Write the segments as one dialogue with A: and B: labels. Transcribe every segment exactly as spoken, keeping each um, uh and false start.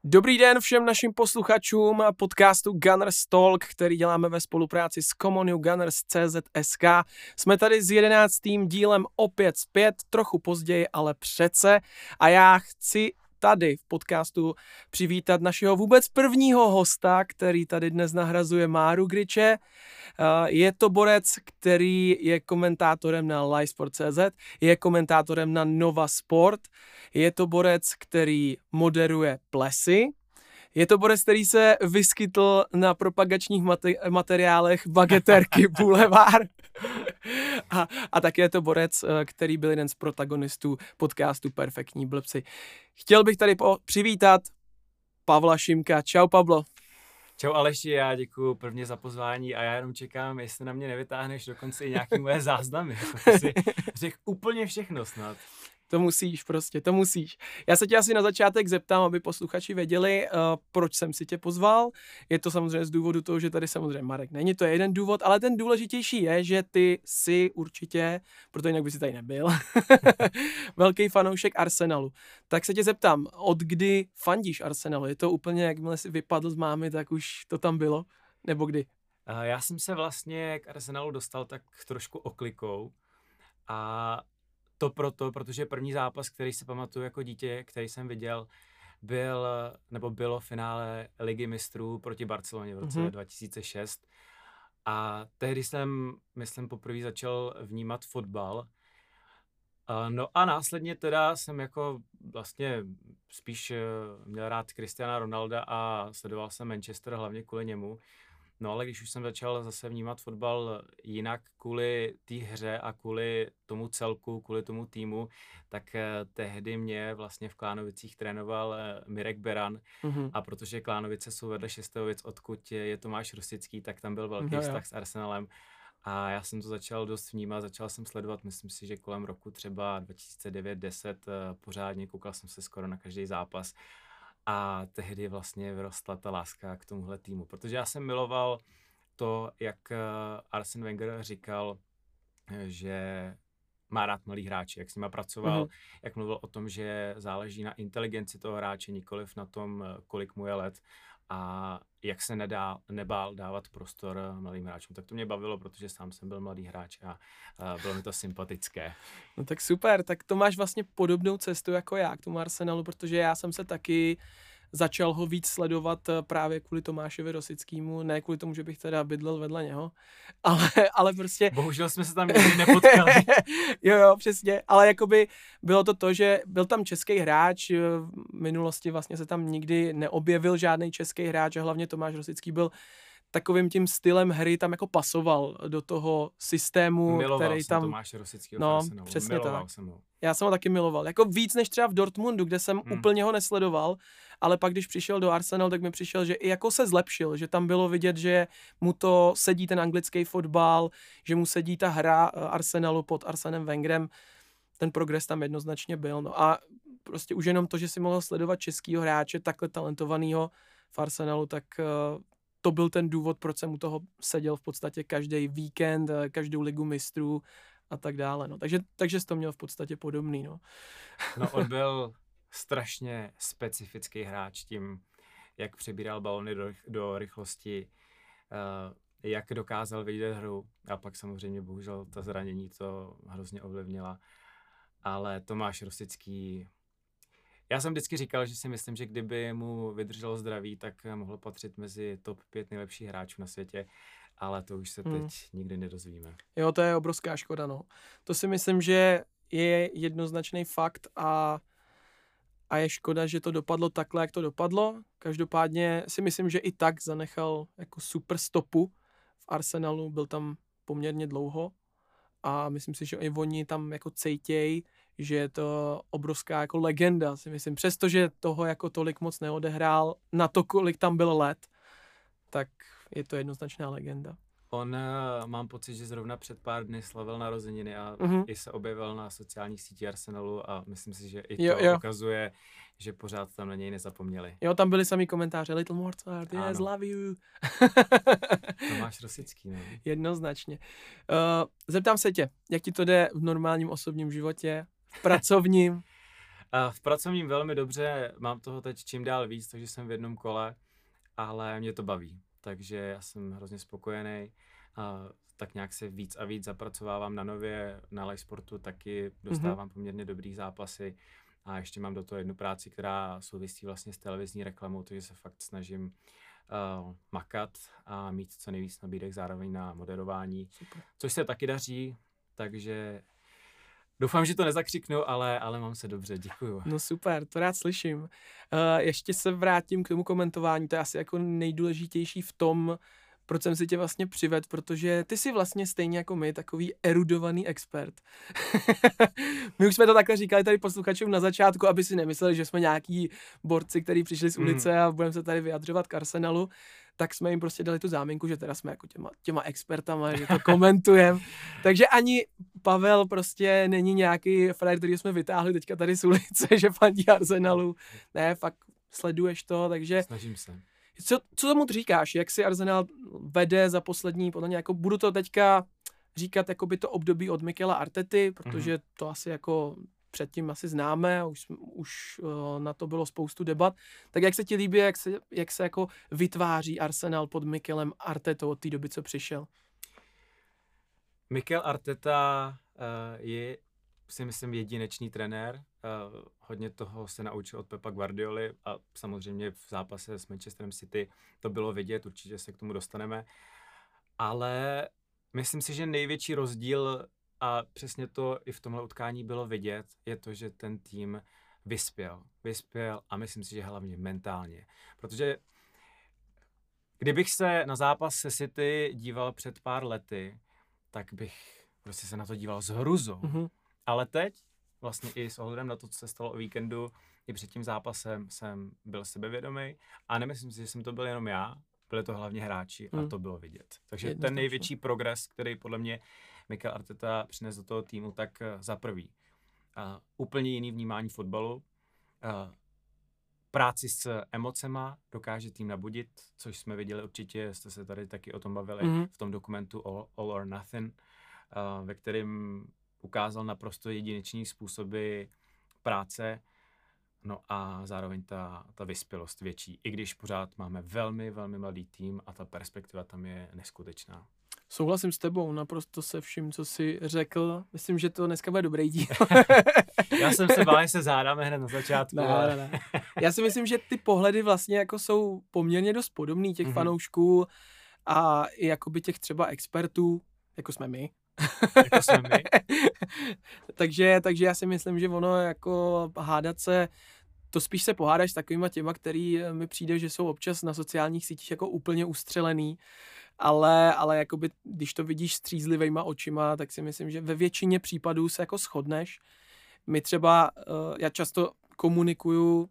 A: Dobrý den všem našim posluchačům podcastu Gunners Talk, který děláme ve spolupráci s Communiu Gunners tečka cé zet es ká. Jsme tady s jedenáctým dílem opět zpět, trochu později, ale přece. A já chci tady v podcastu přivítat našeho vůbec prvního hosta, který tady dnes nahrazuje Máru Griče. Je to borec, který je komentátorem na livesport tečka cé zet, je komentátorem na Nova Sport, je to borec, který moderuje plesy, je to borec, který se vyskytl na propagačních mate- materiálech Bageterky Boulevard. A, a také je to borec, který byl jeden z protagonistů podcastu Perfektní blbci. Chtěl bych tady po- přivítat Pavla Šimka. Čau, Pavlo.
B: Čau Aleši, já děkuju prvně za pozvání a já jenom čekám, jestli na mě nevytáhneš dokonce i nějaký moje záznamy. Ty si řekl úplně všechno snad.
A: To musíš prostě, to musíš. Já se tě asi na začátek zeptám, aby posluchači věděli, uh, proč jsem si tě pozval. Je to samozřejmě z důvodu toho, že tady samozřejmě Marek není, to je jeden důvod, ale ten důležitější je, že ty jsi určitě, protože jinak by si tady nebyl, velký fanoušek Arsenalu. Tak se tě zeptám, od kdy fandíš Arsenalu? Je to úplně, jakmile jsi vypadl z mámy, tak už to tam bylo? Nebo kdy?
B: Uh, já jsem se vlastně k Arsenalu dostal tak trošku oklikou a to proto, protože první zápas, který si pamatuju jako dítě, který jsem viděl, byl, nebo bylo finále Ligy mistrů proti Barceloně v roce mm-hmm. dva tisíce šest. A tehdy jsem, myslím, poprvé začal vnímat fotbal. No a následně teda jsem jako vlastně spíš měl rád Cristiana Ronalda a sledoval jsem Manchester hlavně kvůli němu. No ale když už jsem začal zase vnímat fotbal jinak kvůli té hře a kvůli tomu celku, kvůli tomu týmu, tak eh, tehdy mě vlastně v Klánovicích trénoval eh, Mirek Beran mm-hmm. a protože Klánovice jsou vedle Šestejovic, odkud je Tomáš Rosický, tak tam byl velký no, vztah jo. s Arsenalem a já jsem to začal dost vnímat, začal jsem sledovat, myslím si, že kolem roku třeba dva tisíce devět deset eh, pořádně, koukal jsem se skoro na každý zápas. A tehdy vlastně vyrostla ta láska k tomuhle týmu, protože já jsem miloval to, jak Arsene Wenger říkal, že má rád malý hráči, jak s nima pracoval, mm-hmm. jak mluvil o tom, že záleží na inteligenci toho hráče, nikoliv na tom, kolik mu je let a jak se nedá, nebál dávat prostor mladým hráčům. Tak to mě bavilo, protože sám jsem byl mladý hráč a, a bylo mi to sympatické.
A: No tak super, tak to máš vlastně podobnou cestu jako já k tomu Arsenalu, protože já jsem se taky začal ho víc sledovat právě kvůli Tomášovi Rosickému, ne kvůli tomu, že bych teda bydlel vedle něho, ale, ale prostě...
B: Bohužel jsme se tam nikdy nepotkali.
A: jo, jo, přesně, ale jakoby bylo to to, že byl tam český hráč, v minulosti vlastně se tam nikdy neobjevil žádný český hráč a hlavně Tomáš Rosický byl takovým tím stylem hry tam jako pasoval do toho systému,
B: miloval
A: který
B: jsem
A: tam...
B: Tomáše Rosického.
A: No, přesně
B: miloval
A: tak.
B: Jsem ho.
A: Já jsem ho taky miloval. Jako víc než třeba v Dortmundu, kde jsem hmm. úplně ho nesledoval, ale pak když přišel do Arsenal, tak mi přišel, že i jako se zlepšil, že tam bylo vidět, že mu to sedí ten anglický fotbal, že mu sedí ta hra Arsenalu pod Arsenem Wengerem. Ten progres tam jednoznačně byl. No a prostě už jenom to, že si mohl sledovat českýho hráče, takhle talentovanýho v Arsenalu, tak to byl ten důvod, proč jsem u toho seděl v podstatě každý víkend, každou ligu mistrů a tak dále. No. Takže, takže jsi to měl v podstatě podobný. No,
B: no on byl strašně specifický hráč tím, jak přebíral balony do, do rychlosti, uh, jak dokázal vidět hru a pak samozřejmě bohužel ta zranění to hrozně ovlivnila. Ale Tomáš Rosický, já jsem vždycky říkal, že si myslím, že kdyby mu vydrželo zdraví, tak mohl patřit mezi top pět nejlepších hráčů na světě, ale to už se teď hmm. nikdy nedozvíme.
A: Jo, to je obrovská škoda, no. To si myslím, že je jednoznačný fakt a, a je škoda, že to dopadlo takhle, jak to dopadlo. Každopádně si myslím, že i tak zanechal jako super stopu v Arsenalu, byl tam poměrně dlouho a myslím si, že i oni tam jako cejtěj, že je to obrovská jako legenda, si myslím. Přestože toho jako tolik moc neodehrál na to, kolik tam byl let, tak je to jednoznačná legenda.
B: On, mám pocit, že zrovna před pár dny slavil narozeniny a mm-hmm. i se objevil na sociálních sítích Arsenalu a myslím si, že i to
A: jo, jo.
B: ukazuje, že pořád tam na něj nezapomněli.
A: Jo, tam byly samý komentáře, Little Mozart, yes, love you.
B: Tomáš Rosický, no.
A: Jednoznačně. Uh, zeptám se tě, jak ti to jde v normálním osobním životě, v pracovním?
B: A v pracovním velmi dobře, mám toho teď čím dál víc, takže jsem v jednom kole, ale mě to baví, takže já jsem hrozně spokojený. A tak nějak se víc a víc zapracovávám na nově, na live sportu taky dostávám mm-hmm. poměrně dobrý zápasy a ještě mám do toho jednu práci, která souvisí vlastně s televizní reklamou, takže se fakt snažím uh, makat a mít co nejvíc nabídek zároveň na moderování, super. Což se taky daří, takže doufám, že to nezakřiknu, ale, ale mám se dobře, děkuju.
A: No super, to rád slyším. Uh, ještě se vrátím k tomu komentování, to je asi jako nejdůležitější v tom, proč jsem si tě vlastně přivedl, protože ty jsi vlastně stejně jako my takový erudovaný expert. My už jsme to takhle říkali tady posluchačům na začátku, aby si nemysleli, že jsme nějaký borci, kteří přišli z ulice mm. a budeme se tady vyjadřovat k Arsenalu, tak jsme jim prostě dali tu záminku, že teda jsme jako těma, těma expertama, že to komentujeme. Takže ani Pavel prostě není nějaký frajer, který jsme vytáhli teďka tady z ulice, že fandí Arsenalu. Ne, fakt sleduješ to, takže...
B: Snažím se.
A: Co, co tomu říkáš? Jak si Arsenal vede za poslední, podle mě, jako budu to teďka říkat, jako by to období od Mikela Artety, protože mm-hmm. to asi jako předtím asi známe, už, už uh, na to bylo spoustu debat. Tak jak se ti líbí, jak se, jak se jako vytváří Arsenal pod Mikelem Artetou od té doby, co přišel?
B: Mikel Arteta uh, je, si myslím, jedinečný trenér. Uh, hodně toho se naučil od Pepa Guardioli a samozřejmě v zápase s Manchesterem City to bylo vidět, určitě se k tomu dostaneme. Ale myslím si, že největší rozdíl, a přesně to i v tomhle utkání bylo vidět, je to, že ten tým vyspěl. Vyspěl a myslím si, že hlavně mentálně. Protože kdybych se na zápas se City díval před pár lety, tak bych prostě se na to díval s hruzou. Mm-hmm. Ale teď, vlastně i s ohledem na to, co se stalo o víkendu, i před tím zápasem jsem byl sebevědomý a nemyslím si, že jsem to byl jenom já, byli to hlavně hráči mm. a to bylo vidět. Takže Jedno ten největší progres, který podle mě Mikel Arteta přines do toho týmu, tak za prvý. Uh, úplně jiný vnímání fotbalu, uh, práci s emocema, dokáže tým nabudit, což jsme viděli určitě, jste se tady taky o tom bavili mm-hmm. v tom dokumentu All, All or Nothing, uh, ve kterém ukázal naprosto jedinečný způsoby práce, no a zároveň ta, ta vyspělost větší, i když pořád máme velmi, velmi mladý tým a ta perspektiva tam je neskutečná.
A: Souhlasím s tebou naprosto se vším, co jsi řekl. Myslím, že to dneska bude dobrý díl.
B: Já jsem se bál, že se zádáme hned na začátku.
A: Ne, ale... ne, ne. Já si myslím, že ty pohledy vlastně jako jsou poměrně dost podobný těch mm-hmm. fanoušků a i jakoby těch třeba expertů, jako jsme my.
B: Jako jsme my.
A: takže, takže já si myslím, že ono jako hádat se, to spíš se pohádáš s takovýma těma, který mi přijde, že jsou občas na sociálních sítích jako úplně ustřelený. Ale, ale jakoby, když to vidíš střízlivejma očima, tak si myslím, že ve většině případů se jako shodneš. My třeba, uh, já často komunikuju uh,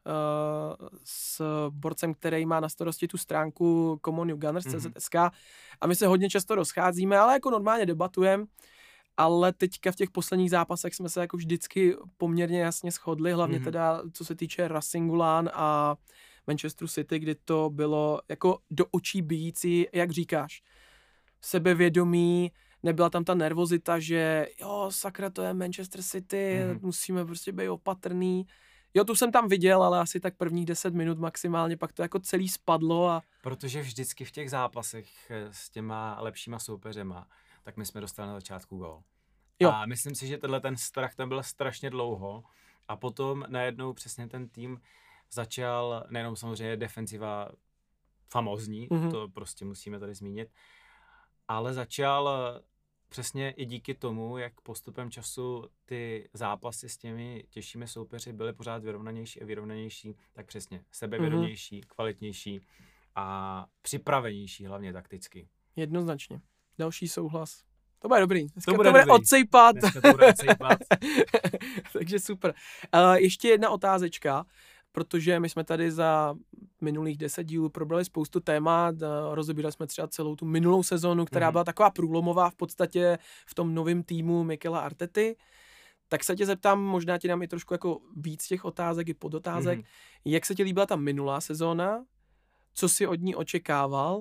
A: s borcem, který má na starosti tu stránku Common Gunners tečka cé zet tečka es ká a my se hodně často rozcházíme, ale jako normálně debatujeme. Ale teďka v těch posledních zápasech jsme se jako vždycky poměrně jasně shodli, hlavně mm-hmm. teda co se týče Racing Ulan a Manchesteru City, kdy to bylo jako do očí bijící, jak říkáš, sebevědomí, nebyla tam ta nervozita, že jo, sakra, to je Manchester City, mm-hmm. musíme prostě být opatrný. Jo, tu jsem tam viděl, ale asi tak prvních deset minut maximálně, pak to jako celý spadlo. A...
B: Protože vždycky v těch zápasech s těma lepšíma soupeřema, tak my jsme dostali na začátku gól. Jo. A myslím si, že tenhle ten strach tam byl strašně dlouho a potom najednou přesně ten tým začal, nejenom samozřejmě defenziva famózní, mm-hmm. to prostě musíme tady zmínit, ale začal přesně i díky tomu, jak postupem času ty zápasy s těmi těžšími soupeři byly pořád vyrovnanější a vyrovnanější, tak přesně sebevědomější, mm-hmm. kvalitnější a připravenější, hlavně takticky.
A: Jednoznačně. Další souhlas. To bude dobrý. Dneska
B: to bude,
A: to bude odsejpat.
B: Dneska to bude odsejpat.
A: Takže super. Uh, ještě jedna otázečka, protože my jsme tady za minulých deset dílů probrali spoustu témat, rozebírali jsme třeba celou tu minulou sezonu, která mm-hmm. byla taková průlomová v podstatě v tom novém týmu Mikela Artety. Tak se tě zeptám, možná ti dám i trošku jako víc těch otázek i podotázek. Mm-hmm. Jak se ti líbila ta minulá sezóna? Co jsi od ní očekával?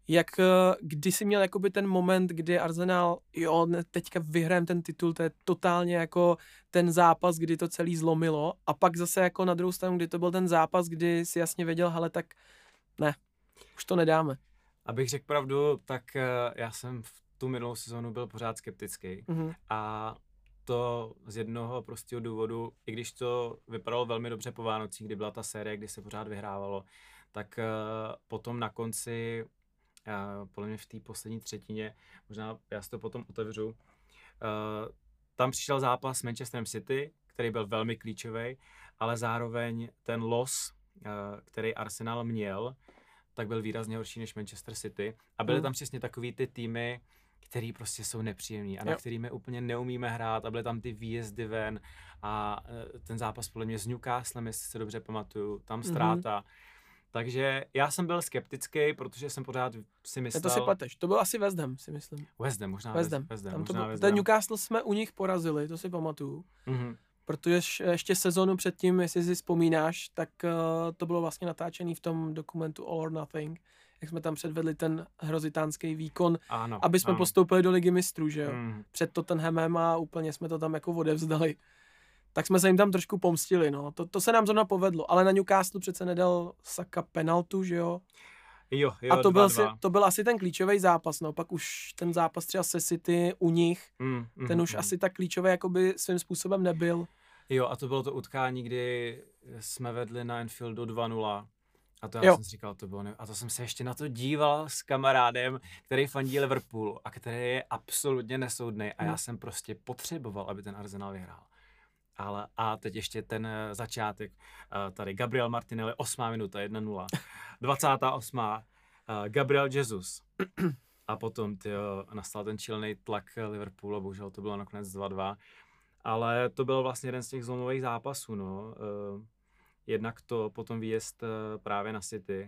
A: Jak, uh, kdy jsi měl jakoby ten moment, kdy Arsenal, jo, ne, teďka vyhrajeme ten titul, to je totálně jako ten zápas, kdy to celý zlomilo, a pak zase jako na druhou stranu, kdy to byl ten zápas, kdy si jasně věděl, hele, tak ne, už to nedáme.
B: Abych řekl pravdu, tak uh, já jsem v tu minulou sezónu byl pořád skeptický.
A: Mm-hmm.
B: A to z jednoho prostého důvodu, i když to vypadalo velmi dobře po Vánocích, kdy byla ta série, kdy se pořád vyhrávalo, tak uh, potom na konci, uh, podle mě v té poslední třetině, možná já si to potom otevřu, uh, tam přišel zápas s Manchesterem City, který byl velmi klíčový, ale zároveň ten los, uh, který Arsenal měl, tak byl výrazně horší než Manchester City. A byly mm. tam přesně takový ty týmy, který prostě jsou nepříjemný a jo. na kterými úplně neumíme hrát, a byly tam ty výjezdy ven a ten zápas podle mě s Newcastlem, jestli se dobře pamatuju, tam ztráta. Mm-hmm. Takže já jsem byl skeptický, protože jsem pořád si myslel...
A: To si pleteš, to byl asi West Ham, si myslím.
B: West Ham, možná
A: West Ham.
B: West Ham.
A: Tam
B: možná
A: to byl,
B: West
A: ten
B: Ham.
A: Newcastle jsme u nich porazili, to si pamatuju.
B: Mm-hmm.
A: Protože ještě sezonu předtím, jestli si vzpomínáš, tak uh, to bylo vlastně natáčený v tom dokumentu All or Nothing, jak jsme tam předvedli ten hrozitánský výkon,
B: ano,
A: aby jsme
B: ano.
A: postoupili do Ligy mistrů, že jo,
B: mm.
A: před Tottenhamem, a úplně jsme to tam jako odevzdali. Tak jsme se jim tam trošku pomstili, no. To, to se nám zrovna povedlo, ale na Newcastle přece nedal Saka penaltu, že jo.
B: Jo, jo,
A: a to
B: dva,
A: byl,
B: dva.
A: Si, to byl asi ten klíčový zápas, no. Pak už ten zápas třeba se City u nich,
B: mm, mm,
A: ten už
B: mm.
A: asi tak klíčový jakoby svým způsobem nebyl.
B: Jo, a to bylo to utkání, kdy jsme vedli na Anfieldu dva nula. A to já
A: jo.
B: jsem si říkal, to bylo ne... A to jsem se ještě na to díval s kamarádem, který fandí Liverpoolu a který je absolutně nesoudnej. A já jsem prostě potřeboval, aby ten Arsenal vyhrál. Ale a teď ještě ten začátek. Tady Gabriel Martinelli, osmá minuta, jedna nula. dvacátá osmá Gabriel Jesus. A potom tyjo, nastal ten čilný tlak Liverpoolu, bohužel to bylo nakonec dva dva. Ale to byl vlastně jeden z těch zlomových zápasů, no. Jednak to potom výjezd právě na City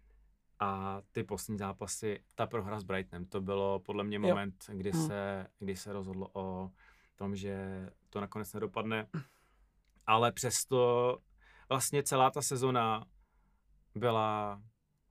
B: a ty poslední zápasy, ta prohra s Brightonem, to bylo podle mě moment, kdy
A: hmm.
B: se, kdy se rozhodlo o tom, že to nakonec nedopadne, ale přesto vlastně celá ta sezona byla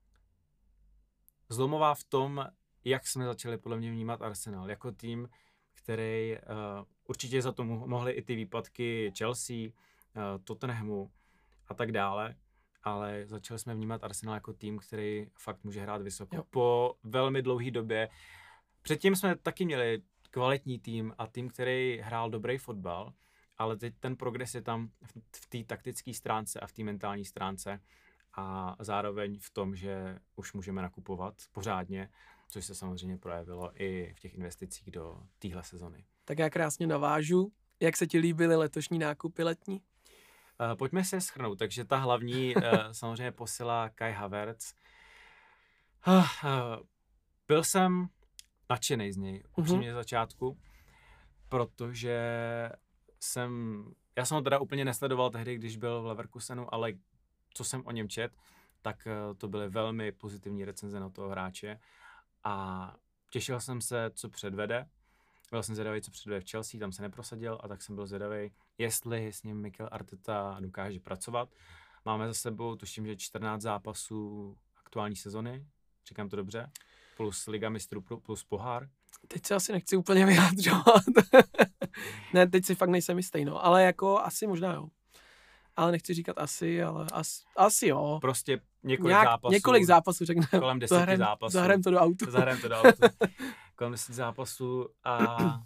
B: zlomová v tom, jak jsme začali podle mě vnímat Arsenal jako tým, který uh, určitě za to mohly i ty výpadky Chelsea, uh, Tottenhamu a tak dále, ale začali jsme vnímat Arsenal jako tým, který fakt může hrát vysoko. Jo. Po velmi dlouhé době. Předtím jsme taky měli kvalitní tým a tým, který hrál dobrý fotbal, ale teď ten progres je tam v té taktické stránce a v té mentální stránce a zároveň v tom, že už můžeme nakupovat pořádně, což se samozřejmě projevilo i v těch investicích do téhle sezony.
A: Tak já krásně navážu. Jak se ti líbily letošní nákupy letní?
B: Uh, pojďme se shrnout. Takže ta hlavní uh, samozřejmě posila Kai Havertz. Uh, uh, byl jsem nadšenej z něj upřímně mm-hmm. z začátku, protože jsem, já jsem ho teda úplně nesledoval tehdy, když byl v Leverkusenu, ale co jsem o něm čet, tak uh, to byly velmi pozitivní recenze na toho hráče a těšil jsem se, co předvede. Byl jsem zvědavý, co předvede v Chelsea, tam se neprosadil a tak jsem byl zvědavý, jestli s ním Mikel Arteta dokáže pracovat. Máme za sebou, tuším, že čtrnáct zápasů aktuální sezony, říkám to dobře, plus Liga mistrů, plus pohár.
A: Teď se asi nechci úplně vyjádřovat. Ne, teď si fakt nejsem jistý, no, ale jako asi možná jo. Ale nechci říkat asi, ale as, asi jo.
B: Prostě několik
A: Nějak,
B: zápasů.
A: Několik zápasů, řekne.
B: Kolem deseti zahrem, zápasů.
A: Zahrajeme to do autu.
B: Zahrajeme to do autu. Kolem deseti zápasů a, a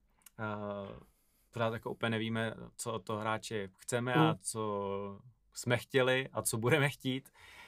B: pořád jako úplně nevíme, co od toho hráče chceme mm. a co jsme chtěli a co budeme chtít.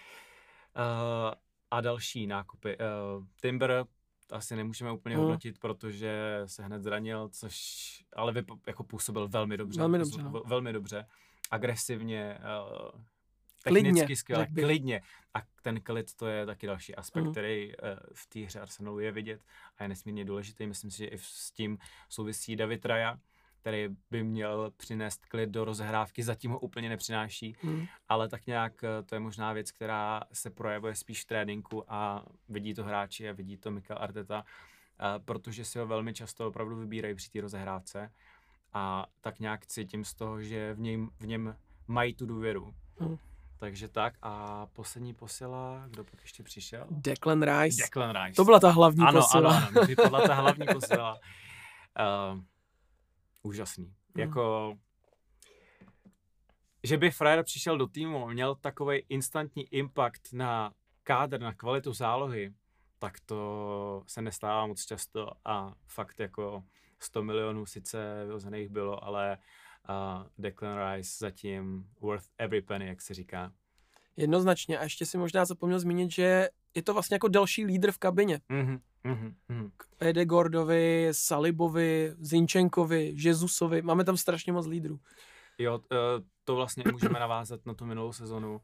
B: Uh, a další nákupy. Uh, Timber asi nemůžeme úplně mm. hodnotit, protože se hned zranil, což ale vyp- jako působil velmi dobře.
A: Velmi dobře, no.
B: Velmi dobře. Agresivně, uh,
A: klidně,
B: technicky skvěle, klidně. A ten klid, to je taky další aspekt, mm. který uh, v té hře Arsenalu je vidět a je nesmírně důležitý. Myslím si, že i s tím souvisí David Raya, který by měl přinést klid do rozehrávky, zatím ho úplně nepřináší, mm. ale tak nějak to je možná věc, která se projevuje spíš v tréninku a vidí to hráči a vidí to Mikel Arteta, uh, protože si ho velmi často opravdu vybírají při té rozehrávce a tak nějak cítím z toho, že v něm, v něm mají tu důvěru. Mm. Takže tak a poslední posila, kdo pak ještě přišel?
A: Declan Rice.
B: Declan Rice.
A: To byla ta hlavní
B: ano,
A: posila.
B: Ano, ano, vypadla ta hlavní posila. Uh, úžasný. Hmm. Jako, že by Fryer přišel do týmu, měl takovej instantní impact na kádr, na kvalitu zálohy, tak to se nestává moc často a fakt jako sto milionů sice vyhozených bylo, ale uh, Declan Rice zatím worth every penny, jak se říká.
A: Jednoznačně. A ještě si možná zapomněl zmínit, že je to vlastně jako další lídr v kabině.
B: Mm-hmm, mm-hmm.
A: K Edegordovi, Salibovi, Zinčenkovi, Jezusovi. Máme tam strašně moc lídrů.
B: Jo, to vlastně můžeme navázat na tu minulou sezonu,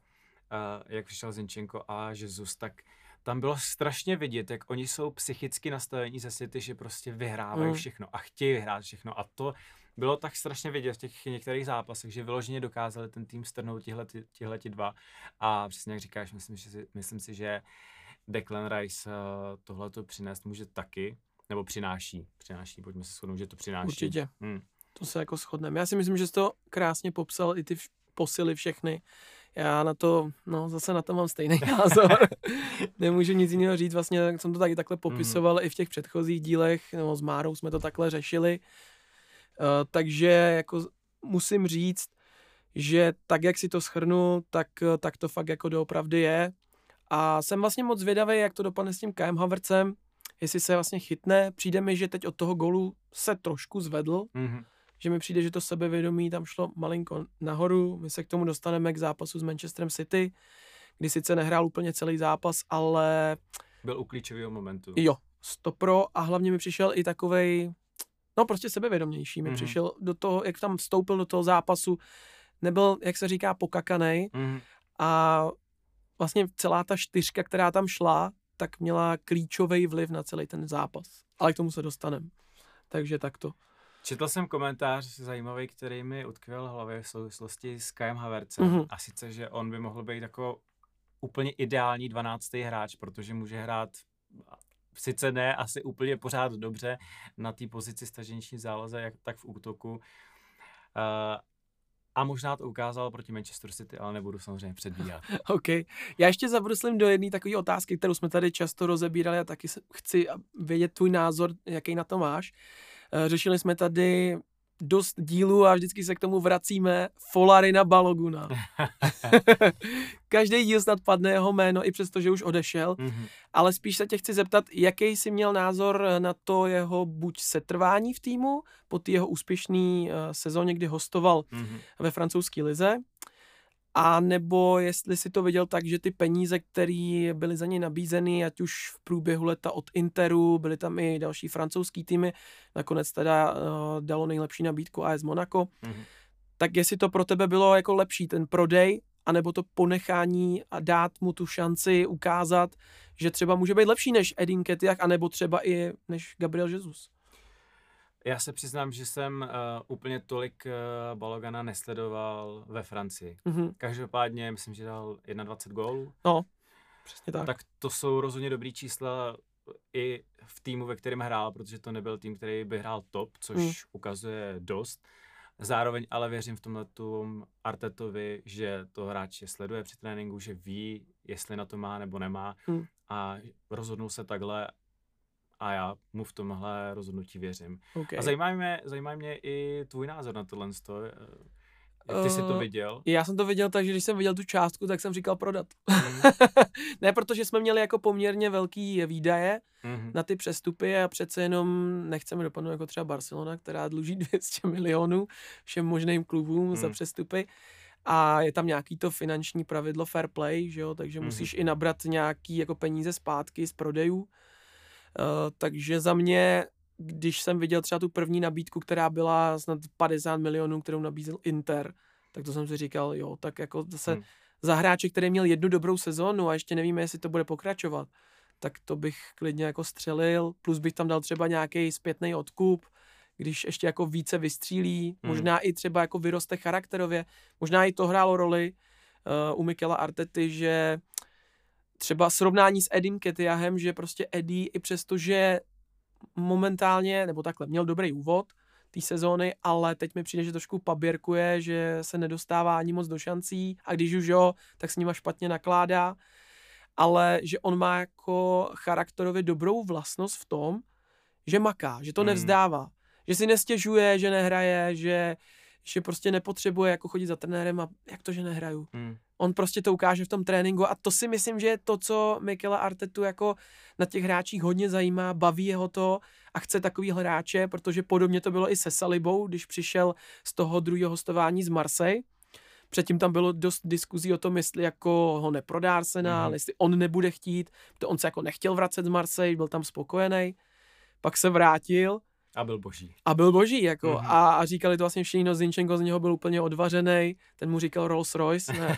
B: jak přišel Zinchenko a Jesus, tak tam bylo strašně vidět, jak oni jsou psychicky nastavení ze City, že prostě vyhrávají mm. všechno a chtějí vyhrát všechno. A to bylo tak strašně vidět v těch některých zápasech, že vyloženě dokázali ten tým strhnout tihleti dva. A přesně jak říkáš, myslím, že si, myslím si, že Declan Rice tohleto přinést může taky, nebo přináší. Přináší, pojďme se shodnout, že to přináší.
A: Určitě.
B: Hmm.
A: To se jako shodneme. Já si myslím, že jsi to krásně popsal, i ty posily všechny. Já na to, no zase na to mám stejný názor. Nemůžu nic jiného říct, vlastně jsem to taky takhle popisoval mm. i v těch předchozích dílech, nebo s Márou jsme to takhle řešili. Uh, takže jako musím říct, že tak, jak si to shrnu, tak, tak to fakt jako doopravdy je. A jsem vlastně moc zvědavý, jak to dopadne s tím Kajem Havertzem, jestli se vlastně chytne. Přijde mi, že teď od toho golu se trošku zvedl, mm-hmm. že mi přijde, že to sebevědomí tam šlo malinko nahoru. My se k tomu dostaneme k zápasu s Manchesterem City, kdy sice nehrál úplně celý zápas, ale...
B: Byl u klíčového momentu.
A: Jo, stopro a hlavně mi přišel i takovej, no prostě sebevědomější. Mi mm-hmm. přišel do toho, jak tam vstoupil do toho zápasu, nebyl, jak se říká, pokakanej mm-hmm. a vlastně celá ta čtyřka, která tam šla, tak měla klíčový vliv na celý ten zápas. Ale k tomu se dostaneme. Takže takto.
B: Četl jsem komentář zajímavý, který mi utkvěl v hlavě v souvislosti s Kajem Havertzem. Mm-hmm. A sice, že on by mohl být jako úplně ideální dvanáctý hráč, protože může hrát, sice ne asi úplně pořád dobře, na té pozici staženční záloze, jak tak v útoku. Uh, A možná to ukázal proti Manchester City, ale nebudu samozřejmě předbíhat.
A: OK. Já ještě zabruslím do jedné takové otázky, kterou jsme tady často rozebírali a taky chci vědět tvůj názor, jaký na to máš. Řešili jsme tady dost dílů a vždycky se k tomu vracíme. Folarina Baloguna. Každý díl snad padne jeho jméno, i přesto, že už odešel. Mm-hmm. Ale spíš se tě chci zeptat, jaký jsi měl názor na to jeho buď setrvání v týmu, po té jeho úspěšné uh, sezóně, kdy hostoval mm-hmm. ve francouzské lize, a nebo jestli si to viděl tak, že ty peníze, které byly za něj nabízeny, ať už v průběhu leta od Interu, byly tam i další francouzský týmy, nakonec teda uh, dalo nejlepší nabídku A S Monaco, mm-hmm. tak jestli to pro tebe bylo jako lepší ten prodej, anebo to ponechání a dát mu tu šanci ukázat, že třeba může být lepší než Edin Nketiah, anebo třeba i než Gabriel Jesus.
B: Já se přiznám, že jsem uh, úplně tolik uh, Balogana nesledoval ve Francii. Mm-hmm. Každopádně myslím, že dal dvacet jedna gólů.
A: No, přesně tak.
B: Tak to jsou rozhodně dobrý čísla i v týmu, ve kterém hrál, protože to nebyl tým, který by hrál top, což mm. ukazuje dost. Zároveň ale věřím v tomhletom Artetovi, že to hráče sleduje při tréninku, že ví, jestli na to má nebo nemá mm. a rozhodnul se takhle. A já mu v tomhle rozhodnutí věřím. Okay. A zajímá mě, zajímá mě i tvůj názor na tohle. Jak ty jsi to viděl?
A: Uh, já jsem to viděl tak, že když jsem viděl tu částku, tak jsem říkal prodat. Mm. Ne, protože jsme měli jako poměrně velký výdaje mm-hmm. na ty přestupy a přece jenom nechceme dopadnout jako třeba Barcelona, která dluží dvě stě milionů všem možným klubům mm. za přestupy. A je tam nějaký to finanční pravidlo fair play, že jo? Takže mm-hmm. musíš i nabrat nějaký jako peníze zpátky z prodejů. Uh, takže za mě, když jsem viděl třeba tu první nabídku, která byla snad padesát milionů, kterou nabízel Inter, tak to jsem si říkal, jo, tak jako zase hmm. za hráče, který měl jednu dobrou sezónu a ještě nevíme, jestli to bude pokračovat, tak to bych klidně jako střelil, plus bych tam dal třeba nějaký zpětný odkup, když ještě jako více vystřílí, hmm. možná i třeba jako vyroste charakterově, možná i to hrálo roli uh, u Mikela Artety, že třeba srovnání s Edim Nketiahem, že prostě Eddie i přesto, že momentálně, nebo takhle, měl dobrý úvod, té sezóny, ale teď mi přijde, že trošku paběrkuje, že se nedostává ani moc do šancí a když už jo, tak s nima špatně nakládá, ale že on má jako charakterově dobrou vlastnost v tom, že maká, že to
B: Hmm.
A: nevzdává, že si nestěžuje, že nehraje, že, že prostě nepotřebuje jako chodit za trenérem a jak to, že nehraju.
B: Hmm.
A: On prostě to ukáže v tom tréninku a to si myslím, že je to, co Mikela Artetu jako na těch hráčích hodně zajímá, baví jeho to a chce takový hráče, protože podobně to bylo i se Salibou, když přišel z toho druhého hostování z Marseille. Předtím tam bylo dost diskuzí o tom, jestli jako ho neprodá Arsenal, mm-hmm. jestli on nebude chtít, to on se jako nechtěl vracet z Marseille, byl tam spokojený, pak se vrátil.
B: A byl boží.
A: A byl boží, jako.
B: Mm-hmm.
A: A, a říkali to vlastně všichni, no Zinchenko z něho byl úplně odvařenej, ten mu říkal Rolls Royce, ne.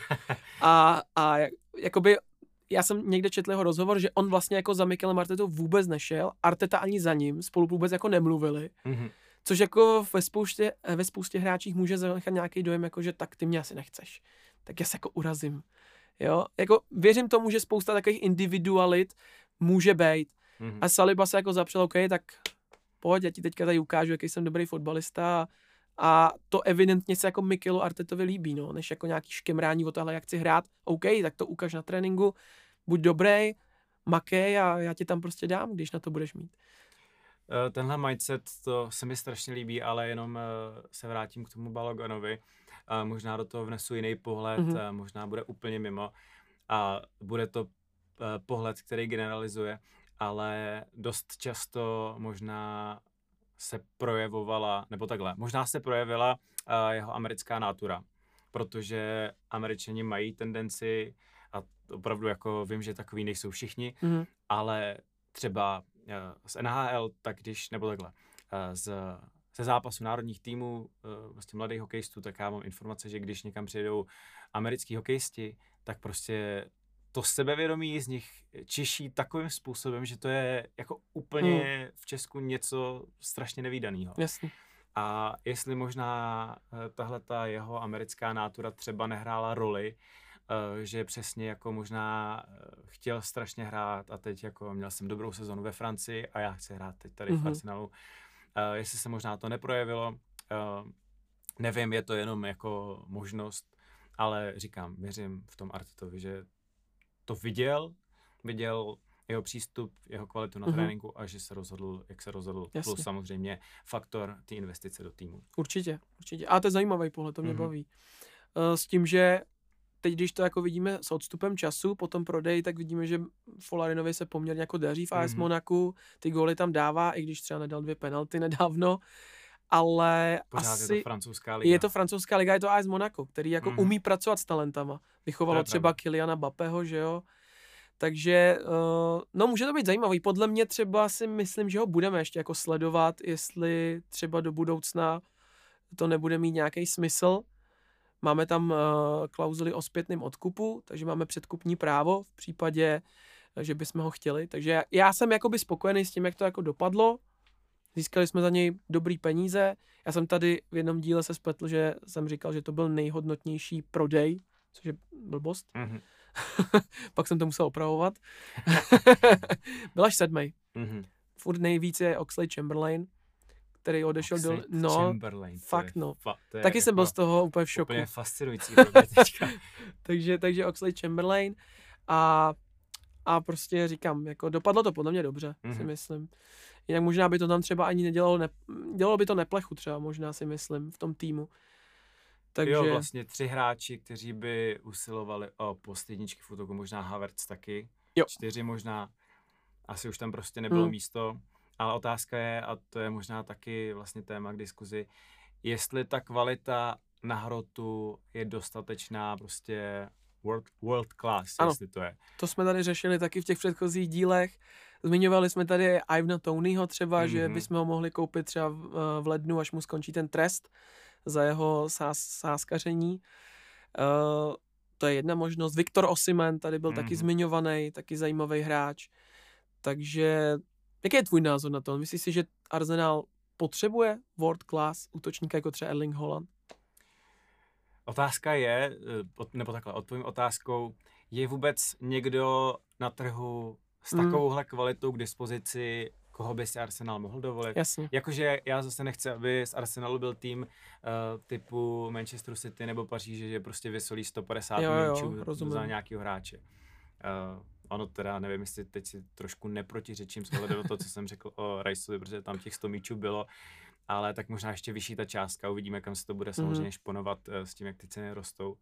A: A, a jakoby, já jsem někde četl jeho rozhovor, že on vlastně jako za Mikelem Artetou vůbec nešel, Arteta ani za ním, spolu vůbec jako nemluvili. Mm-hmm. Což jako ve spoustě, ve spoustě hráčích může zanechat nějaký dojem, jako že tak ty mě asi nechceš. Tak já se jako urazím. Jo? Jako věřím tomu, že spousta takových individualit může být. Mm-hmm. A Saliba se jako zapřel, OK, tak pojď, já ti teďka tady ukážu, jaký jsem dobrý fotbalista. A to evidentně se jako Mikelu Artetovi líbí, no, než jako nějaký škemrání o tohle, jak chci hrát. OK, tak to ukaž na tréninku, buď dobrý, makej a já ti tam prostě dám, když na to budeš mít.
B: Tenhle mindset, to se mi strašně líbí, ale jenom se vrátím k tomu Baloganovi. Možná do toho vnesu jiný pohled, mm-hmm. možná bude úplně mimo a bude to pohled, který generalizuje, ale dost často možná se projevovala, nebo takhle, možná se projevila jeho americká nátura, protože Američani mají tendenci, a opravdu jako vím, že takový nejsou všichni, mm-hmm. ale třeba z N H L, tak když, nebo takhle, z, ze zápasu národních týmů, vlastně mladých hokejistů, tak já mám informace, že když někam přijedou americký hokejisti, tak prostě to sebevědomí z nich čiší takovým způsobem, že to je jako úplně hmm. v Česku něco strašně nevídaného.
A: Jasně.
B: A jestli možná tahle ta jeho americká nátura třeba nehrála roli, Uh, že přesně jako možná uh, chtěl strašně hrát a teď jako měl jsem dobrou sezonu ve Francii a já chci hrát teď tady mm-hmm. v Arsenalu. Uh, jestli se možná to neprojevilo, uh, nevím, je to jenom jako možnost, ale říkám, věřím v tom Artetovi, že to viděl, viděl jeho přístup, jeho kvalitu na mm-hmm. tréninku a že se rozhodl, jak se rozhodl. Jasně. Plus samozřejmě faktor té investice do týmu.
A: Určitě, určitě. A to je zajímavý pohled, to mě mm-hmm. baví. Uh, s tím, že teď, když to jako vidíme s odstupem času, po tom prodeji, tak vidíme, že Folarinovi se poměrně jako daří v A S mm-hmm. Monaku, ty góly tam dává, i když třeba nedal dvě penalty nedávno, ale
B: pořád
A: asi
B: je to francouzská liga.
A: Je to francouzská liga, je to A S Monaco, který jako mm-hmm. umí pracovat s talentama. Vychovalo třeba Kyliana Mbappého, že jo. Takže, uh, no může to být zajímavý. Podle mě třeba si myslím, že ho budeme ještě jako sledovat, jestli třeba do budoucna to nebude mít nějaký smysl. Máme tam uh, klauzuly o zpětném odkupu, takže máme předkupní právo v případě, že bychom ho chtěli. Takže já jsem jakoby spokojený s tím, jak to jako dopadlo. Získali jsme za něj dobrý peníze. Já jsem tady v jednom díle se spletl, že jsem říkal, že to byl nejhodnotnější prodej, což je blbost. Mm-hmm. Pak jsem to musel opravovat. Byl až sedmý. Mm-hmm. Furt nejvíc je Oxlade Chamberlain, který odešel do... No,
B: Chamberlain,
A: fakt no.
B: Fa-
A: Taky jsem byl z toho úplně v šoku.
B: Úplně fascinující teďka.
A: takže, takže Oxlade Chamberlain a, a prostě říkám, jako dopadlo to podle mě dobře, mm-hmm. si myslím. Jinak možná by to tam třeba ani nedělalo, ne, dělalo by to neplechu třeba, možná si myslím, v tom týmu.
B: Takže... Jo, vlastně tři hráči, kteří by usilovali o post jedničky v útoku, možná Havertz taky, jo. čtyři možná, asi už tam prostě nebylo hmm. místo. Ale otázka je, a to je možná taky vlastně téma k diskuzi, jestli ta kvalita na hrotu je dostatečná prostě world, world class, ano, jestli to je.
A: To jsme tady řešili taky v těch předchozích dílech. Zmiňovali jsme tady Ivana Toneyho třeba, mm-hmm. že bychom ho mohli koupit třeba v, v lednu, až mu skončí ten trest za jeho sás, sáskaření. Uh, to je jedna možnost. Viktor Osimhen tady byl mm-hmm. taky zmiňovaný, taky zajímavý hráč. Takže jaký je tvůj názor na to? Myslíš si, že Arsenal potřebuje world class útočníka jako třeba Erling Haaland?
B: Otázka je, nebo takhle, odpovím otázkou, je vůbec někdo na trhu s takovouhle kvalitou k dispozici koho by si Arsenal mohl dovolit.
A: Jasně.
B: Jakože já zase nechci, aby z Arsenalu byl tým uh, typu Manchester City nebo Paříže, že prostě vysolí sto padesát milionů za nějakého hráče. Uh, ono teda, nevím, jestli teď si trošku neprotiřečím s ohledem na to, co jsem řekl o Riceovi, protože tam těch sto míčů bylo, ale tak možná ještě vyšší ta částka, uvidíme, kam se to bude samozřejmě mm-hmm. šponovat uh, s tím, jak ty ceny rostou.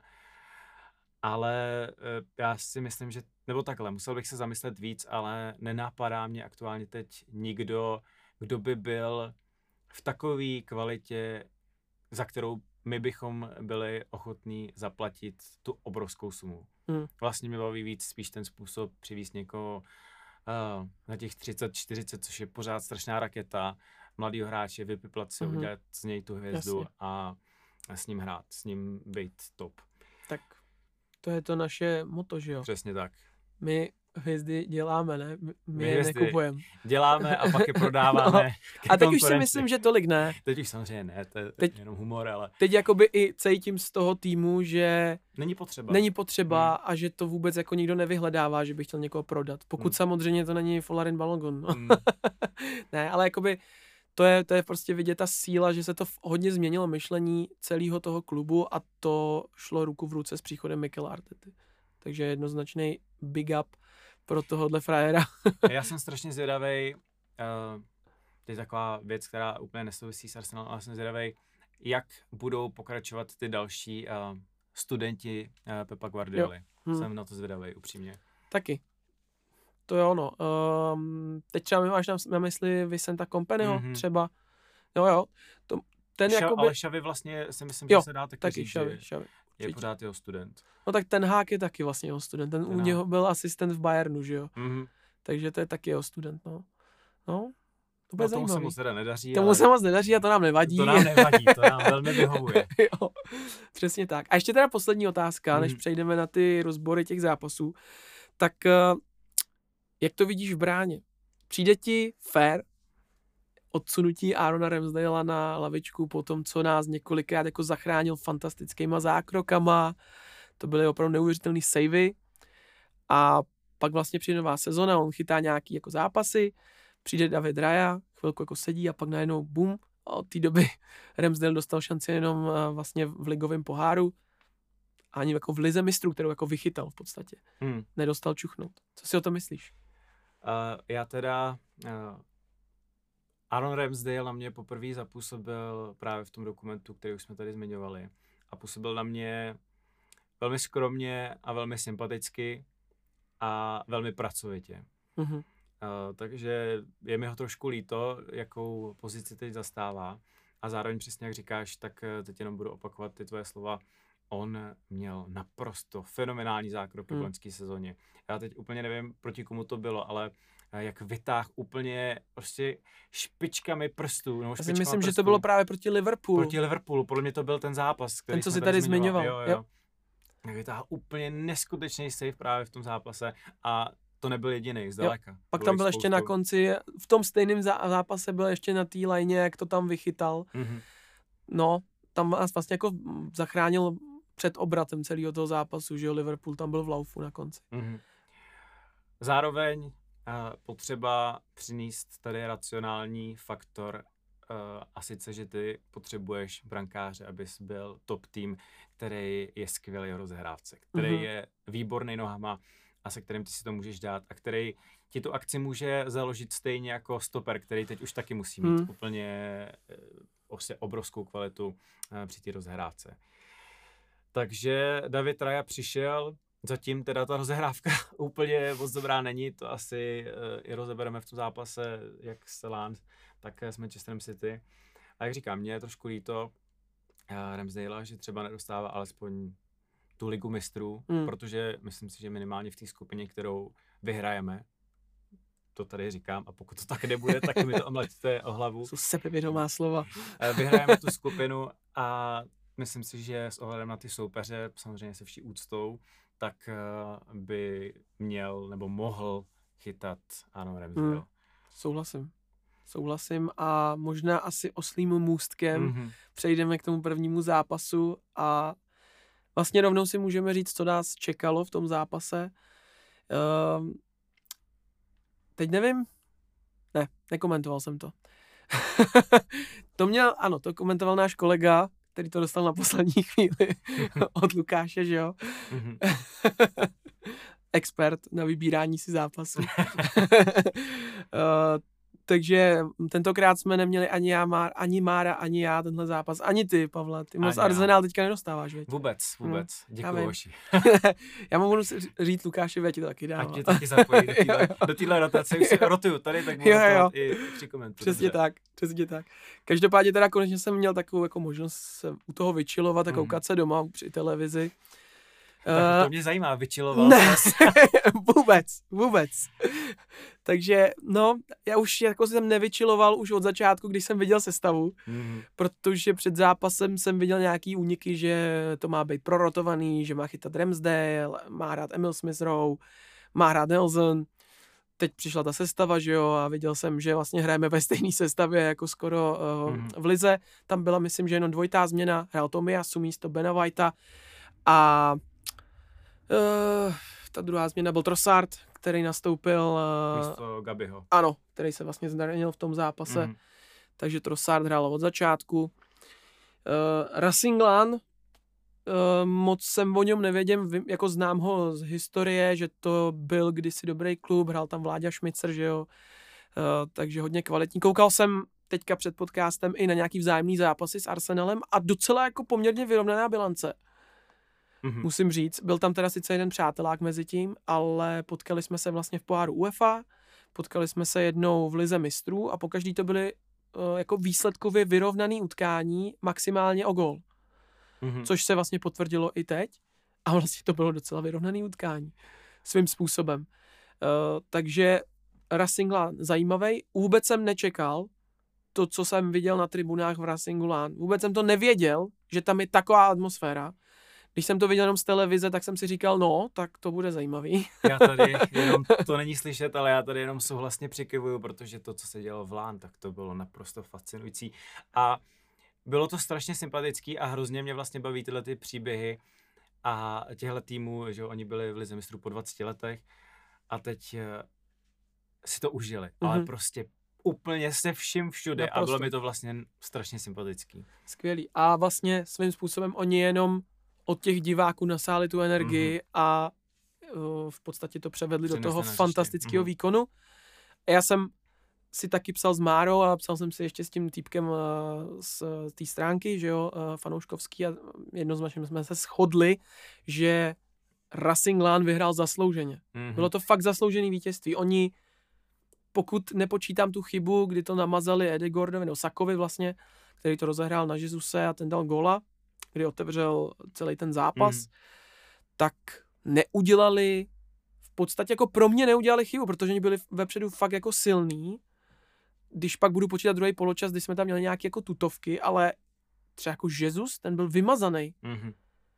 B: Ale uh, já si myslím, že, nebo takhle, musel bych se zamyslet víc, ale nenapadá mě aktuálně teď nikdo, kdo by byl v takové kvalitě, za kterou my bychom byli ochotní zaplatit tu obrovskou sumu. Hmm. Vlastně mi baví víc spíš ten způsob přivízt někoho uh, na těch třicet čtyřicet, což je pořád strašná raketa, mladýho hráče, vypiplat si, hmm. udělat z něj tu hvězdu. Jasně. a s ním hrát, s ním být top.
A: Tak to je to naše motto, že jo?
B: Přesně tak.
A: My hvězdy děláme, ne? My, my je nekupujeme.
B: Děláme a pak je prodáváme.
A: No. A teď už si myslím, že tolik ne.
B: Teď už samozřejmě ne, to je
A: teď,
B: jenom humor, ale...
A: Teď jakoby i cítím z toho týmu, že...
B: Není potřeba.
A: Není potřeba hmm. a že to vůbec jako nikdo nevyhledává, že by chtěl někoho prodat. Pokud hmm. samozřejmě to není Folarin Balogun. No. Hmm. Ne, ale jakoby to je, to je prostě vidět ta síla, že se to hodně změnilo myšlení celého toho klubu a to šlo ruku v ruce s příchodem Mikela Artety. Takže jednoznačný big up pro tohohle frajera.
B: Já jsem strašně zvědavej, uh, to je taková věc, která úplně nesouvisí s Arsenalem, ale jsem zvědavej, jak budou pokračovat ty další uh, studenti uh, Pepa Guardioli. Hmm. Jsem na to zvědavej, upřímně.
A: Taky. To je ono. Um, teď třeba máš na, na mysli Vicenta Kompanyho, mm-hmm. třeba. Jo, jo. To, ten
B: Ša,
A: jakoby...
B: Ale Xavi vlastně si myslím, jo, že se dá taky, taky říct,
A: Xavi,
B: že
A: Xavi.
B: je Přijď. pořád jeho student.
A: No tak ten Hák je taky vlastně jeho student. Ten, ten u něho byl asistent v Bayernu, že jo. Mm-hmm. Takže to je taky jeho student, no. No, to bude no, zajímavý.
B: Tomu se moc teda nedaří.
A: Tomu
B: ale...
A: se moc nedaří a to nám nevadí.
B: To nám nevadí, to nám velmi vyhovuje.
A: Jo, přesně tak. A ještě teda poslední otázka, mm-hmm. než přejdeme na ty rozbory těch zápasů. Tak jak to vidíš v bráně? Přijde ti fair odsunutí Aarona Ramsdalea na lavičku po tom, co nás několikrát jako zachránil fantastickýma zákrokama, to byly opravdu neuvěřitelný savey a pak vlastně přijde nová sezona, on chytá nějaký jako zápasy, přijde David Raya, chvilku jako sedí a pak najednou bum a od té doby Ramsdale dostal šanci jenom vlastně v ligovém poháru a ani jako v lize mistrů, kterou jako vychytal v podstatě. Hmm. Nedostal čuchnout. Co si o to myslíš?
B: Uh, já teda uh... Aaron Ramsdale na mě poprvé zapůsobil právě v tom dokumentu, který už jsme tady zmiňovali. A působil na mě velmi skromně a velmi sympaticky a velmi pracovitě. Mm-hmm. Uh, takže je mi ho trošku líto, jakou pozici teď zastává. A zároveň přesně jak říkáš, tak teď jenom budu opakovat ty tvoje slova. On měl naprosto fenomenální zákroky mm. v loňské sezóně. Já teď úplně nevím, proti komu to bylo, ale jak vytáhl úplně prostě špičkami prstů.
A: Já si myslím, prstů. Že to bylo právě proti Liverpoolu.
B: Proti Liverpoolu, podle mě to byl ten zápas, který
A: ten, co jsi tady zmiňoval.
B: Jo, jo. Jo. Vytáhl úplně neskutečný save právě v tom zápase a to nebyl jediný, zdaleka. Jo.
A: Pak tam byl spoustu. Ještě na konci, v tom stejném zápase byl ještě na té lajně, jak to tam vychytal. Mm-hmm. No, tam nás vlastně jako zachránil před obratem celého toho zápasu, že jo, Liverpool tam byl v laufu na konci. Mm-hmm.
B: Zároveň uh, potřeba přinést tady racionální faktor uh, a sice, že ty potřebuješ brankáře, abys byl top tým, který je skvělý rozehrávce, který mm-hmm. je výborný nohama a se kterým ty si to můžeš dát a který ti tu akci může založit stejně jako stoper, který teď už taky musí mít mm. úplně uh, obrovskou kvalitu uh, při té rozhrávce. Takže David Raya přišel, zatím teda ta rozehrávka úplně moc dobrá není, to asi uh, i rozebereme v tom zápase, jak s Lens, tak s Manchesterem City. A jak říkám, mě je trošku líto uh, Ramsdalea, že třeba nedostává alespoň tu ligu mistrů, mm. protože myslím si, že minimálně v té skupině, kterou vyhrajeme, to tady říkám, a pokud to tak nebude, tak mi to omlaďte o hlavu.
A: Jsou sebevědomá slova.
B: Uh, vyhrajeme tu skupinu a myslím si, že s ohledem na ty soupeře, samozřejmě se vší úctou, tak uh, by měl nebo mohl chytat Aaron Ramsdale. Hmm.
A: Souhlasím. Souhlasím a možná asi oslým můstkem mm-hmm. přejdeme k tomu prvnímu zápasu a vlastně rovnou si můžeme říct, co nás čekalo v tom zápase. Uh, teď nevím, Ne, nekomentoval jsem to. To měl, ano, to komentoval náš kolega, který to dostal na poslední chvíli od Lukáše, že jo?
B: Mhm.
A: Expert na vybírání si zápasů. uh, takže tentokrát jsme neměli ani já, Már, ani Mára, ani já tenhle zápas, ani ty, Pavle. Ty moc Arsenal teďka nedostáváš, věď?
B: Vůbec, vůbec. Hmm, Děkuji, Oši.
A: Já mu budu říct Lukášovi, já ti to taky dám.
B: Ať tě taky zapojí do téhle rotace. Už si rotuju tady, tak budu
A: jo, jo.
B: i při komentu.
A: Přesně dobře. tak, přesně tak. Každopádně teda konečně jsem měl takovou jako možnost se u toho vyčilovat a koukat mm. se doma při televizi.
B: Tak to mě zajímá, vyčilovat.
A: Ne, vůbec, vůbec. Takže, no, já už jako jsem nevyčiloval už od začátku, když jsem viděl sestavu, mm. protože před zápasem jsem viděl nějaký úniky, že to má být prorotovaný, že má chytat Ramsdale, má hrát Emil Smith-Rowe, má hrát Nelson. Teď přišla ta sestava, že jo, a viděl jsem, že vlastně hrajeme ve stejné sestavě jako skoro uh, mm. v lize. Tam byla, myslím, že jenom dvojitá změna, hrál Tomiyasu místo Bena Whitea a uh, ta druhá změna byl Trossard, který nastoupil... Uh,
B: místo Gabiho.
A: Ano, který se vlastně zranil v tom zápase, mm. takže Trossard hrál od začátku. Uh, Rasinglan, uh, moc jsem o něm nevěděl, vím, jako znám ho z historie, že to byl kdysi dobrý klub, hrál tam Vláďa Šmicer, že jo, uh, takže hodně kvalitní. Koukal jsem teďka před podcastem i na nějaký vzájemný zápasy s Arsenalem a docela jako poměrně vyrovnaná bilance. Mm-hmm. Musím říct, byl tam teda sice jeden přátelák mezi tím, ale potkali jsme se vlastně v poháru UEFA, potkali jsme se jednou v lize mistrů a pokaždý to byly uh, jako výsledkově vyrovnaný utkání maximálně o gól. Mm-hmm. Což se vlastně potvrdilo i teď a vlastně to bylo docela vyrovnaný utkání svým způsobem. Uh, takže Racing Lan zajímavý. Vůbec jsem nečekal to, co jsem viděl na tribunách v Racingu Lan. Vůbec jsem to nevěděl, že tam je taková atmosféra. Když jsem to viděl jenom z televize, tak jsem si říkal, no, tak to bude zajímavý.
B: Já tady jenom, to není slyšet, ale já tady jenom souhlasně přikyvuju, protože to, co se dělo v Lán, tak to bylo naprosto fascinující. A bylo to strašně sympatický a hrozně mě vlastně baví tyhle ty příběhy a těchto týmů, že oni byli v lize mistrů po dvaceti letech a teď si to užili, mm-hmm. ale prostě úplně se vším všude naprosto. A bylo mi to vlastně strašně sympatický.
A: Skvělý. A vlastně svým způsobem oni jenom od těch diváků nasáli tu energii mm-hmm. a uh, v podstatě to převedli Přinesli do toho fantastického mm-hmm. výkonu. A já jsem si taky psal s Márou a psal jsem si ještě s tím týpkem uh, z té stránky, že jo, uh, fanouškovský a jednoznačně jsme se shodli, že Racing Lan vyhrál zaslouženě. Mm-hmm. Bylo to fakt zasloužený vítězství. Oni, pokud nepočítám tu chybu, kdy to namazali Eddie Gordovi, no Sakovi vlastně, který to rozehrál na Jesuse a ten dal góla, kdy otevřel celý ten zápas, mm. tak neudělali, v podstatě jako pro mě neudělali chybu, protože oni byli vepředu fakt jako silný. Když pak budu počítat druhý poločas, když jsme tam měli nějaké jako tutovky, ale třeba jako Jesus, ten byl vymazaný. Mm.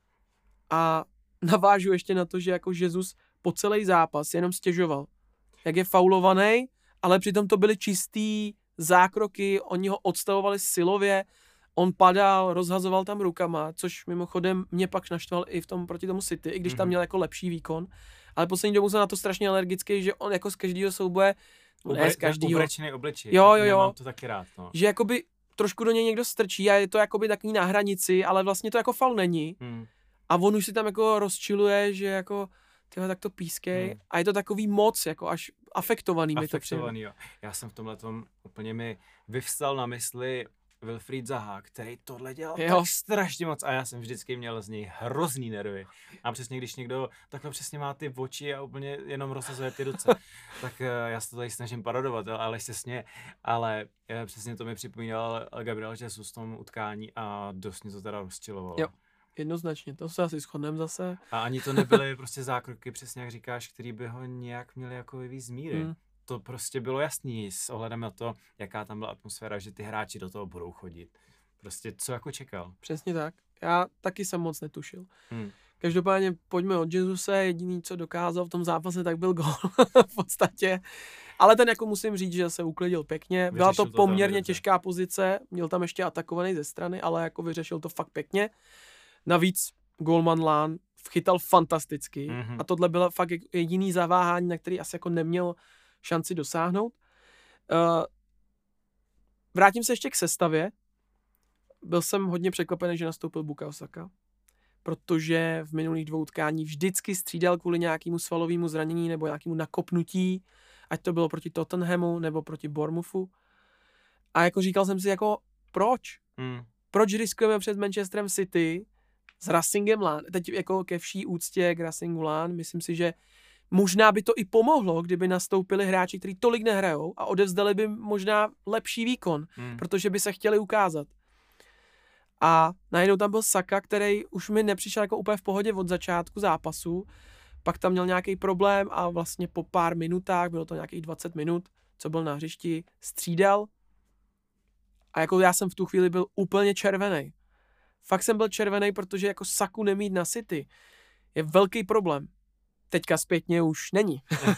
A: A navážu ještě na to, že jako Jesus po celý zápas jenom stěžoval, jak je faulovaný, ale přitom to byly čistý zákroky, oni ho odstavovali silově, on padal, rozhazoval tam rukama, což mimochodem mě pak naštval i v tom proti tomu City, i když tam měl jako lepší výkon. Ale poslední dobou jsem na to strašně alergický, že on jako z každého souboje,
B: Ubre,
A: ne z každého.
B: Ubrečený obličej.
A: Jo, jo, jo.
B: Mám to taky rád, no.
A: Že jakoby trošku do něj někdo strčí a je to jakoby takový na hranici, ale vlastně to jako faul není. Hmm. A on už si tam jako rozčiluje, že jako tyhle tak to pískej hmm. a je to takový moc, jako až afektovaný.
B: Afektovaný, jo. Já jsem v tomhletom úplně mi vyvstal na mysli Wilfried Zaha, který tohle dělal jo. tak strašně moc a já jsem vždycky měl z něj hrozný nervy. A přesně když někdo takhle přesně má ty oči a úplně jenom rozhazuje ty ruce, tak já se to tady snažím parodovat, ale se sně, ale přesně to mi připomínal Gabriel Jesus v tom utkání a dost mě to teda rozčilovalo. Jo,
A: jednoznačně, to se asi shodneme zase.
B: A ani to nebyly prostě zákroky, přesně jak říkáš, který by ho nějak měli jako vyvízt z míry. Hmm. To prostě bylo jasný s ohledem na to, jaká tam byla atmosféra, že ty hráči do toho budou chodit. Prostě co jako čekal.
A: Přesně tak. Já taky jsem moc netušil. Hmm. Každopádně pojďme od Jesuse, jediný, co dokázal v tom zápase, tak byl gól v podstatě. Ale ten jako musím říct, že se uklidil pěkně. Byla to poměrně to těžká pozice, měl tam ještě atakovaný ze strany, ale jako vyřešil to fakt pěkně. Navíc golman Lan vchytal fantasticky mm-hmm. a tohle bylo fakt jediný zaváhání, na který asi jako neměl šanci dosáhnout. Uh, vrátím se ještě k sestavě. Byl jsem hodně překvapený, že nastoupil Bukayo Saka, protože v minulých dvou utkání vždycky střídal kvůli nějakému svalovému zranění nebo nějakému nakopnutí, ať to bylo proti Tottenhamu nebo proti Bournemouthu. A jako říkal jsem si, jako proč?
B: Hmm.
A: Proč riskujeme před Manchesterem City s Racingem Lán? Teď jako ke vší úctě k Racingu Lán, myslím si, že možná by to i pomohlo, kdyby nastoupili hráči, kteří tolik nehrajou a odevzdali by možná lepší výkon, hmm. protože by se chtěli ukázat. A najednou tam byl Saka, který už mi nepřišel jako úplně v pohodě od začátku zápasu, pak tam měl nějaký problém a vlastně po pár minutách, bylo to nějakých dvacet minut, co byl na hřišti, střídal. A jako já jsem v tu chvíli byl úplně červený. Fakt jsem byl červený, protože jako Saku nemít na City je velký problém. Teďka zpětně už není.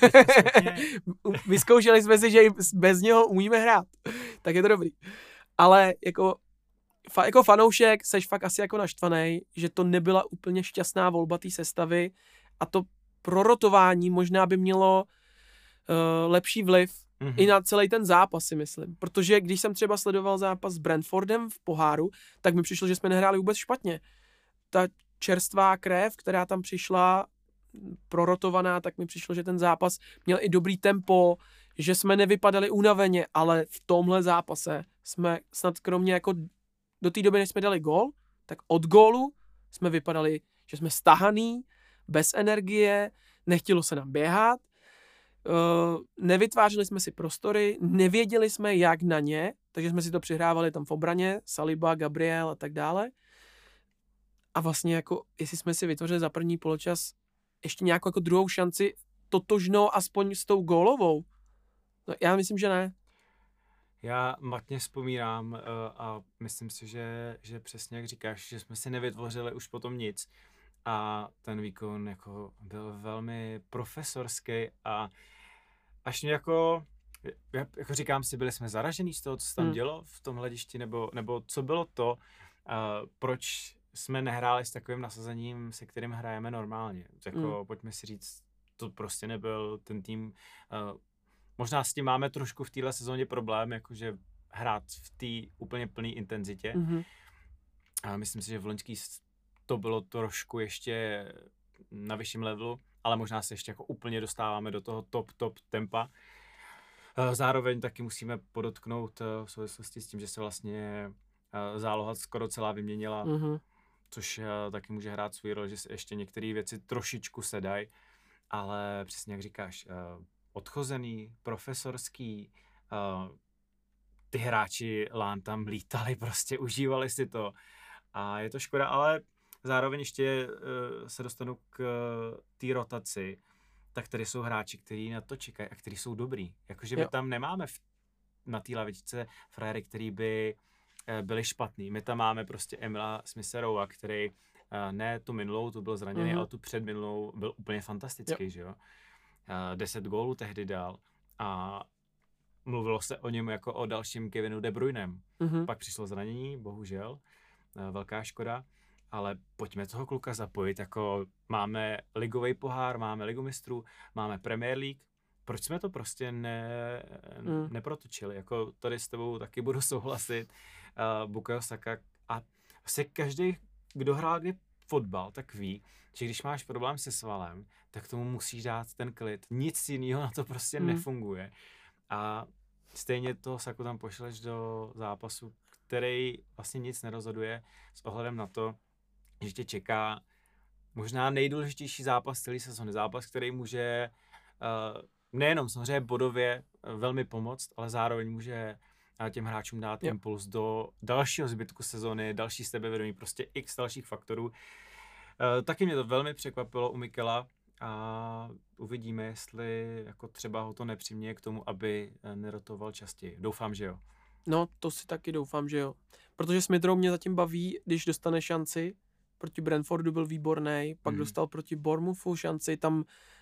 A: Vyzkoušeli jsme si, že bez něho umíme hrát. Tak je to dobrý. Ale jako, fa, jako fanoušek seš fakt asi jako naštvaný, že to nebyla úplně šťastná volba té sestavy a to prorotování možná by mělo uh, lepší vliv mm-hmm. i na celý ten zápas, si myslím. Protože když jsem třeba sledoval zápas s Brentfordem v poháru, tak mi přišlo, že jsme nehráli vůbec špatně. Ta čerstvá krev, která tam přišla prorotovaná, tak mi přišlo, že ten zápas měl i dobrý tempo, že jsme nevypadali unaveně, ale v tomhle zápase jsme snad kromě jako do té doby, než jsme dali gól, tak od gólu jsme vypadali, že jsme stahaný, bez energie, nechtělo se nám běhat, uh, nevytvářeli jsme si prostory, nevěděli jsme, jak na ně, takže jsme si to přihrávali tam v obraně, Saliba, Gabriel a tak dále. A vlastně jako, jestli jsme si vytvořili za první poločas ještě nějakou jako druhou šanci totožnou aspoň s tou gólovou. No, já myslím, že ne.
B: Já matně vzpomínám uh, a myslím si, že, že přesně jak říkáš, že jsme si nevytvořili už potom nic a ten výkon jako byl velmi profesorský a až mě jako, jako říkám si, byli jsme zaražení z toho, co se tam hmm. dělo v tom hledišti, nebo, nebo co bylo to, uh, proč jsme nehráli s takovým nasazením, se kterým hrajeme normálně. Jako, mm. pojďme si říct, to prostě nebyl ten tým. Uh, možná s tím máme trošku v téhle sezóně problém, jakože hrát v té úplně plné intenzitě. Mm-hmm. A myslím si, že v loňský to bylo trošku ještě na vyšším levelu, ale možná se ještě jako úplně dostáváme do toho top, top tempa. Uh, zároveň taky musíme podotknout uh, v souvislosti s tím, že se vlastně uh, záloha skoro celá vyměnila. Mm-hmm. Což uh, taky může hrát svůj roli, že se ještě některé věci trošičku sedají, ale přesně jak říkáš, uh, odchozený, profesorský, uh, ty hráči Lán tam lítali, prostě užívali si to a je to škoda, ale zároveň ještě uh, se dostanu k uh, té rotaci, tak tady jsou hráči, kteří na to čekají a kteří jsou dobrý, jakože my jo. tam nemáme v, na té lavičce frajery, který by byli špatný. My tam máme prostě Emila Smith-Rowe, který ne tu minulou, tu byl zraněný, mm-hmm. ale tu předminulou byl úplně fantastický, jo. že jo. Deset gólů tehdy dal a mluvilo se o něm jako o dalším Kevinu De Bruynem. Mm-hmm. Pak přišlo zranění, bohužel, velká škoda, ale pojďme toho kluka zapojit, jako máme ligový pohár, máme ligu mistrů, máme Premier League, proč jsme to prostě ne, mm. neprotočili, jako tady s tebou taky budu souhlasit, uh, Bukayo Saka a vlastně každý, kdo hrál kdy fotbal, tak ví, že když máš problém se svalem, tak tomu musíš dát ten klid, nic jiného na to prostě mm. nefunguje a stejně toho Saku tam pošleš do zápasu, který vlastně nic nerozhoduje s ohledem na to, že tě čeká možná nejdůležitější zápas celý sezóny, zápas, který může uh, nejenom samozřejmě bodově velmi pomoct, ale zároveň může těm hráčům dát jo. impuls do dalšího zbytku sezóny, další sebevědomí, prostě x dalších faktorů. E, taky mě to velmi překvapilo u Mikela a uvidíme, jestli jako třeba ho to nepřiměje k tomu, aby nerotoval častěji. Doufám, že jo.
A: No, to si taky doufám, že jo. Protože Smith-Rowe mě zatím baví, když dostane šanci. Proti Brentfordu byl výborný, pak hmm. dostal proti Bournemouthu šanci, tam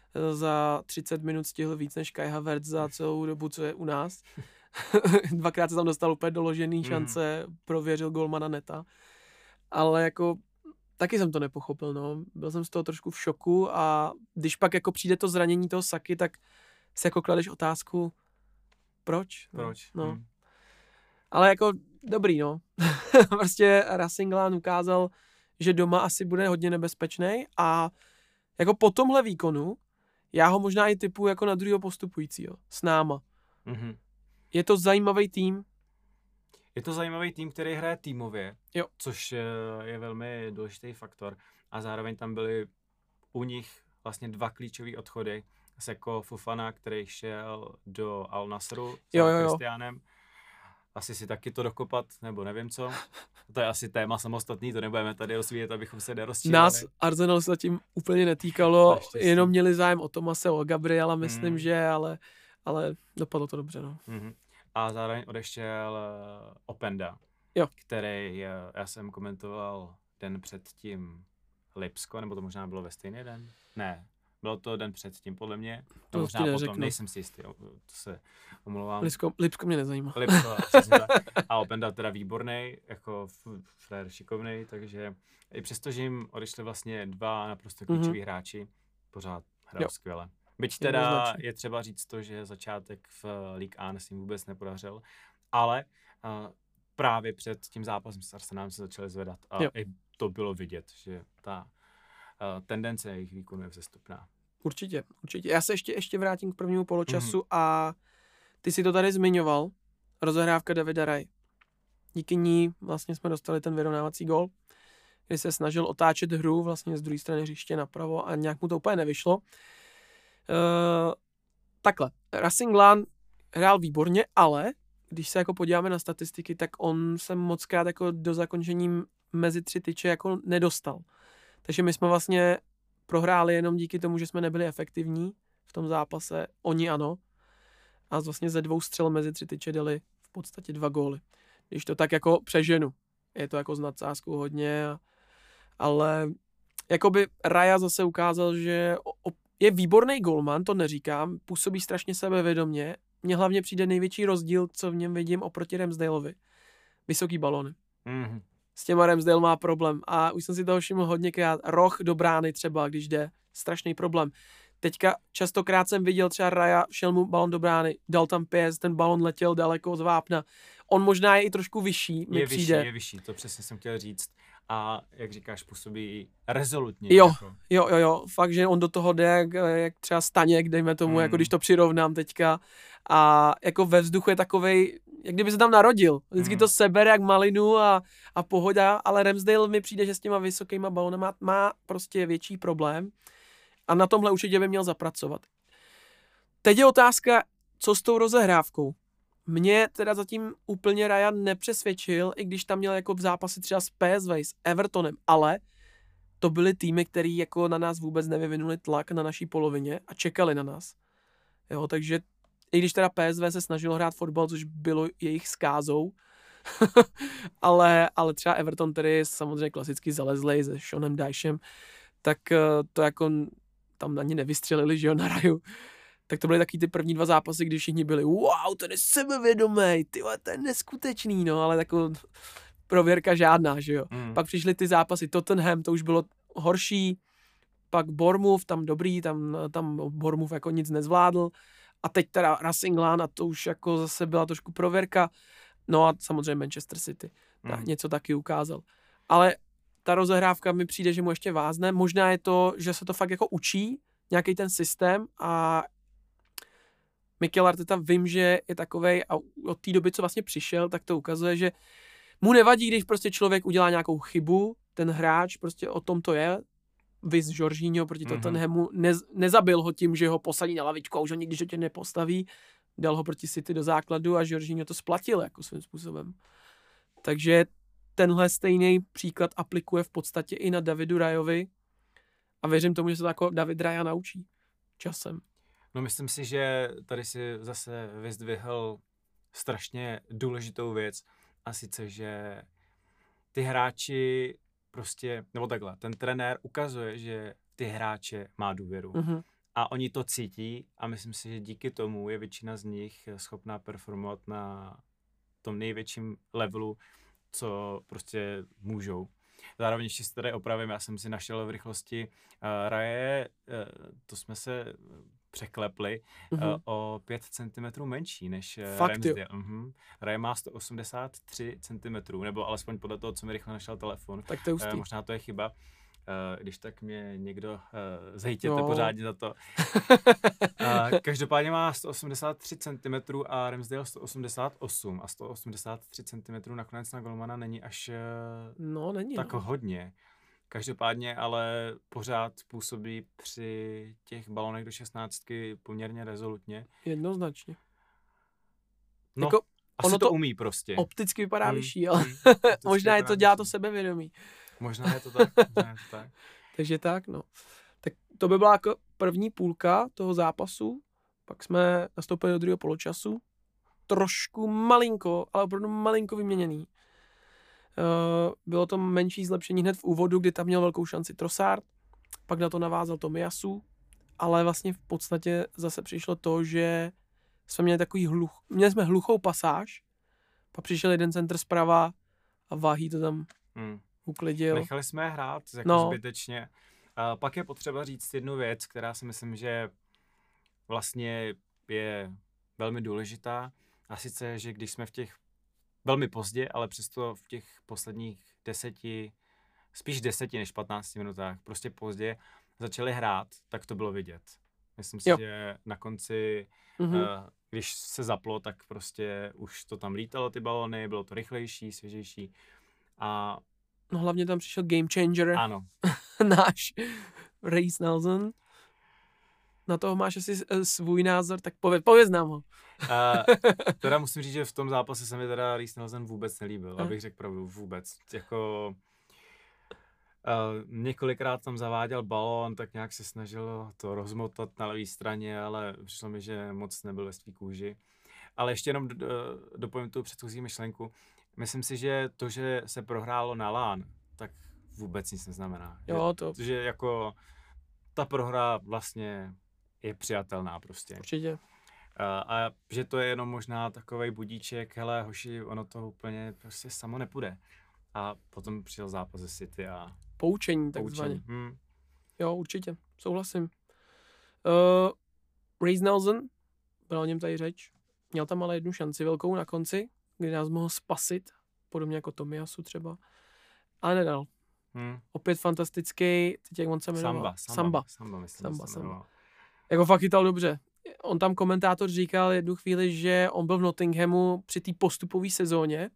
A: za třicet minut stihl víc než Kai Havertz za celou dobu, co je u nás. Dvakrát se tam dostal úplně doložený šance, mm. prověřil golmana neta. Ale jako taky jsem to nepochopil, no. Byl jsem z toho trošku v šoku a když pak jako přijde to zranění toho Saky, tak si jako kladeš otázku, proč?
B: Proč?
A: No.
B: Hmm.
A: Ale jako dobrý, no. Prostě Racing Lán ukázal, že doma asi bude hodně nebezpečný a jako po tomhle výkonu já ho možná i typuju jako na druhého postupujícího s náma.
B: Mm-hmm.
A: Je to zajímavý tým.
B: Je to zajímavý tým, který hraje týmově,
A: jo.
B: což je velmi důležitý faktor. A zároveň tam byly u nich vlastně dva klíčové odchody. Jako Fofana, který šel do Al Nassru s Kristiánem. Asi si taky to dokopat, nebo nevím co. To je asi téma samostatný, to nebudeme tady rozvíjet, abychom se nerozčílali.
A: Nás Arsenal se tím úplně netýkalo, jenom měli zájem o Tomase, o Gabriela, myslím, mm. že, ale, ale dopadlo to dobře, no.
B: Mm-hmm. A zároveň odešel Openda,
A: jo.
B: který já jsem komentoval den předtím Lipsko, nebo to možná bylo ve stejný den? Ne, bylo to den předtím, podle mě. To možná potom, neřeknu. Nejsem si jistý, to se omlouvám.
A: Lipsko, Lipsko mě nezajímá.
B: Lipsko, přesně tak. A Openda teda výborný, jako frér šikovnej, takže i přesto, že jim odešli vlastně dva naprosto klíčoví mm-hmm. hráči, pořád hrál skvěle. Byť teda je třeba říct to, že začátek v Ligue jedna s ním vůbec nepodařil, ale uh, právě před tím zápasem s Arsenálem se začaly zvedat a jo. i to bylo vidět, že ta uh, tendence jejich výkonu je vzestupná.
A: Určitě, určitě. Já se ještě, ještě vrátím k prvnímu poločasu mm-hmm. a ty si to tady zmiňoval, rozehrávka Davida Rai. Díky ní vlastně jsme dostali ten vyrovnávací gól, kdy se snažil otáčet hru vlastně z druhé strany hřiště napravo a nějak mu to úplně nevyšlo. Uh, takhle, Racing Lán hrál výborně, ale když se jako podíváme na statistiky, tak on se mockrát jako do zakončení mezi tři tyče jako nedostal. Takže my jsme vlastně prohráli jenom díky tomu, že jsme nebyli efektivní v tom zápase, oni ano, a vlastně ze dvou střel mezi tři tyče dali v podstatě dva góly. Když to tak jako přeženu, je to jako s nadsázkou hodně, a, ale jakoby Raja zase ukázal, že o, je výborný golman, to neříkám, působí strašně sebevědomě. Mně hlavně přijde největší rozdíl, co v něm vidím oproti Ramsdaleovi. Vysoký balony.
B: Mm-hmm.
A: S těma Ramsdale má problém a už jsem si toho všiml hodněkrát. Roh do brány třeba, když jde, strašný problém. Teďka častokrát jsem viděl třeba Raja, šel mu balon do brány, dal tam pěst, ten balon letěl daleko z vápna. On možná je i trošku vyšší, mi
B: je
A: přijde.
B: vyšší, je vyšší, to přesně jsem chtěl říct. A jak říkáš, působí rezolutně.
A: Jo,
B: jako.
A: jo, jo, jo, fakt, že on do toho jde, jak, jak třeba Staněk, dejme tomu, mm. jako když to přirovnám teďka. A jako ve vzduchu je takovej, jak kdyby se tam narodil. Vždycky mm. to sebere jak malinu a, a pohoda, ale Ramsdale mi přijde, že s těma vysokýma balonama má prostě větší problém. A na tomhle určitě by měl zapracovat. Teď je otázka, co s tou rozehrávkou. Mě teda zatím úplně Ryan nepřesvědčil, i když tam měl jako v zápase třeba s P S V, s Evertonem, ale to byly týmy, které jako na nás vůbec nevyvinuli tlak na naší polovině a čekali na nás. Jo, takže i když teda P S V se snažilo hrát fotbal, což bylo jejich zkázou, ale, ale třeba Everton, který je samozřejmě klasicky zalezlej se Seanem Dychem, tak to jako tam ani nevystřelili, že jo, na Raju. Tak to byly taky ty první dva zápasy, kdy všichni byli wow, ten je sebevědomý, ty to je neskutečný, no, ale jako prověrka žádná, že jo. Mm. Pak přišly ty zápasy Tottenham, to už bylo horší, pak Bournemouth, tam dobrý, tam, tam Bournemouth jako nic nezvládl a teď teda Racing Lán a to už jako zase byla trošku prověrka, no a samozřejmě Manchester City, tak mm. něco taky ukázal. Ale ta rozehrávka mi přijde, že mu ještě vázne, možná je to, že se to fakt jako učí, nějaký ten systém a Mikel Arteta vím, že je takovej a od té doby, co vlastně přišel, tak to ukazuje, že mu nevadí, když prostě člověk udělá nějakou chybu, ten hráč, prostě o tom to je, viz Jorginho proti mm-hmm. Tottenhamu, ne, nezabil ho tím, že ho posadí na lavičku a už ho nikdy že tě nepostaví, dal ho proti City do základu a Jorginho to splatil jako svým způsobem. Takže tenhle stejný příklad aplikuje v podstatě i na Davidu Rajovi a věřím tomu, že se to jako David Raja naučí časem.
B: No myslím si, že tady si zase vyzdvihl strašně důležitou věc a sice, že ty hráči prostě, nebo takhle, ten trenér ukazuje, že ty hráče má důvěru. Mm-hmm. A oni to cítí a myslím si, že díky tomu je většina z nich schopná performovat na tom největším levelu, co prostě můžou. Zároveň ještě si tady opravím, já jsem si našel v rychlosti uh, Raje, uh, to jsme se překlepli
A: Mhm.
B: uh, o pět centimetrů menší než uh,
A: Fakt,
B: Ramsdale. Uh-huh. Ray má sto osmdesát tři centimetrů, nebo alespoň podle toho, co mi rychle našel telefon.
A: Tak to je hustý.
B: Uh, možná to je chyba. Uh, když tak mě někdo uh, zhejtěte
A: No.
B: pořádně za to. Uh, každopádně má sto osmdesát tři centimetrů a Ramsdale sto osmdesát osm a sto osmdesát tři centimetrů nakonec na golmana není až uh,
A: No, není.
B: tak
A: no.
B: hodně. Každopádně ale pořád působí při těch balonech do šestnáctky poměrně rezolutně.
A: Jednoznačně.
B: No,
A: Jako,
B: asi
A: ono
B: to
A: to
B: umí prostě.
A: Opticky vypadá
B: Hmm,
A: vyšší, ale
B: hmm, opticky
A: možná je
B: vypadá
A: to dělá to
B: vyšší.
A: sebevědomí.
B: Možná je to tak, možná je to tak.
A: Takže tak, no. Tak to by byla jako první půlka toho zápasu. Pak jsme nastoupili do druhého poločasu. Trošku malinko, ale opravdu malinko vyměněný. Uh, bylo to menší zlepšení hned v úvodu, kdy tam měl velkou šanci Trossard. Pak na to navázal Tomiyasu. Ale vlastně v podstatě zase přišlo to, že jsme měli takový hluch, měli jsme hluchou pasáž. Pak přišel jeden centr zprava a Váhy to tam
B: Hmm.
A: uklidil.
B: Nechali jsme je hrát jako
A: No.
B: zbytečně. A pak je potřeba říct jednu věc, která si myslím, že vlastně je velmi důležitá. A sice, že když jsme v těch velmi pozdě, ale přesto v těch posledních deseti, spíš deseti než patnácti minutách, prostě pozdě začali hrát, tak to bylo vidět. Myslím si,
A: Jo.
B: že na konci,
A: Mhm.
B: uh, když se zaplo, tak prostě už to tam lítalo ty balony, bylo to rychlejší, svěžejší. A
A: No hlavně tam přišel game changer,
B: ano,
A: náš Reiss Nelson. Na toho máš asi eh, svůj názor, tak pověz, pověz nám ho.
B: Uh, teda musím říct, že v tom zápase se mi teda Reiss Nelson vůbec nelíbil, abych řekl pravdu, vůbec. Jako uh, několikrát tam zaváděl balón, tak nějak se snažil to rozmotat na levé straně, ale přišlo mi, že moc nebyl ve svý kůži. Ale ještě jenom do, dopovím tu předchozí myšlenku. Myslím si, že to, že se prohrálo na lán, tak vůbec nic neznamená.
A: Jo, to
B: Že, že jako ta prohra vlastně je přijatelná prostě.
A: určitě.
B: A, a že to je jenom možná takovej budíček, hele hoši, ono to úplně prostě samo nepůjde. A potom přijel zápas ze City a
A: Poučení, takzvaně.
B: poučení. Hmm.
A: Jo, určitě, souhlasím. Uh, Reiss Nelson, byla o něm tady řeč, měl tam ale jednu šanci velkou na konci, kdy nás mohl spasit, podobně jako Tomiyasu třeba, ale nedal.
B: Hmm.
A: Opět fantastický, teď jak on se jmenoval?
B: Samba, samba,
A: Samba.
B: samba, myslím,
A: Samba,
B: že se
A: samba.
B: jmenoval.
A: Jako fakt chytal dobře. On tam komentátor říkal jednu chvíli, že on byl v Nottinghamu při té postupové sezóně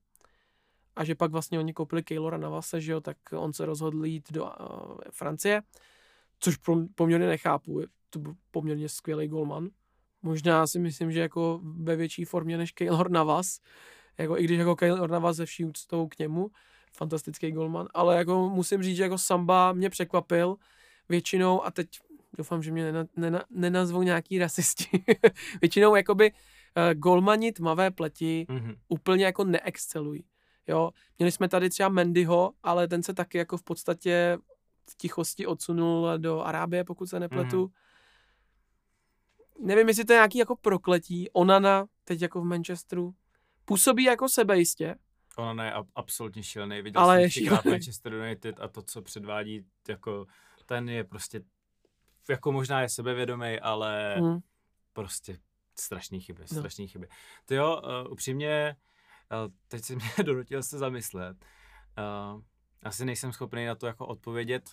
A: a že pak vlastně oni koupili Keylora Navase, že jo, tak on se rozhodl jít do uh, Francie, což prom- poměrně nechápu, je to byl poměrně skvělý golman. Možná si myslím, že jako ve větší formě než Keylor Navas, jako i když jako Keylor Navas ze vší úctou k němu, fantastický golman, ale jako musím říct, že jako Samba mě překvapil většinou a teď doufám, že mě nena, nena, nenazvou nějaký rasisti. Většinou jakoby uh, golmani tmavé pleti
B: Mhm.
A: úplně jako neexcelují. Jo, měli jsme tady třeba Mendyho, ale ten se taky jako v podstatě v tichosti odsunul do Arábie, pokud se nepletu.
B: Mhm.
A: Nevím, jestli to je nějaký jako prokletí. Onana, teď jako v Manchesteru, působí jako sebejistě.
B: Ona je ab- absolutně šílený. Viděl
A: Ale
B: jsem
A: je
B: třikrát
A: šílený.
B: Manchester United a to, co předvádí, jako ten je prostě, jako možná je sebevědomý, ale
A: Hmm.
B: prostě strašný chyby,
A: No.
B: strašný chyby. Ty jo, uh, upřímně, uh, teď si mě donutil se zamyslet. Uh, asi nejsem schopný na to jako odpovědět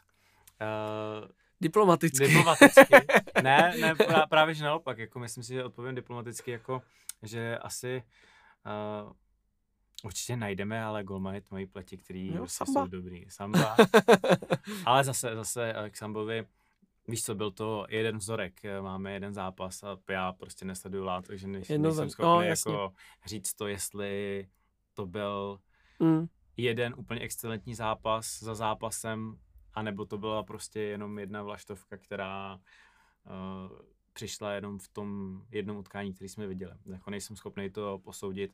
B: uh,
A: Diplomaticky.
B: diplomaticky. Ne, ne, pra, právě že naopak, jako myslím si, že odpovím diplomaticky, jako, že asi uh, určitě najdeme, ale golmany tmají pleti, který
A: Jo,
B: prostě
A: Samba.
B: jsou dobrý. Samba. Ale zase, zase uh, k Sambovi, víš co, byl to jeden vzorek, máme jeden zápas a já prostě nesleduju lát, takže nejsem,
A: Jednoznačně.
B: nejsem schopný
A: No, jasně.
B: jako říct to, jestli to byl
A: Hmm.
B: jeden úplně excelentní zápas za zápasem, anebo to byla prostě jenom jedna vlaštovka, která uh, přišla jenom v tom jednom utkání, který jsme viděli. Jako nejsem schopný to posoudit,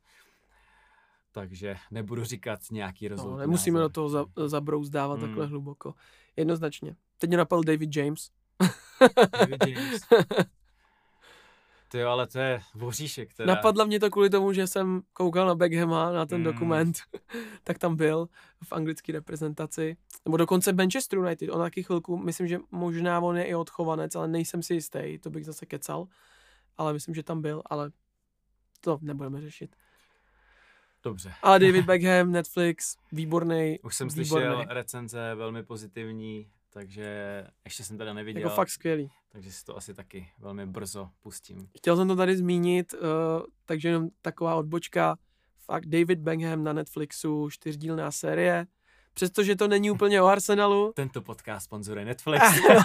B: takže nebudu říkat nějaký rozhodnutí.
A: No, nemusíme do toho za, zabrouzdávat
B: Hmm.
A: takhle hluboko. Jednoznačně. Teď mě napadl David James.
B: David James. Ty ale to je voříšek teda.
A: Napadlo mě to kvůli tomu, že jsem koukal na Beckhama, na ten mm. dokument, tak tam byl v anglické reprezentaci, nebo dokonce Manchester United, on taky chvilku, myslím, že možná on je i odchovanec, ale nejsem si jistý, to bych zase kecal, ale myslím, že tam byl, ale to nebudeme řešit.
B: Dobře.
A: Ale David Beckham, Netflix, výborný.
B: Už jsem výborný. Slyšel recenze velmi pozitivní, takže ještě jsem teda neviděl.
A: Jako fakt skvělý.
B: Takže si to asi taky velmi brzo pustím.
A: Chtěl jsem to tady zmínit, uh, takže jenom taková odbočka. Fakt David Beckham na Netflixu, čtyřdílná série. Přestože to není úplně o Arsenalu.
B: Tento podcast sponzoruje Netflix.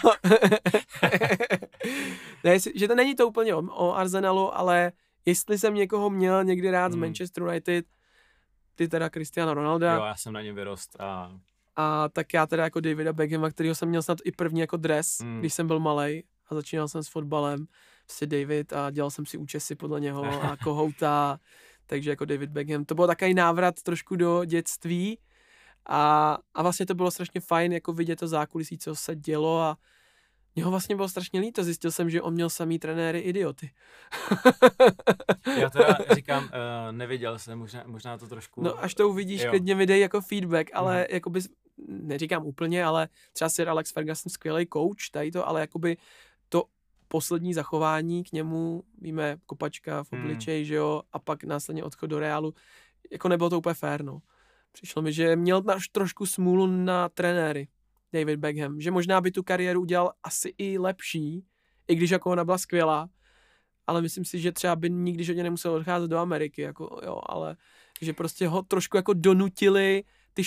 A: Ne, že to není to úplně o, o Arsenalu, ale jestli jsem někoho měl někdy rád hmm. z Manchester United, ty teda Cristiano Ronalda.
B: Jo, já jsem na něm vyrost a...
A: A tak já teda jako Davida Beckhama, kterýho jsem měl snad i první jako dres, hmm. když jsem byl malej a začínal jsem s fotbalem, prostě David a dělal jsem si účesy podle něho a kohouta, takže jako David Beckham. To byl takový návrat trošku do dětství a, a vlastně to bylo strašně fajn jako vidět to zákulisí, co se dělo a mě ho vlastně bylo strašně líto, zjistil jsem, že on měl samý trenéry idioty.
B: Já teda říkám, uh, neviděl jsem, možná, možná to trošku...
A: No až to uvidíš, jo. Klidně mi dej jako feedback, ale mm. jakoby, neříkám úplně, ale třeba Sir Alex Ferguson, skvělej coach, tady to, ale jakoby to poslední zachování k němu, víme, kopačka v obličeji, mm. že jo, a pak následně odchod do Realu, jako nebylo to úplně fér, no. Přišlo mi, že měl až trošku smůlu na trenéry. David Beckham, že možná by tu kariéru udělal asi i lepší, i když jako ona byla skvělá, ale myslím si, že třeba by nikdy žodně nemusel odcházet do Ameriky, jako jo, ale že prostě ho trošku jako donutili ty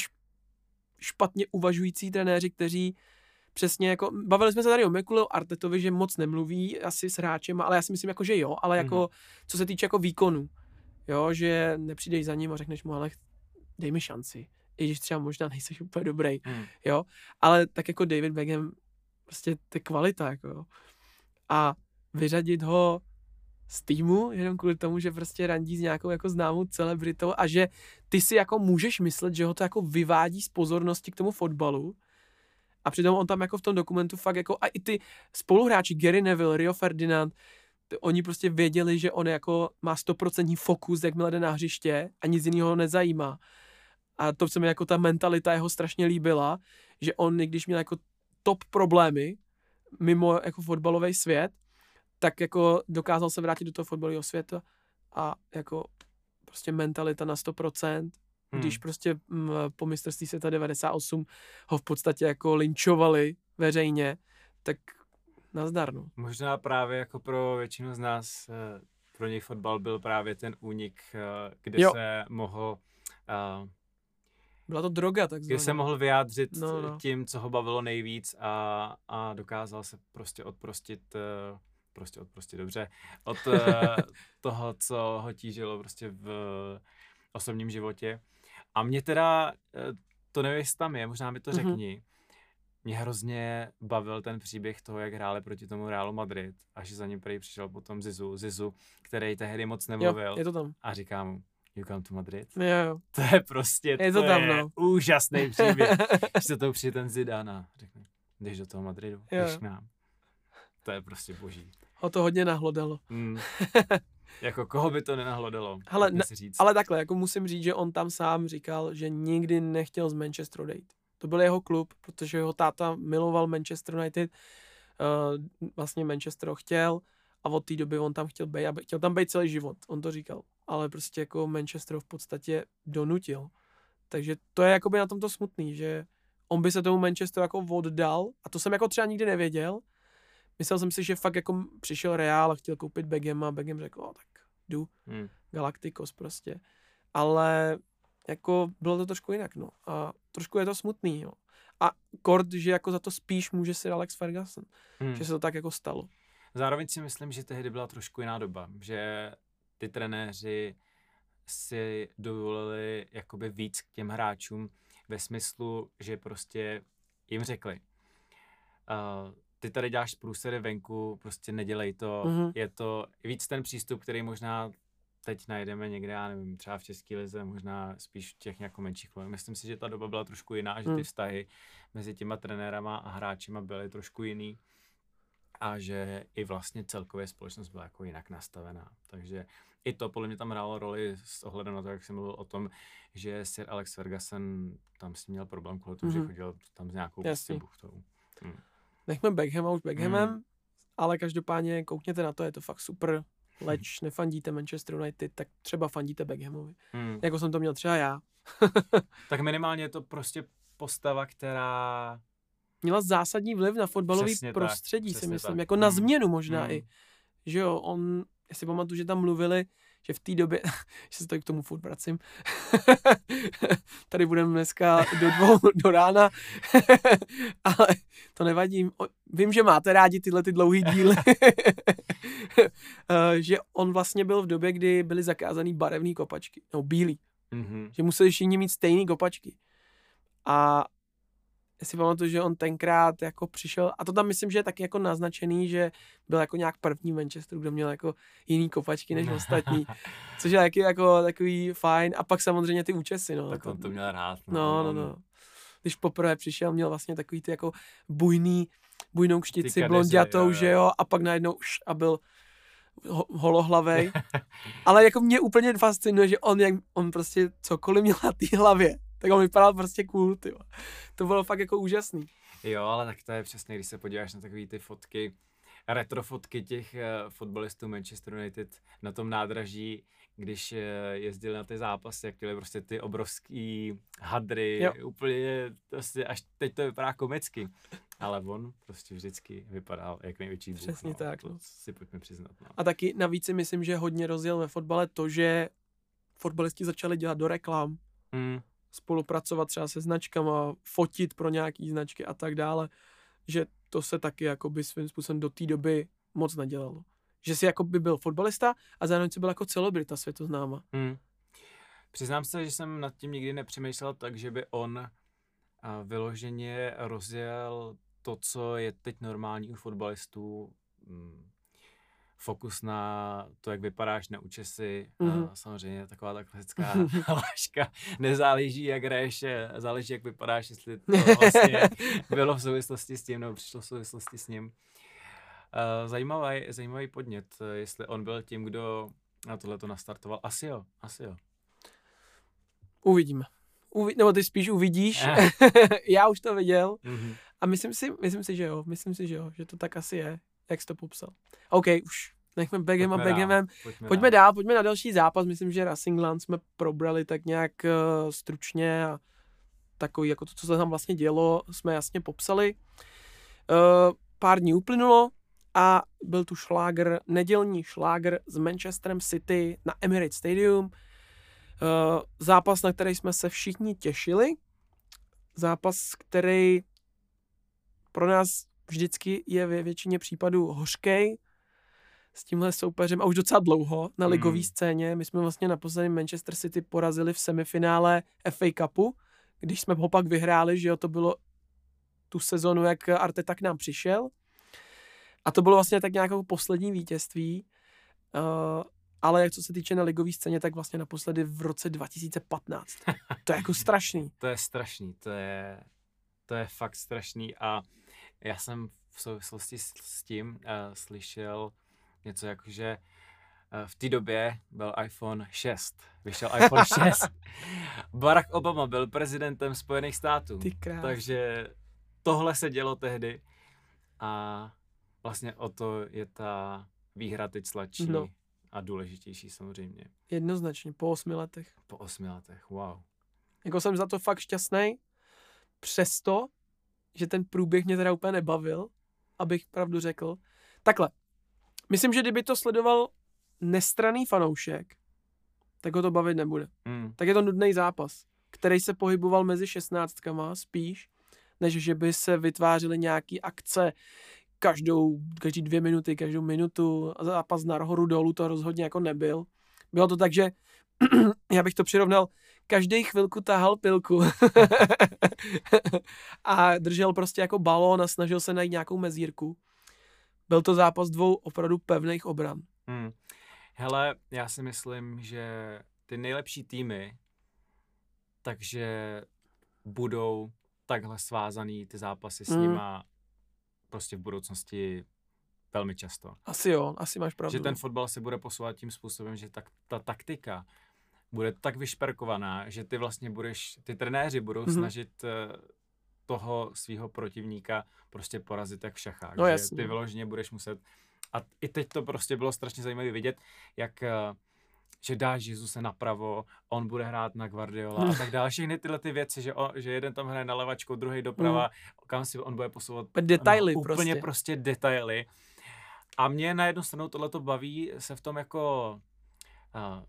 A: špatně uvažující trenéři, kteří přesně jako, bavili jsme se tady o Mikulu Artetovi, že moc nemluví asi s hráčem, ale já si myslím jako, že jo, ale jako, mm-hmm. co se týče jako výkonu, jo, že nepřijdeš za ním a řekneš mu, ale dej mi šanci. I když třeba možná nejseš úplně dobrý, hmm. jo, ale tak jako David Beckham, prostě to je kvalita, jako jo. A vyřadit ho z týmu, jenom kvůli tomu, že prostě randí s nějakou jako známou celebritou a že ty si jako můžeš myslet, že ho to jako vyvádí z pozornosti k tomu fotbalu a přitom on tam jako v tom dokumentu fakt jako, a i ty spoluhráči, Gary Neville, Rio Ferdinand, oni prostě věděli, že on jako má stoprocentní fokus, jakmile jde na hřiště a nic jiného ho nezajímá. A to se mi jako ta mentalita jeho strašně líbila, že on, když měl jako top problémy mimo jako fotbalový svět, tak jako dokázal se vrátit do toho fotbalového světa a jako prostě mentalita na sto procent. Hmm. Když prostě m, po mistrovství světa devadesát osm ho v podstatě jako linčovali veřejně, tak nazdar, no.
B: Možná právě jako pro většinu z nás, pro něj fotbal byl právě ten únik, kde jo. se mohl... Uh,
A: Byla to droga, takzvaná.
B: Kde se mohl vyjádřit
A: no, no.
B: tím, co ho bavilo nejvíc a, a dokázal se prostě odprostit, prostě odprostit dobře, od toho, co ho tížilo prostě v osobním životě. A mě teda, to nevím, jestli tam je, možná mi to řekni, mm-hmm. mě hrozně bavil ten příběh toho, jak hráli proti tomu Realu Madrid a že za ním prý přišel potom Zizu, Zizu, který tehdy moc nemluvil.
A: Jo, je to tam.
B: A říká mu, you come to Madrid?
A: Jo, jo.
B: To je prostě,
A: je to,
B: to
A: tam,
B: je
A: no.
B: úžasný příběh. Když se to přijde ten Zidane a řekne, jdeš do toho Madridu, jdeš k nám. To je prostě boží.
A: Ho to hodně nahlodalo.
B: Mm. Jako koho by to nenahlodalo?
A: Hele, ne, ale takhle, jako musím říct, že on tam sám říkal, že nikdy nechtěl z Manchesteru odejít. To byl jeho klub, protože jeho táta miloval Manchester United, uh, vlastně Manchester ho chtěl a od té doby on tam chtěl být, aby chtěl tam být celý život, on to říkal. Ale prostě jako Manchester ho v podstatě donutil. Takže to je jakoby na tomto smutný, že on by se tomu Manchesteru jako oddal a to jsem jako třeba nikdy nevěděl. Myslel jsem si, že fakt jako přišel Real a chtěl koupit Beckhama a Beckham řekl, oh, tak jdu, hmm. Galacticos prostě. Ale jako bylo to trošku jinak, no. A trošku je to smutný, jo. A kort, že jako za to spíš může si Alex Ferguson, hmm. že se to tak jako stalo.
B: Zároveň si myslím, že tehdy byla trošku jiná doba, že ty trenéři si dovolili jakoby víc k těm hráčům ve smyslu, že prostě jim řekli, uh, ty tady děláš průsery venku, prostě nedělej to, mm-hmm. je to víc ten přístup, který možná teď najdeme někde, já nevím, třeba v České lize, možná spíš v těch nějakou menších klubech. Myslím si, že ta doba byla trošku jiná, že ty vztahy mezi těma trenérama a hráčima byly trošku jiný. a že i vlastně celkově společnost byla jako jinak nastavená. Takže i to podle mě tam hrálo roli s ohledem na to, jak jsem mluvil o tom, že Sir Alex Ferguson tam s ním měl problém kvůli tomu, mm-hmm. že chodil tam s nějakou prostě buchtou. Hmm.
A: Nechme Beckhama už Beckhamem, mm. ale každopádně koukněte na to, je to fakt super. Leč nefandíte Manchester United, tak třeba fandíte Beckhamovi. Mm. Jako jsem to měl třeba já.
B: Tak minimálně je to prostě postava, která
A: měla zásadní vliv na fotbalový přesně prostředí, tak, si myslím. Tak. Jako mm. na změnu možná mm. i. Že jo, on, já si pamatuju, že tam mluvili, že v té době, že se tady k tomu furt vracím, tady budeme dneska do dvou do rána, ale to nevadí. Vím, že máte rádi tyhle ty dlouhý díly. Že on vlastně byl v době, kdy byly zakázaný barevné kopačky, no bílý. Mm-hmm. Že museli všichni mít stejné kopačky. A já si pamatuju, že on tenkrát jako přišel, a to tam myslím, že je taky jako naznačený, že byl jako nějak první v Manchesteru, kdo měl jako jiný kopačky než ostatní, což je taky jako takový fajn, a pak samozřejmě ty účesy, no.
B: Tak on to měl rád.
A: No, no, no. Když poprvé přišel, měl vlastně takový ty jako bujný, bujnou kštici, blondětou, že jo, a pak najednou už a byl ho, holohlavej. Ale jako mě úplně fascinuje, že on, jak, on prostě cokoliv měl na té hlavě, tak on vypadal prostě cool, tyjo. To bylo fakt jako úžasný.
B: Jo, ale tak to je přesně, když se podíváš na takový ty fotky, retro fotky těch uh, fotbalistů Manchester United na tom nádraží, když uh, jezdili na ty zápasy, jak byly prostě ty obrovský hadry, jo. Úplně, prostě až teď to vypadá komicky. Ale on prostě vždycky vypadal jak největší bůh.
A: Přesně
B: no,
A: tak.
B: To si pojďme přiznat. No.
A: A taky navíc si myslím, že hodně rozjel ve fotbale to, že fotbalisti začali dělat do reklam. Mm. Spolupracovat třeba se značkama, fotit pro nějaký značky a tak dále, že to se taky jakoby svým způsobem do té doby moc nedělalo. Že si jakoby byl fotbalista a zároveň si byl jako celebrita světoznáma. Hmm.
B: Přiznám se, že jsem nad tím nikdy nepřemýšlel tak, že by on vyloženě rozjel to, co je teď normální u fotbalistů, fokus na to, jak vypadáš na účesy, mm-hmm. samozřejmě taková ta klasická hláška, nezáleží, jak hraješ, záleží, jak vypadáš, jestli to vlastně bylo v souvislosti s tím, nebo přišlo v souvislosti s ním. Zajímavý, zajímavý podnět, jestli on byl tím, kdo na tohle to nastartoval. Asi jo, asi jo.
A: Uvidíme. Uvi- nebo ty spíš uvidíš. Já už to viděl mm-hmm. a myslím si, myslím si, že jo, myslím si, že jo, že to tak asi je. Jak jsi to popsal. OK, už nechme Beckham a Beckhamem. Pojďme, pojďme dál. dál, pojďme na další zápas. Myslím, že Racing Land jsme probrali tak nějak uh, stručně a takový, jako to, co se tam vlastně dělo, jsme jasně popsali. Uh, pár dní uplynulo a byl tu šlágr, nedělní šlágr s Manchesterem City na Emirates Stadium. Uh, zápas, na který jsme se všichni těšili. Zápas, který pro nás vždycky je ve většině případů hořkej s tímhle soupeřem a už docela dlouho na ligové mm. scéně. My jsme vlastně naposledy Manchester City porazili v semifinále F A Cupu, když jsme ho pak vyhráli, že jo, to bylo tu sezonu, jak Arteta k nám přišel. A to bylo vlastně tak nějakou poslední vítězství. Uh, ale jak co se týče na ligové scéně, tak vlastně naposledy v roce dva tisíce patnáct. To je jako strašný.
B: To je strašný, to je, to je fakt strašný a já jsem v souvislosti s, s tím uh, slyšel něco jako, že uh, v té době byl iPhone šest. Vyšel iPhone šest. Barack Obama byl prezidentem Spojených států. Takže tohle se dělo tehdy a vlastně o to je ta výhra teď sladší no. a důležitější samozřejmě.
A: Jednoznačně, po osmi letech.
B: Po osmi letech, wow.
A: Jako jsem za to fakt šťastný. Přesto, že ten průběh mě teda úplně nebavil, abych pravdu řekl. Takhle, myslím, že kdyby to sledoval nestranný fanoušek, tak ho to bavit nebude. Mm. Tak je to nudný zápas, který se pohyboval mezi šestnáctkama spíš, než že by se vytvářely nějaký akce každou, každý dvě minuty, každou minutu a zápas nahoru dolů to rozhodně jako nebyl. Bylo to tak, že já bych to přirovnal, každý chvilku tahal pilku a držel prostě jako balón a snažil se najít nějakou mezírku. Byl to zápas dvou opravdu pevných obran.
B: Hmm. Hele, já si myslím, že ty nejlepší týmy takže budou takhle svázaný ty zápasy s hmm. nima prostě v budoucnosti velmi často.
A: Asi jo, asi máš pravdu.
B: Že ten fotbal se bude posouvat tím způsobem, že tak, ta taktika bude tak vyšperkovaná, že ty vlastně budeš, ty trenéři budou mm-hmm. snažit uh, toho svého protivníka prostě porazit jak v šachách.
A: No,
B: že
A: jasně.
B: ty vyloženě budeš muset. A i teď to prostě bylo strašně zajímavé vidět, jak uh, že dáš Jesuse napravo, on bude hrát na Guardiola a tak dále. Všechny tyhle ty věci, že, on, že jeden tam hraje na levačku, druhý doprava, mm. kam si on bude posouvat.
A: Detaily
B: no, úplně
A: prostě.
B: prostě detaily. A mě na jednu stranu tohleto baví se v tom jako... Uh,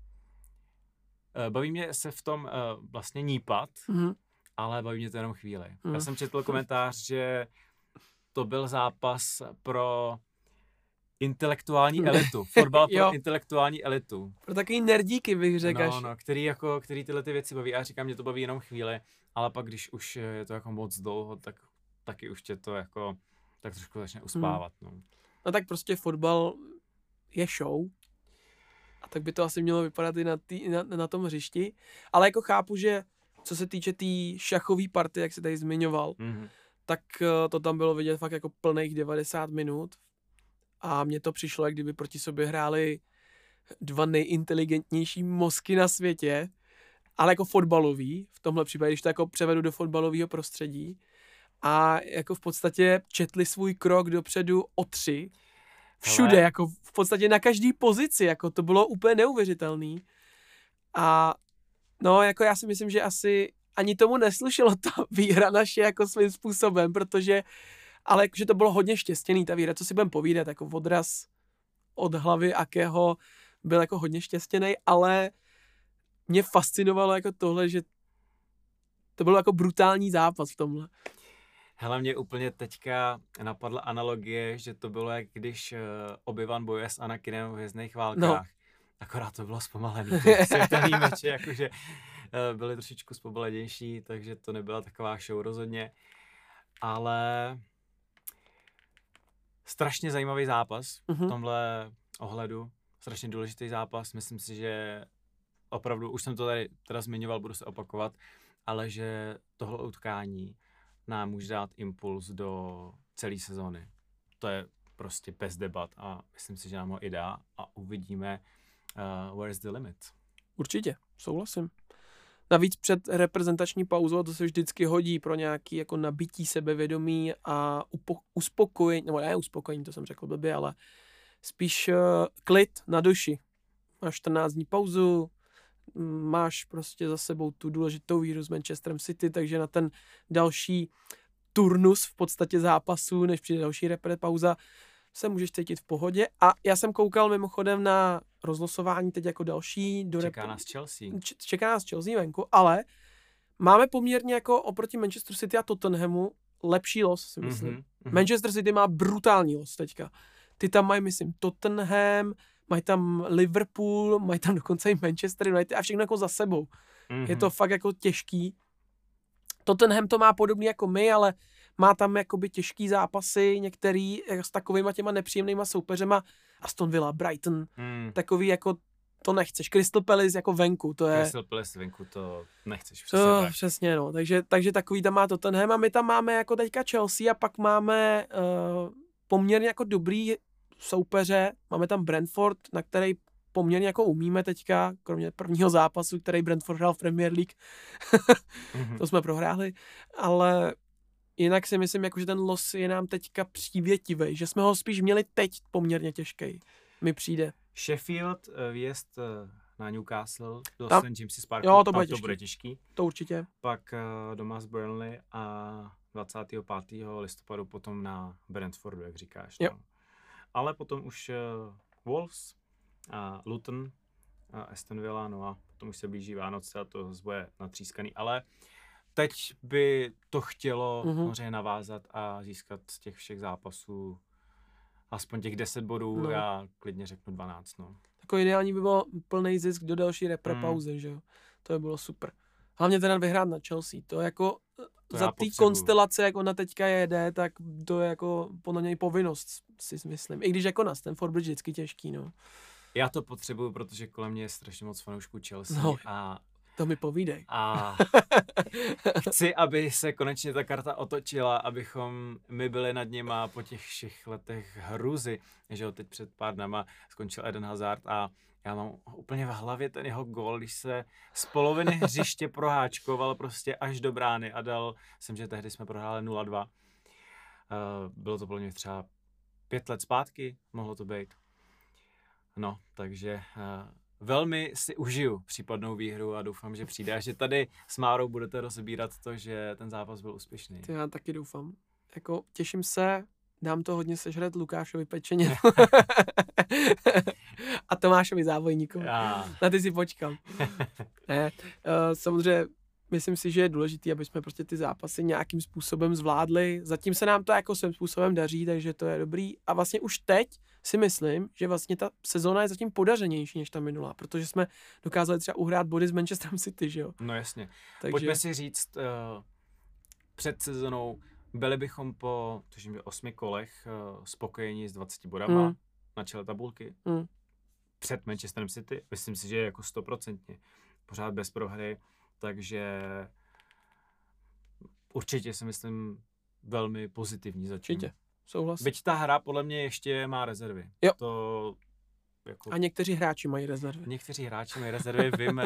B: baví mě se v tom uh, vlastně nípat, mm. ale baví mě to jenom chvíli. Mm. Já jsem četl komentář, že to byl zápas pro intelektuální elitu. Fotbal pro intelektuální elitu.
A: Pro takový nerdíky bych řekl.
B: No, no, který, jako, který tyhle ty věci baví. Já říkám, mě to baví jenom chvíli, ale pak když už je to jako moc dlouho, tak taky už tě to jako tak trošku začne uspávat. Hmm. No.
A: no tak prostě fotbal je show. A tak by to asi mělo vypadat i na, tý, na, na tom hřišti. Ale jako chápu, že co se týče té tý šachové party, jak jsi tady zmiňoval, mm-hmm. tak to tam bylo vidět fakt jako plných devadesát minut. A mně to přišlo, jak kdyby proti sobě hráli dva nejinteligentnější mozky na světě, ale jako fotbalový, v tomhle případě, když to jako převedu do fotbalového prostředí. A jako v podstatě četli svůj krok dopředu o tři. Všude, ale... jako v podstatě na každý pozici, jako to bylo úplně neuvěřitelný. A no, jako já si myslím, že asi ani tomu neslušelo ta výhra naše jako svým způsobem, protože ale jakože to bylo hodně štěstěný, ta výhra, co si budem povídat, jako odraz od hlavy Akého byl jako hodně štěstěný, ale mě fascinovalo jako tohle, že to byl jako brutální zápas v tomhle.
B: Hele, mě úplně teďka napadla analogie, že to bylo, jak když uh, Obi-Wan bojuje s Anakinem v Hvězdných válkách. No. Akorát to bylo zpomalený. Světelný meče, jakože uh, byly trošičku zpomalenější, takže to nebyla taková show rozhodně. Ale strašně zajímavý zápas uh-huh. v tomhle ohledu. Strašně důležitý zápas. Myslím si, že opravdu, už jsem to tady teda zmiňoval, budu se opakovat, ale že tohle utkání nám může dát impuls do celé sezóny. To je prostě bez debat a myslím si, že nám ho i dá a uvidíme, uh, where is the limit.
A: Určitě, souhlasím. Navíc před reprezentační pauzou to se vždycky hodí pro nějaký jako nabití sebevědomí a upo- uspokojení, nebo ne uspokojení, to jsem řekl blbě, ale spíš uh, klid na duši. Máš čtrnáct dní pauzu, máš prostě za sebou tu důležitou výhru s Manchesterem City, takže na ten další turnus v podstatě zápasů, než přijde další repre pauza, se můžeš cítit v pohodě. A já jsem koukal mimochodem na rozlosování teď jako další. Do
B: čeká
A: rep-
B: nás Chelsea.
A: Č- čeká nás Chelsea venku, ale máme poměrně jako oproti Manchester City a Tottenhamu lepší los, si myslím. Mm-hmm. Manchester City má brutální los teďka. Ty tam mají, myslím, Tottenham, mají tam Liverpool, mají tam dokonce i Manchester United a všechno jako za sebou. Mm-hmm. Je to fakt jako těžký. Tottenham to má podobný jako my, ale má tam jakoby těžký zápasy, některý s takovýma těma nepříjemnýma soupeřema. Aston Villa, Brighton, mm. takový jako to nechceš. Crystal Palace jako venku, to je...
B: Crystal Palace venku to nechceš. Přesně,
A: to, přesně no, takže, takže takový tam má Tottenham a my tam máme jako teďka Chelsea a pak máme uh, poměrně jako dobrý soupeře, máme tam Brentford, na který poměrně jako umíme teďka, kromě prvního zápasu, který Brentford hrál v Premier League. mm-hmm. To jsme prohráli, ale jinak si myslím, jako, že ten los je nám teďka přívětivý, že jsme ho spíš měli teď poměrně těžký. Mi přijde.
B: Sheffield, výjezd na Newcastle do
A: tam,
B: Saint James's Parku,
A: jo, to,
B: tam
A: bude
B: to bude těžký.
A: To určitě.
B: Pak doma z Burnley a dvacátého pátého listopadu potom na Brentfordu, jak říkáš. No. Ale potom už uh, Wolves a Luton a Aston Villa, no a potom už se blíží Vánoce a to bude natřískaný. Ale teď by to chtělo mm-hmm. navázat a získat z těch všech zápasů aspoň těch deset bodů, no. Já klidně řeknu dvanáct. No.
A: Jako ideální by bylo plný zisk do další repre mm. pauzy, že jo. To by bylo super. Hlavně teda vyhrát na Chelsea. To jako to za té konstelace, jak ona teďka jede, tak to je jako podle něj povinnost, si myslím. I když jako na Stamford Bridge vždycky těžký, no.
B: Já to potřebuju, protože kolem mě je strašně moc fanoušků Chelsea
A: no,
B: a
A: To mi povídej.
B: A chci, aby se konečně ta karta otočila, abychom my byli nad nima po těch všech letech hruzy, že jo, teď před pár dnama skončil Eden Hazard a já mám úplně v hlavě ten jeho gól, když se z poloviny hřiště proháčkoval prostě až do brány a dal, jsem, že tehdy jsme prohráli nula dva. Uh, bylo to podle mě třeba pět let zpátky, mohlo to být. No, takže uh, velmi si užiju případnou výhru a doufám, že přijde a že tady s Márou budete rozebírat to, že ten zápas byl úspěšný.
A: To já taky doufám. Jako těším se, dám to hodně sežrat Lukášovi pečeně. A Tomášovi Závojníkovi.
B: Já.
A: Na ty si počkám. Ne, uh, samozřejmě myslím si, že je důležité, aby jsme prostě ty zápasy nějakým způsobem zvládli. Zatím se nám to jako svým způsobem daří, takže to je dobrý. A vlastně už teď si myslím, že vlastně ta sezóna je zatím podařenější než ta minulá, protože jsme dokázali třeba uhrát body s Manchesterem City, že jo?
B: No jasně.
A: Takže...
B: Pojďme si říct, uh, před sezónou byli bychom po tuším, osmi kolech uh, spokojeni s dvaceti bodama mm. na čele tabulky.
A: Mm.
B: Před Manchesterem City, myslím si, že je jako stoprocentně. Pořád bez prohry, takže určitě si myslím velmi pozitivní zatím.
A: Určitě, souhlas.
B: Byť ta hra podle mě ještě má rezervy.
A: Jo.
B: To, jako...
A: A někteří hráči mají rezervy.
B: Někteří hráči mají rezervy, vím,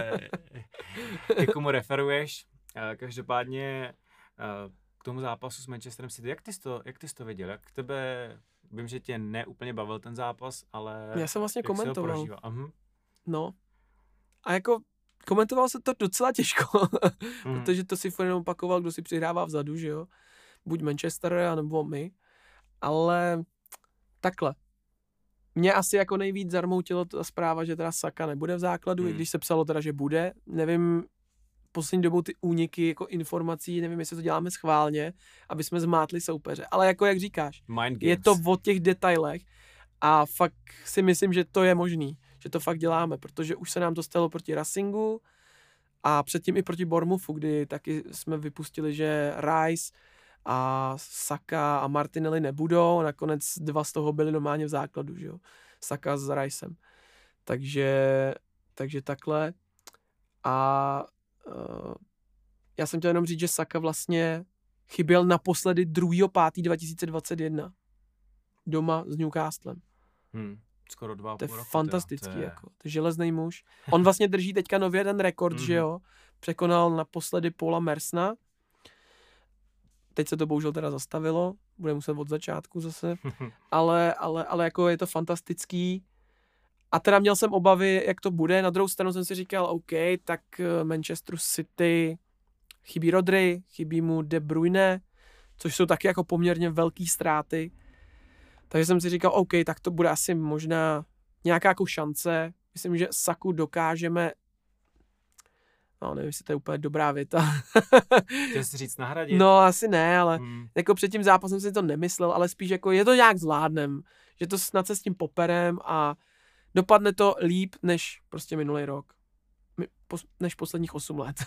B: ke komu referuješ. Každopádně k tomu zápasu s Manchesterem City, jak ty jsi to, jak ty jsi to viděl? Jak tebe, vím, že tě neúplně bavil ten zápas, ale
A: já jsem vlastně komentoval.
B: Uh-huh.
A: No. A jako komentoval se to docela těžko,
B: mm.
A: protože to si furt jenom opakoval, kdo si přihrává vzadu, že jo. Buď Manchester, nebo my. Ale takhle. Mě asi jako nejvíc zarmoutilo ta zpráva, že teda Saka nebude v základu, mm. i když se psalo teda, že bude. Nevím, poslední dobou ty úniky jako informací, nevím, jestli to děláme schválně, aby jsme zmátli soupeře. Ale jako jak říkáš, je to o těch detailech a fakt si myslím, že to je možný, že to fakt děláme, protože už se nám to stalo proti Racingu a předtím i proti Bournemouthu, kdy taky jsme vypustili, že Rice a Saka a Martinelli nebudou, nakonec dva z toho byli normálně v základu, že jo, Saka s Ricem. Takže, takže takhle. A uh, já jsem chtěl jenom říct, že Saka vlastně chyběl naposledy druhého pátého dva tisíce dvacet jedna doma s Newcastlem.
B: Hmm. Skoro dva
A: To je
B: půl roku,
A: fantastický,
B: to je...
A: jako. To je železný muž. On vlastně drží teďka nově ten rekord, mm-hmm. že jo. Překonal naposledy Paula Mersna. Teď se to bohužel teda zastavilo. Bude muset od začátku zase. ale, ale, ale jako je to fantastický. A teda měl jsem obavy, jak to bude. Na druhou stranu jsem si říkal, OK, tak Manchester City chybí Rodri, chybí mu De Bruyne, což jsou taky jako poměrně velký ztráty. Takže jsem si říkal, OK, tak to bude asi možná nějaká jako šance. Myslím, že Saku dokážeme, no nevím, jestli to je úplně dobrá věta.
B: Chtěl jsi říct nahradit?
A: No asi ne, ale
B: hmm.
A: jako před tím zápasem si to nemyslel, ale spíš jako je to nějak zvládnem, že to snad se s tím poperem a dopadne to líp než prostě minulý rok. Než posledních osm let.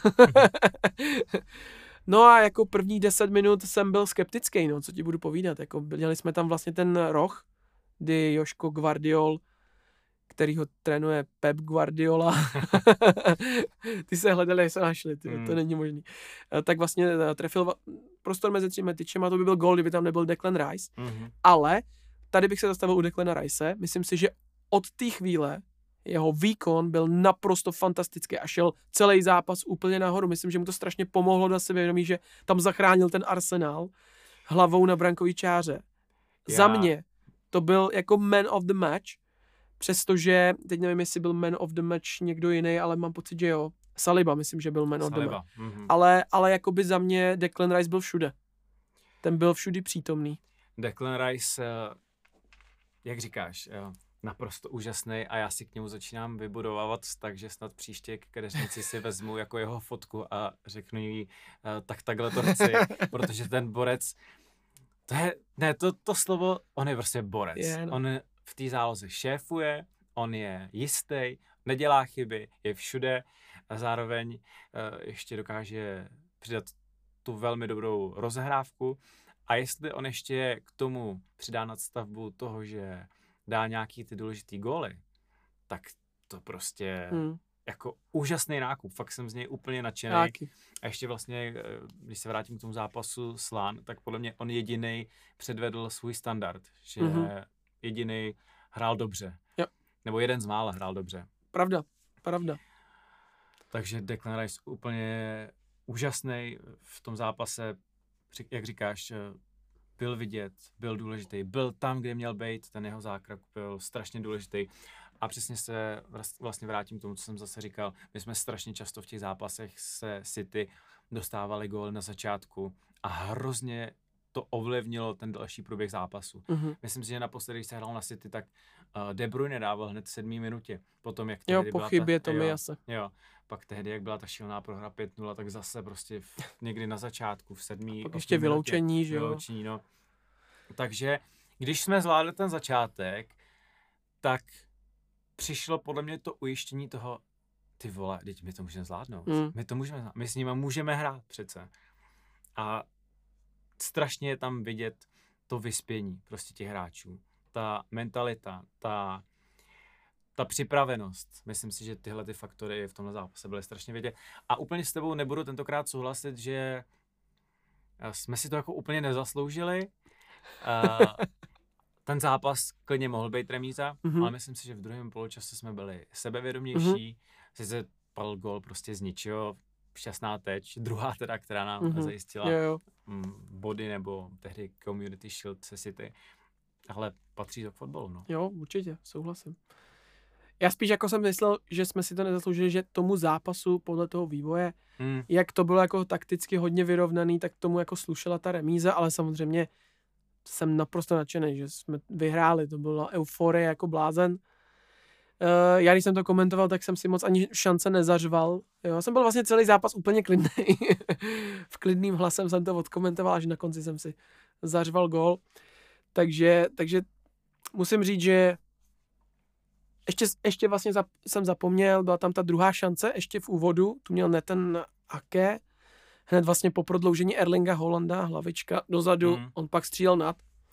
A: No a jako první deset minut jsem byl skeptický, no, co ti budu povídat. Jako měli jsme tam vlastně ten roh, kdy Joško Guardiol, který ho trénuje Pep Guardiola, ty se hledali, jak se našli, ty, mm. to není možný. Tak vlastně trefil prostor mezi třemi tyčemi a to by byl gól, kdyby tam nebyl Declan Rice.
B: Mm-hmm.
A: Ale tady bych se zastavil u Declana Rice. Myslím si, že od té chvíle jeho výkon byl naprosto fantastický a šel celý zápas úplně nahoru. Myslím, že mu to strašně pomohlo do sebevědomí, že tam zachránil ten Arsenal hlavou na brankový čáře. Já. Za mě to byl jako man of the match, přestože, teď nevím, jestli byl man of the match někdo jiný, ale mám pocit, že jo. Saliba, myslím, že byl man
B: Saliba.
A: of the match.
B: Mm-hmm.
A: Ale, ale jakoby za mě Declan Rice byl všude. Ten byl všudy přítomný.
B: Declan Rice, jak říkáš, jo. Naprosto úžasný a já si k němu začínám vybudovávat vztah, že snad příště k kadeřnici si vezmu jako jeho fotku a řeknu jí, tak takhle to chci, protože ten borec, to je, ne, to, to slovo, on je prostě borec.
A: Je, no.
B: On v té záloze šéfuje, on je jistý, nedělá chyby, je všude a zároveň uh, ještě dokáže přidat tu velmi dobrou rozehrávku a jestli on ještě k tomu přidá nadstavbu toho, že dá nějaký ty důležitý góly, tak to prostě, hmm. jako úžasný nákup, fakt jsem z něj úplně nadšený.
A: Taky.
B: A ještě vlastně, když se vrátím k tomu zápasu s Lan, tak podle mě on jedinej předvedl svůj standard, že mm-hmm. jedinej hrál dobře.
A: Jo.
B: Nebo jeden z mála hrál dobře.
A: Pravda, pravda.
B: Takže Declan Rice úplně úžasný v tom zápase, jak říkáš, byl vidět, byl důležitý, byl tam, kde měl být, ten jeho zákrok byl strašně důležitý. A přesně se vlastně vrátím k tomu, co jsem zase říkal, my jsme strašně často v těch zápasech se City dostávali gól na začátku a hrozně to ovlivnilo ten další průběh zápasu. Mm-hmm. Myslím si, že naposledy, když se hrál na City, tak uh, De Bruyne dával hned v sedmé minutě. Potom, jak
A: jo, po chybě, to mi jasně.
B: Jo, pak tehdy, jak byla ta šílená prohra pět nula, tak zase prostě v, někdy na začátku, v sedmý,
A: pak ještě vyloučení,
B: minutě,
A: že jo?
B: Vyloučení, no. Takže, když jsme zvládli ten začátek, tak přišlo podle mě to ujištění toho, ty vole, teď my to můžeme zvládnout. Mm. My to můžeme zvládnout. My s nimi můžeme hrát přece. A strašně je tam vidět to vyspění prostě těch hráčů. Ta mentalita, ta, ta připravenost. Myslím si, že tyhle ty faktory v tomhle zápase byly strašně vidět. A úplně s tebou nebudu tentokrát souhlasit, že jsme si to jako úplně nezasloužili. Ten zápas klidně mohl být remíza, mm-hmm. ale myslím si, že v druhém poločase jsme byli sebevědomější. Mm-hmm. Sice padl gól prostě z ničeho, šťastná teč, druhá teda, která nám mm-hmm. zajistila
A: jo, jo.
B: body nebo tehdy Community Shield se City. Ale patří to k fotbalu, no.
A: Jo, určitě, souhlasím. Já spíš jako jsem myslel, že jsme si to nezasloužili, že tomu zápasu podle toho vývoje, mm. jak to bylo jako takticky hodně vyrovnaný, tak tomu jako slušela ta remíza, ale samozřejmě jsem naprosto nadšený, že jsme vyhráli, to byla euforie jako blázen. Uh, já když jsem to komentoval, tak jsem si moc ani šance nezařval. Jo, já jsem byl vlastně celý zápas úplně klidný. V klidným hlasem jsem to odkomentoval, až na konci jsem si zařval gól. Takže, takže musím říct, že ještě, ještě vlastně zap, jsem zapomněl, byla tam ta druhá šance, ještě v úvodu, tu měl Nathan Ake, hned vlastně po prodloužení Erlinga Holanda, hlavička dozadu, mm. on pak střílel nad.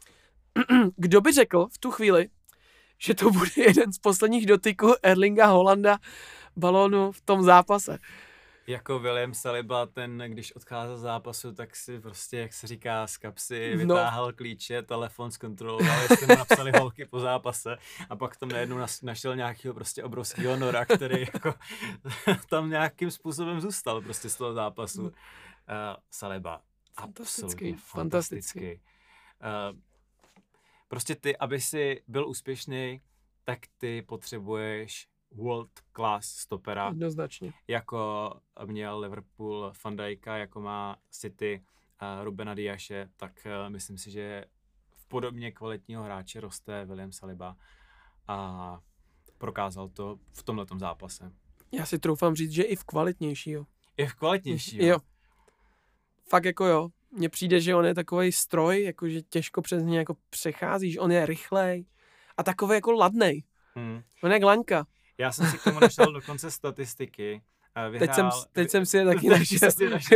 A: Kdo by řekl v tu chvíli, že to bude jeden z posledních dotyků Erlinga Holanda balónu v tom zápase.
B: Jako William Saliba, ten, když odcházel z zápasu, tak si prostě, jak se říká, z kapsy vytáhl no. klíče, telefon zkontroloval, jestli mu napsali holky po zápase a pak tam najednou našel nějakého prostě obrovského nora, který jako tam nějakým způsobem zůstal prostě z toho zápasu. Uh, Saliba,
A: fantastický,
B: absolutně fantastický. fantastický. Uh, prostě ty, aby si byl úspěšný, tak ty potřebuješ world class stopera.
A: Jednoznačně.
B: Jako měl Liverpool Van Dijka, jako má City uh, Rubena Diashe, tak uh, myslím si, že v podobně kvalitního hráče roste William Saliba a prokázal to v tomhletom zápase.
A: Já si troufám říct, že i v kvalitnějšího.
B: I v kvalitnějšího?
A: Jo. Fakt jako jo. Mně přijde, že on je takovej stroj, jakože těžko přes něj jako přecházíš, on je rychlej a takový jako ladnej. Hmm. On je Glaňka.
B: Já jsem si k tomu našel dokonce statistiky. Vyhrál,
A: teď, jsem, teď jsem si je taky našel.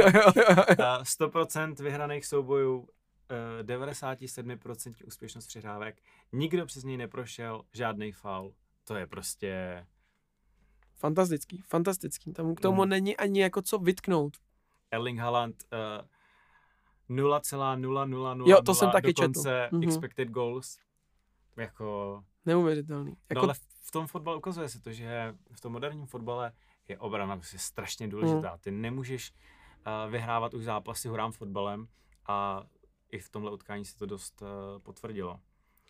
B: sto procent vyhraných soubojů, devadesát sedm procent úspěšnost přihrávek. Nikdo přes něj neprošel, žádný faul. To je prostě...
A: Fantastický, fantastický. Tam k tomu no. není ani jako co vytknout.
B: Erling Haaland uh, nula celá nula nula nula
A: jo, to jsem taky
B: dokonce
A: četl.
B: expected goals. Jako...
A: Neuvěřitelný. Jako...
B: No, ale v tom fotbale ukazuje se to, že v tom moderním fotbale je obrana prostě strašně důležitá. Ty nemůžeš uh, vyhrávat už zápasy hurám fotbalem a i v tomhle utkání se to dost uh, potvrdilo.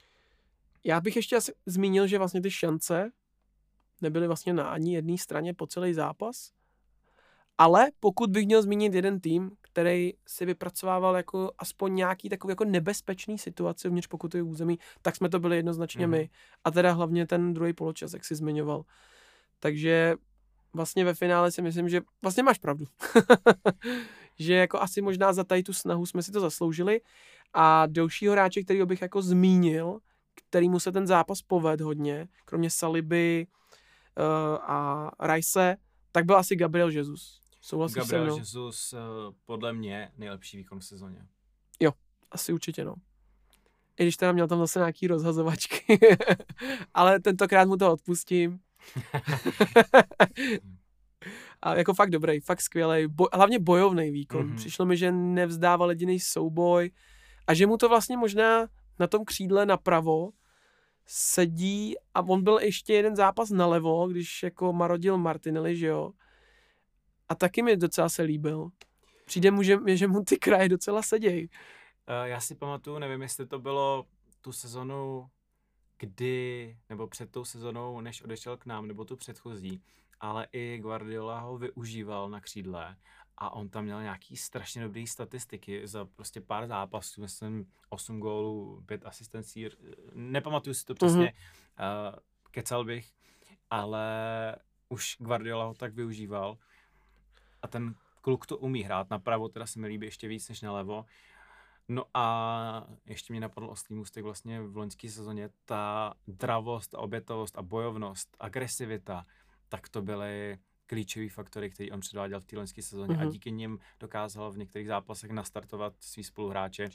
A: Já bych ještě asi zmínil, že vlastně ty šance nebyly vlastně na ani jedné straně po celý zápas, ale pokud bych měl zmínit jeden tým, který si vypracovával jako aspoň nějaký takový jako nebezpečný situace uvnitř pokutového území, tak jsme to byli jednoznačně mm. my. A teda hlavně ten druhý poločas, jak jsi zmiňoval. Takže vlastně ve finále si myslím, že vlastně máš pravdu. Že jako asi možná za tady tu snahu jsme si to zasloužili. A dalšího hráče, kterýho bych jako zmínil, kterýmu se ten zápas povedl hodně, kromě Saliby uh, a Rice, tak byl asi Gabriel Jesus. Souhlasíš se mnou?
B: Gabriel Jesus uh, podle mě nejlepší výkon v sezóně.
A: Jo, asi určitě no. I když teda měl tam zase nějaký rozhazovačky. Ale tentokrát mu to odpustím. A jako fakt dobrý, fakt skvělý, boj, hlavně bojovný výkon.
B: Mhm.
A: Přišlo mi, že nevzdával jediný souboj a že mu to vlastně možná na tom křídle napravo sedí a on byl ještě jeden zápas nalevo, když jako marodil Martinelli, že jo. A taky mi docela se líbil. Přijde mu, že, že mu ty kraje docela sedějí.
B: Uh, já si pamatuju, nevím, jestli to bylo tu sezonu, kdy, nebo před tou sezonou, než odešel k nám, nebo tu předchozí, ale i Guardiola ho využíval na křídle a on tam měl nějaký strašně dobrý statistiky za prostě pár zápasů, myslím osm gólů, pět asistencí, nepamatuju si to přesně, mm-hmm. uh, kecal bych, ale už Guardiola ho tak využíval a ten kluk to umí hrát, napravo teda se mi líbí ještě víc než nalevo. No a ještě mě napadl oslý můstek vlastně v loňské sezóně, ta dravost, obětovost a bojovnost, agresivita, tak to byly klíčové faktory, které on předváděl v té loňské sezóně mm-hmm. a díky nim dokázal v některých zápasech nastartovat svý spoluhráče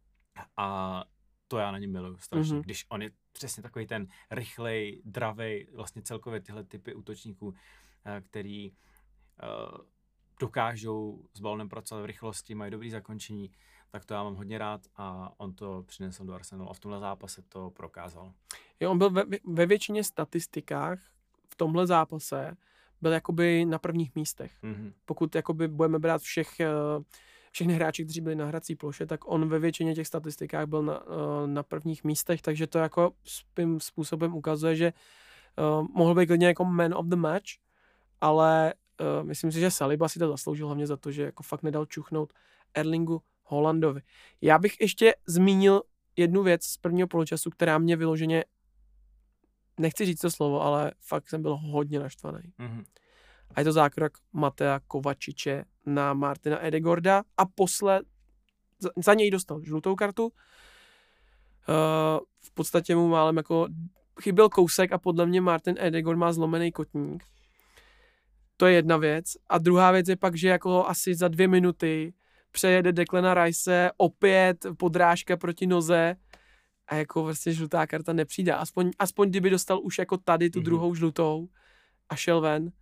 B: a to já na něm miluju strašně, mm-hmm. když on je přesně takový ten rychlej, dravej, vlastně celkově tyhle typy útočníků, který uh, dokážou s balónem pracovat v rychlosti, mají dobrý zakončení, tak to já mám hodně rád a on to přinesl do Arsenalu a v tomhle zápase to prokázal.
A: Jo, on byl ve, ve většině statistikách v tomhle zápase byl jakoby na prvních místech. Mm-hmm. Pokud jakoby budeme brát všech, všechny hráči, kteří byli na hrací ploše, tak on ve většině těch statistikách byl na, na prvních místech, takže to jako svým způsobem ukazuje, že uh, mohl být klidně jako man of the match, ale uh, myslím si, že Saliba si to zasloužil hlavně za to, že jako fakt nedal čuchnout Erlingu Haalandovi. Já bych ještě zmínil jednu věc z prvního poločasu, která mě vyloženě, nechci říct to slovo, ale fakt jsem byl hodně naštvaný. Mm-hmm. A je to zákrok Matea Kovačiče na Martina Edegorda a posle za, za něj dostal žlutou kartu. Uh, v podstatě mu málem jako chyběl kousek a podle mě Martin Edegord má zlomený kotník. To je jedna věc. A druhá věc je pak, že jako asi za dvě minuty přejede Declana Rice, opět podrážka proti noze a jako vlastně žlutá karta nepřijde. Aspoň, aspoň kdyby dostal už jako tady tu mm-hmm. druhou žlutou a šel ven.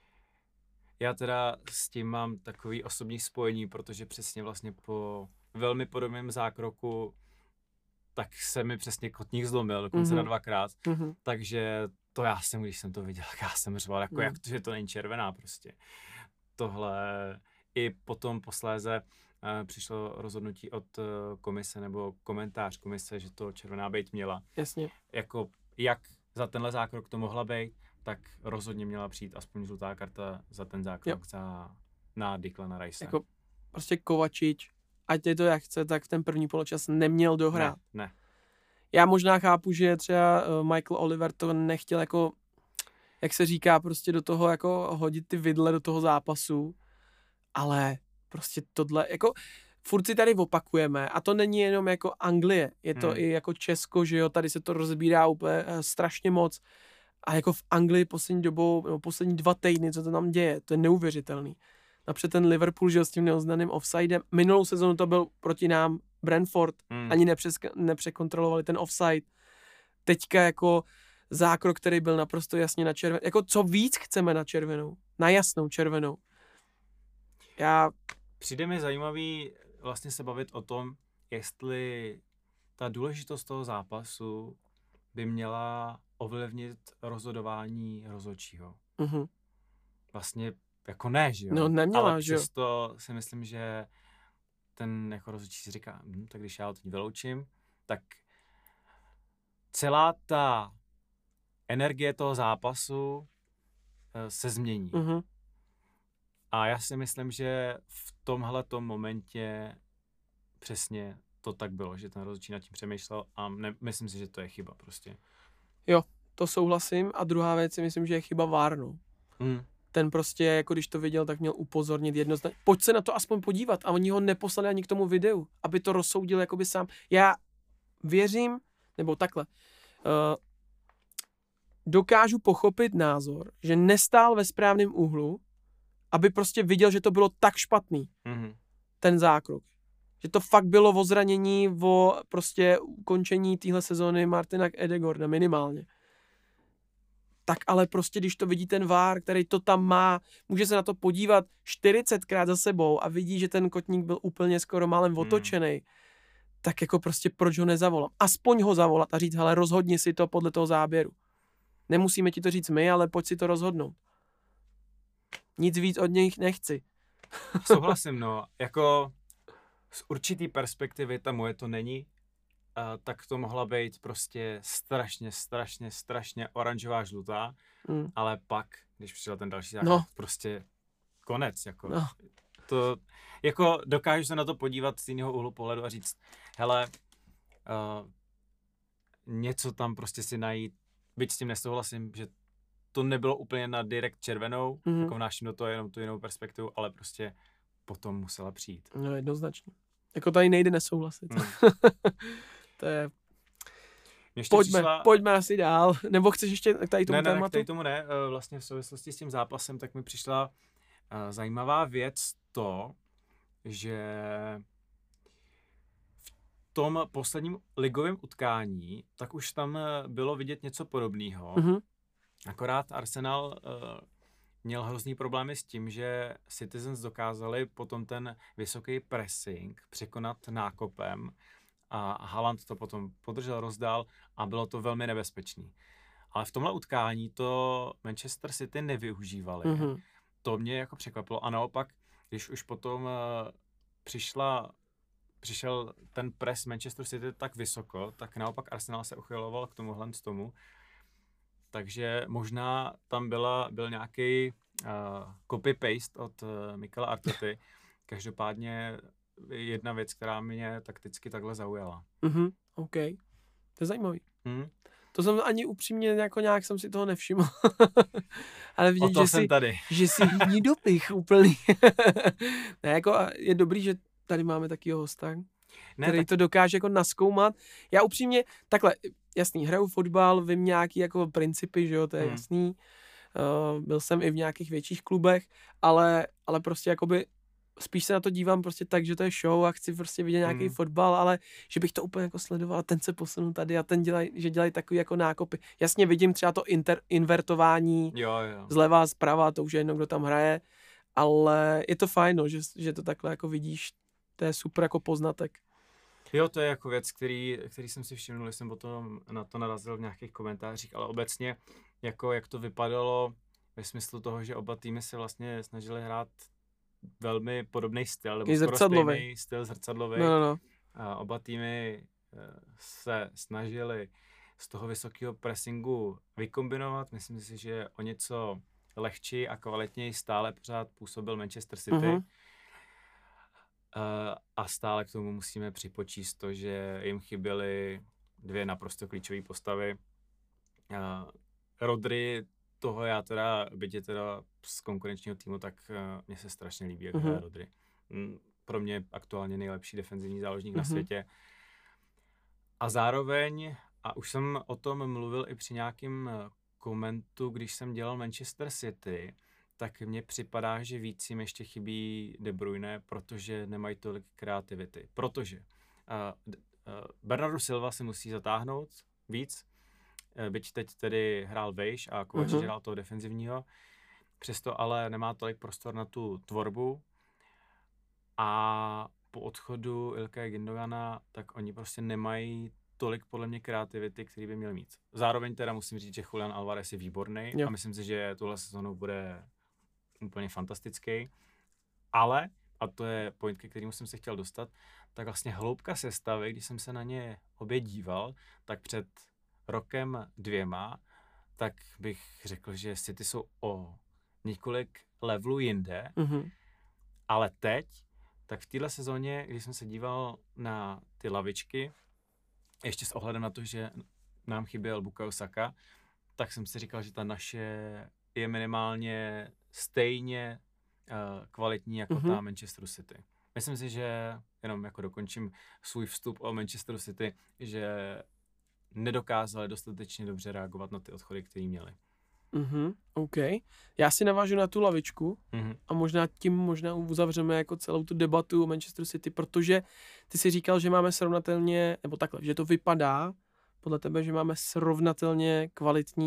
B: Já teda s tím mám takový osobní spojení, protože přesně vlastně po velmi podobném zákroku tak se mi přesně kotník zlomil, dokonce mm-hmm. na dvakrát. Mm-hmm. Takže to já jsem, když jsem to viděl, já jsem řval, jako mm. jak to, že to není červená prostě. Tohle i potom posléze uh, přišlo rozhodnutí od uh, komise nebo komentář komise, že to červená být měla.
A: Jasně.
B: Jako jak za tenhle zákrok to mohla být, tak rozhodně měla přijít aspoň žlutá karta za ten zákrok za, na Declana Rice.
A: Jako prostě Kovačič, ať je to jak chce, tak v ten první poločas neměl dohrát.
B: Ne, ne.
A: Já možná chápu, že třeba Michael Oliver to nechtěl jako, jak se říká, prostě do toho jako hodit ty vidle do toho zápasu, ale prostě tohle, jako furt si tady opakujeme a to není jenom jako Anglie, je to hmm. i jako Česko, že jo, tady se to rozbírá úplně strašně moc a jako v Anglii poslední dobou, nebo poslední dva týdny, co to tam děje, to je neuvěřitelný. Napřed ten Liverpool, že s tím neoznaným offsidem, minulou sezonu to byl proti nám Brentford, hmm. ani nepřes, nepřekontrolovali ten offside. Teďka jako zákrok, který byl naprosto jasně na červenou. Jako co víc chceme na červenou? Na jasnou červenou. Já...
B: Přijde mi zajímavý vlastně se bavit o tom, jestli ta důležitost toho zápasu by měla ovlivnit rozhodování rozhodčího. Mm-hmm. Vlastně jako ne, že jo?
A: No neměla,
B: ale
A: že jo?
B: přesto si myslím, že ten jako rozhodčí si říká, hm, tak když já ho teď vyloučím, tak celá ta energie toho zápasu uh, se změní. Mm-hmm. A já si myslím, že v tomhletom momentě přesně to tak bylo, že ten rozhodčí nad tím přemýšlel a ne, myslím si, že to je chyba prostě.
A: Jo, to souhlasím a druhá věc si myslím, že je chyba V A R, no. Mm. Ten prostě, jako když to viděl, tak měl upozornit jednoznačně. Pojď se na to aspoň podívat a oni ho neposlali ani k tomu videu, aby to rozsoudil jakoby sám. Já věřím, nebo takhle, uh, dokážu pochopit názor, že nestál ve správném úhlu, aby prostě viděl, že to bylo tak špatný, mm-hmm. ten zákrok. Že to fakt bylo o zranění, o prostě ukončení téhle sezóny Martina Edegorda minimálně. tak ale prostě, když to vidí ten V A R, který to tam má, může se na to podívat čtyřicetkrát za sebou a vidí, že ten kotník byl úplně skoro málem otočený, hmm. tak jako prostě proč ho nezavolám? Aspoň ho zavolat a říct, hele, rozhodni si to podle toho záběru. Nemusíme ti to říct my, ale pojď si to rozhodnout. Nic víc od nich nechci.
B: Souhlasím, no. Jako z určitý perspektivy ta moje to není, Uh, tak to mohla být prostě strašně, strašně, strašně oranžová, žlutá, mm. ale pak, když přišel ten další základ, no. prostě konec, jako, no. to, jako dokážu se na to podívat z jiného úhlu pohledu a říct, hele, uh, něco tam prostě si najít, byť s tím nesouhlasím, že to nebylo úplně na direkt červenou, mm. jako vnáším do toho jenom tu jinou perspektivu, ale prostě potom musela přijít.
A: No jednoznačně. Jako tady nejde nesouhlasit. Mm. To je... Pojďme, přišla... pojďme asi dál. Nebo chceš ještě k tady tomu
B: ne, ne,
A: tématu?
B: Ne, k tady tomu ne. Vlastně v souvislosti s tím zápasem tak mi přišla zajímavá věc to, že v tom posledním ligovém utkání tak už tam bylo vidět něco podobného. Mm-hmm. Akorát Arsenal uh, měl hrozný problémy s tím, že Citizens dokázali potom ten vysoký pressing překonat nákopem a Haaland to potom podržel, rozdál a bylo to velmi nebezpečný. Ale v tomhle utkání to Manchester City nevyužívali. Mm-hmm. To mě jako překvapilo. A naopak, když už potom uh, přišla, přišel ten pres Manchester City tak vysoko, tak naopak Arsenal se uchyloval k tomuhle z tomu. Takže možná tam byla, byl nějaký uh, copy-paste od uh, Michaela Artety. Každopádně jedna věc, která mě takticky takhle zaujala.
A: Mhm, OK. To je zajímavý. Hmm. To jsem ani upřímně jako nějak jsem si toho nevšiml. Ale vidět, že jsi,
B: tady.
A: že jsi jí dopich úplný. Ne, jako je dobrý, že tady máme takovýho hosta, ne, který tak... to dokáže jako naskoumat. Já upřímně, takhle, jasný, hraju fotbal, vím nějaký jako principy, že jo, to je hmm. jasný. Uh, byl jsem i v nějakých větších klubech, ale, ale prostě jakoby spíš se na to dívám prostě tak, že to je show a chci prostě vidět nějaký mm. fotbal, ale že bych to úplně jako sledoval, ten se posunul tady a ten dělaj, že dělají takový jako nákopy. Jasně vidím třeba to inter, invertování
B: jo, jo.
A: zleva, zprava, to už je jedno, kdo tam hraje, ale je to fajn, no, že, že to takhle jako vidíš, to je super jako poznatek.
B: Jo, to je jako věc, který, který jsem si všimnul, jsem potom na to narazil v nějakých komentářích, ale obecně, jako jak to vypadalo ve smyslu toho, že oba týmy se vlastně snažili hrát velmi podobný styl, nebo skoro stejný styl zrcadlový.
A: No, no.
B: A oba týmy se snažili z toho vysokého pressingu vykombinovat. Myslím si, že o něco lehčí a kvalitněji stále pořád působil Manchester City. Uh-huh. A stále k tomu musíme připočíst to, že jim chyběly dvě naprosto klíčové postavy. Rodri, toho já teda, byť je teda z konkurenčního týmu, tak uh, mně se strašně líbí, jak hraje uh-huh. Rodri. Mm, pro mě aktuálně nejlepší defenzivní záložník uh-huh. na světě. A zároveň, a už jsem o tom mluvil i při nějakém komentu, když jsem dělal Manchester City, tak mně připadá, že víc jim ještě chybí De Bruyne, protože nemají tolik kreativity. Protože uh, uh, Bernardo Silva se musí zatáhnout víc, byť teď tedy hrál vejš a Kovačič uh-huh. hrál toho defenzivního, přesto ale nemá tolik prostor na tu tvorbu a po odchodu Ilkaje Gündogana, tak oni prostě nemají tolik podle mě kreativity, který by měl mít. Zároveň teda musím říct, že Julian Alvarez je výborný jo. a myslím si, že tuhle sezónu bude úplně fantastický, ale, a to je point, ke kterému jsem se chtěl dostat, tak vlastně hloubka sestavy, když jsem se na ně obě díval, tak před rokem dvěma, tak bych řekl, že City jsou o několik levelů jinde, mm-hmm. ale teď, tak v téhle sezóně, když jsem se díval na ty lavičky, ještě s ohledem na to, že nám chyběl Bukayo Saka, tak jsem si říkal, že ta naše je minimálně stejně uh, kvalitní jako mm-hmm. ta Manchester City. Myslím si, že jenom jako dokončím svůj vstup o Manchester City, že nedokázali dostatečně dobře reagovat na ty odchody, které měli.
A: Mhm, OK. Já si navážu na tu lavičku mm-hmm. a možná tím možná uzavřeme jako celou tu debatu o Manchester City, protože ty si říkal, že máme srovnatelně, nebo takhle, že to vypadá podle tebe, že máme srovnatelně kvalitní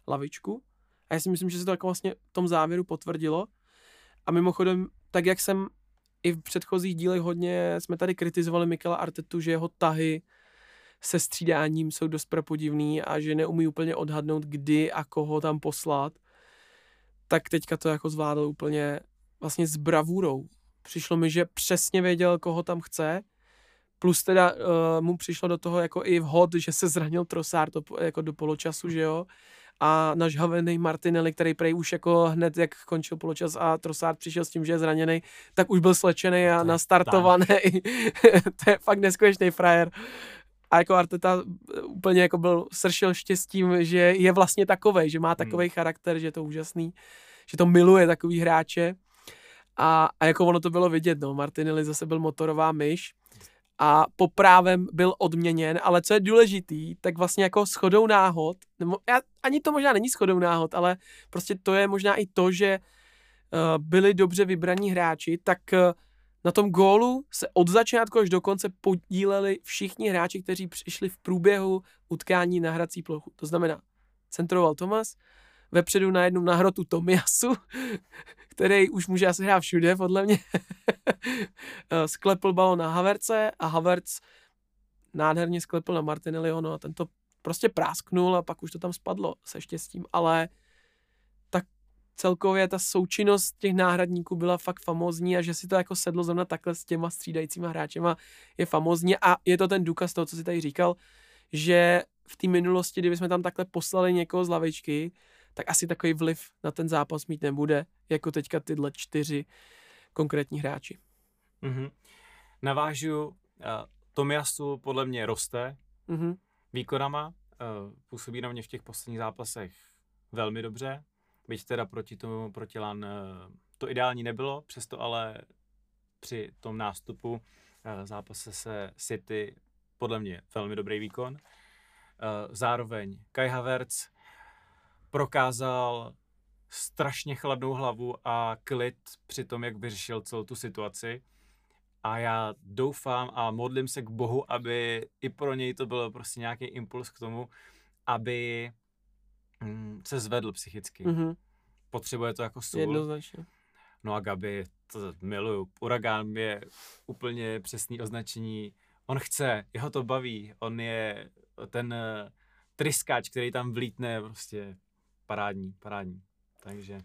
A: lavičku. A já si myslím, že se to jako vlastně v tom závěru potvrdilo. A mimochodem, tak jak jsem i v předchozích dílech hodně, jsme tady kritizovali Mikela Artetu, že jeho tahy se střídáním jsou dost prapodivný a že neumí úplně odhadnout, kdy a koho tam poslat, tak teďka to jako zvládl úplně vlastně s bravůrou. Přišlo mi, že přesně věděl, koho tam chce, plus teda uh, mu přišlo do toho jako i vhod, že se zranil Trossard to, jako do poločasu, že jo, a nažhavený Martinelli, který prej už jako hned, jak končil poločas a Trossard přišel s tím, že je zraněný, tak už byl slečený a nastartovaný. To je fakt neskutečný frajer. A jako Arteta úplně jako byl sršel štěstím, že je vlastně takovej, že má takovej hmm. charakter, že je to úžasný, že to miluje takový hráče. A, a jako ono to bylo vidět, no, Martinelli zase byl motorová myš a poprávem byl odměněn, ale co je důležitý, tak vlastně jako shodou náhod, nebo já, ani to možná není shodou náhod, ale prostě to je možná i to, že uh, byli dobře vybraní hráči, tak uh, na tom gólu se od začátku až do konce podíleli všichni hráči, kteří přišli v průběhu utkání na hrací plochu. To znamená, centroval Thomas, vepředu na jednu nahrotu Tomiasu, který už může asi hrát všude, podle mě. Sklepl balon na Havertze a Havertz nádherně sklepl na Martinelliho, no a ten to prostě prásknul a pak už to tam spadlo se štěstím, ale tak celkově ta součinnost těch náhradníků byla fakt famózní a že si to jako sedlo zrovna takhle s těma střídajícíma hráčema je famózní a je to ten důkaz toho, co si tady říkal, že v té minulosti, kdyby jsme tam takhle poslali někoho z lavičky, tak asi takový vliv na ten zápas mít nebude, jako teďka tyhle čtyři konkrétní hráči.
B: Mm-hmm. Navážu, uh, Tomiasu podle mě roste mm-hmm. výkonama, uh, působí na mě v těch posledních zápasech velmi dobře, byť teda proti tomu, proti Lan uh, to ideální nebylo, přesto ale při tom nástupu uh, zápase se City podle mě velmi dobrý výkon. Uh, zároveň Kai Havertz prokázal strašně chladnou hlavu a klid při tom, jak vyřešil celou tu situaci. A já doufám a modlím se k Bohu, aby i pro něj to bylo prostě nějaký impuls k tomu, aby mm, se zvedl psychicky. Mm-hmm. Potřebuje to jako sůl.
A: Jednoznačně.
B: No a Gabi, to miluju. Uragán je úplně přesný označení. On chce, jeho to baví. On je ten uh, tryskáč, který tam vlítne, prostě parádní, parádní. Takže.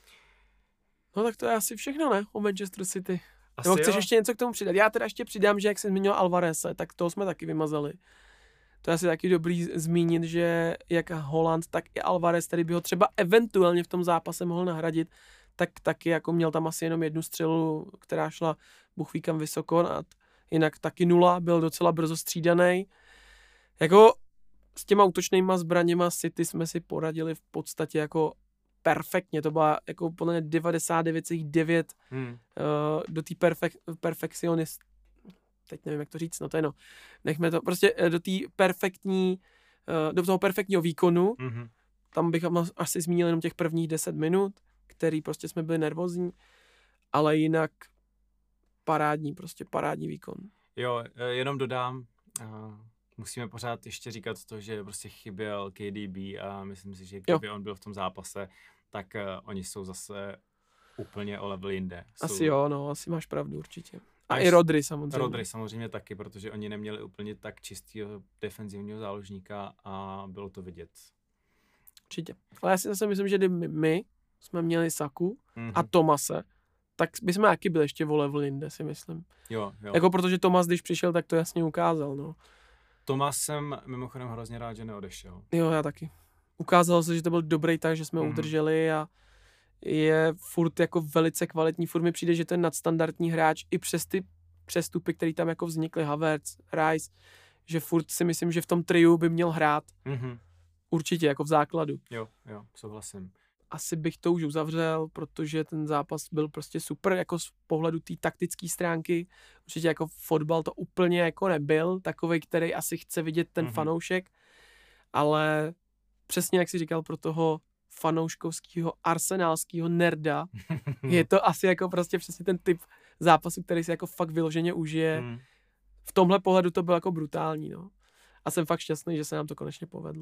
A: No tak to je asi všechno, ne? O Manchester City.
B: Asi
A: Nebo chceš
B: jo?
A: ještě něco k tomu přidat? Já teda ještě přidám, že jak jsi zmínil Alvareze, tak toho jsme taky vymazali. To je asi taky dobrý zmínit, že jak Haaland, tak i Alvarez, který by ho třeba eventuálně v tom zápase mohl nahradit, tak taky jako měl tam asi jenom jednu střelu, která šla bůh ví kam vysoko, a jinak taky nula, byl docela brzo střídaný. Jako s těma útočnýma zbraněma City jsme si poradili v podstatě jako perfektně, to byla jako podle mě devadesát devět celá devět hmm. uh, do té perfek, perfekcionist, teď nevím, jak to říct, no to je no, nechme to, prostě do té perfektní, uh, do toho perfektního výkonu, hmm. tam bych asi zmínil jenom těch prvních deset minut, který prostě jsme byli nervózní, ale jinak parádní, prostě parádní výkon. Jo,
B: jenom dodám, uh... musíme pořád ještě říkat to, že prostě chyběl K D B a myslím si, že kdyby jo. on byl v tom zápase, tak uh, oni jsou zase úplně o level jinde.
A: Asi
B: jsou...
A: jo, no, asi máš pravdu určitě. A, a
B: i
A: Rodri samozřejmě.
B: Rodri samozřejmě taky, protože oni neměli úplně tak čistého defenzivního záložníka a bylo to vidět.
A: Určitě. Ale já si zase myslím, že kdyby my jsme měli Saku mm-hmm. a Tomase, tak bychom taky byli ještě o level jinde, si myslím.
B: Jo, jo.
A: Jako protože Tomas, když přišel, tak to jasně ukázal, no.
B: Tomas jsem mimochodem hrozně rád, že neodešel.
A: Jo, já taky. Ukázalo se, že to byl dobrý tak, že jsme mm. udrželi a je furt jako velice kvalitní. Furt mi přijde, že ten nadstandardní hráč i přes ty přestupy, které tam jako vznikly, Havertz, Rice, že furt si myslím, že v tom triu by měl hrát. Mm-hmm. Určitě, jako v základu.
B: Jo, jo, souhlasím.
A: Asi bych to už uzavřel, protože ten zápas byl prostě super, jako z pohledu té taktické stránky. Určitě jako fotbal to úplně jako nebyl, takovej, který asi chce vidět ten mm-hmm. fanoušek, ale přesně jak jsi říkal, pro toho fanouškovského arsenálského nerda je to asi jako prostě přesně ten typ zápasu, který si jako fakt vyloženě užije. Mm. V tomhle pohledu to bylo jako brutální, no. A jsem fakt šťastný, že se nám to konečně povedlo.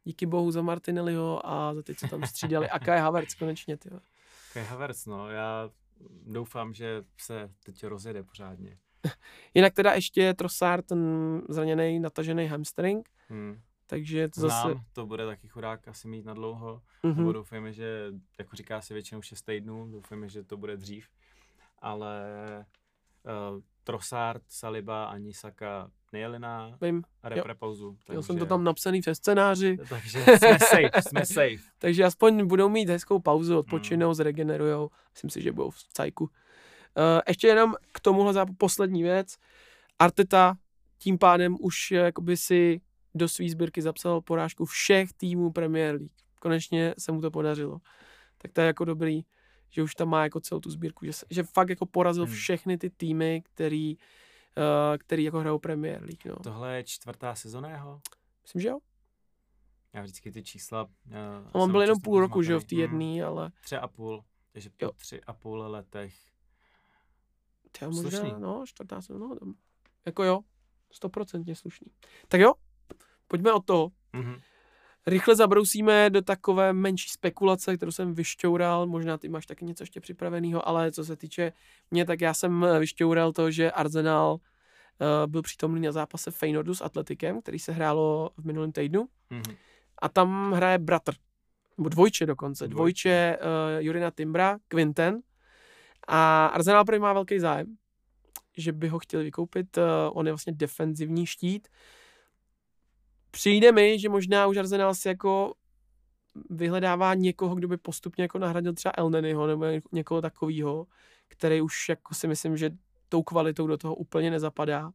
A: díky bohu za Martinelliho a za ty, co tam střídali. A Kai Havertz konečně, tyjo.
B: Kai Havertz, no, já doufám, že se teď rozjede pořádně.
A: Jinak teda ještě Trossard, ten zraněný, natažený hamstring,
B: Hmm.
A: takže to
B: Znám,
A: zase...
B: to bude taky chudák asi mít na dlouho.
A: Mm-hmm.
B: Nebo doufujeme, že, jako říká se většinou šest týdnů, doufujeme, že to bude dřív. Ale uh, Trossard, Saliba ani Saka nejeli na repre-pauzu.
A: Takže... Já jsem to tam napsaný ve scénáři.
B: Takže jsme safe, jsme safe.
A: Takže aspoň budou mít hezkou pauzu, odpočinou, mm. zregenerujou. Myslím si, že budou v cajku. Uh, ještě jenom k tomuhle zápasu poslední věc. Arteta tím pádem už jakoby si do svý sbírky zapsal porážku všech týmů Premier League. Konečně se mu to podařilo. Tak to je jako dobrý, že už tam má jako celou tu sbírku, že, že fakt jako porazil hmm. všechny ty týmy, který, uh, který jako hrajou Premier League. No.
B: Tohle je čtvrtá sezona jeho?
A: Myslím, že jo.
B: Já vždycky ty čísla...
A: A on byl jenom půl roku, že jo, v té jedný, hmm. ale...
B: Tři a půl, takže po jo. tři a půl letech.
A: Tyjo, možná, no, čtvrtá sezona, no, jako jo, stoprocentně slušný. Tak jo, pojďme od toho.
B: Mm-hmm.
A: Rychle zabrousíme do takové menší spekulace, kterou jsem vyšťoural, možná ty máš taky něco ještě připraveného, ale co se týče mě, tak já jsem vyšťoural to, že Arsenal uh, byl přítomný na zápase Feyenoordu s Atletikem, který se hrálo v minulém týdnu.
B: Mm-hmm.
A: A tam hraje bratr, nebo dvojče dokonce, dvojče, dvojče uh, Jurina Timbra, Quinten. A Arsenal prý má velký zájem, že by ho chtěli vykoupit, uh, on je vlastně defenzivní štít. Přijde mi, že možná už Arsenal si jako vyhledává někoho, kdo by postupně jako nahradil třeba Elnenyho nebo někoho takového, který už jako si myslím, že tou kvalitou do toho úplně nezapadá. Uh,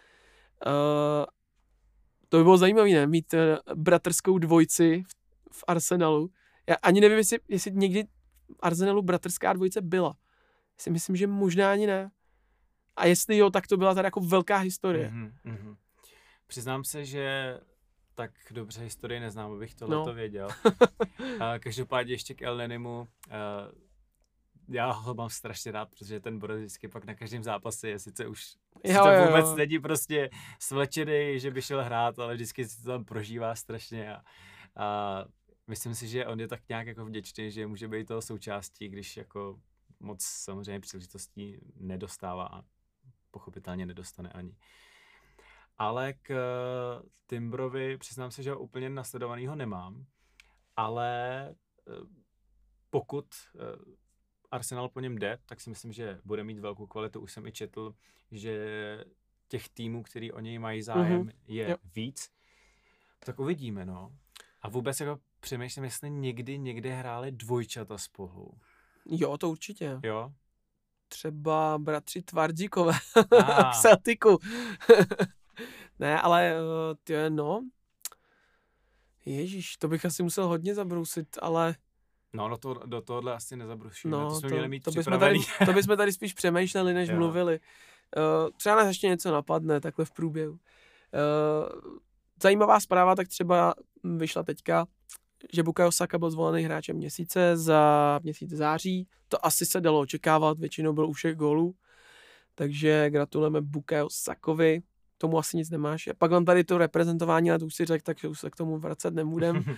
A: to by bylo zajímavé, ne? Mít uh, bratrskou dvojici v, v Arsenalu. Já ani nevím, jestli, jestli někdy v Arsenalu bratrská dvojice byla. Si myslím, že možná ani ne. A jestli jo, tak to byla tady jako velká historie.
B: Mm-hmm, mm-hmm. Přiznám se, že tak dobře historii neznám, abych tohle no. to věděl. A každopádně ještě k Elnenymu. Já ho mám strašně rád, protože ten Borec vždycky pak na každém zápase je sice už jo, to vůbec jo. není prostě svlečený, že by šel hrát, ale vždycky si to tam prožívá strašně a, a myslím si, že on je tak nějak jako vděčný, že může být toho součástí, když jako moc samozřejmě příležitostí nedostává a pochopitelně nedostane ani. Ale k uh, Timbrovi přiznám se, že ho úplně nasledovanýho nemám, ale uh, pokud uh, Arsenal po něm jde, tak si myslím, že bude mít velkou kvalitu. Už jsem i četl, že těch týmů, který o něj mají zájem, mm-hmm. je jo. víc. Tak uvidíme, no. A vůbec jako přemýšlím, jestli někdy někde hráli dvojčata spolu.
A: Jo, to určitě.
B: Jo?
A: Třeba bratři Tvardíkové v Celticu. Ne, ale ty no, ježíš, to bych asi musel hodně zabrousit, ale...
B: No, do, to, do tohohle asi nezabrušíme,
A: no,
B: to jsme
A: to,
B: měli mít
A: to
B: připravený.
A: Bychom tady, to bychom tady spíš přemýšleli, než mluvili. Uh, třeba nás ještě něco napadne, takhle v průběhu. Uh, zajímavá zpráva, tak třeba vyšla teďka, že Bukayo Saka byl zvolený hráčem měsíce za měsíc září. To asi se dalo očekávat, většinou byl u všech gólů. Takže gratulujeme Bukayo Sakovi. Tomu asi nic nemáš. A pak mám tady to reprezentování, ale to už si řekl, takže už se k tomu vracet nebudem. uh,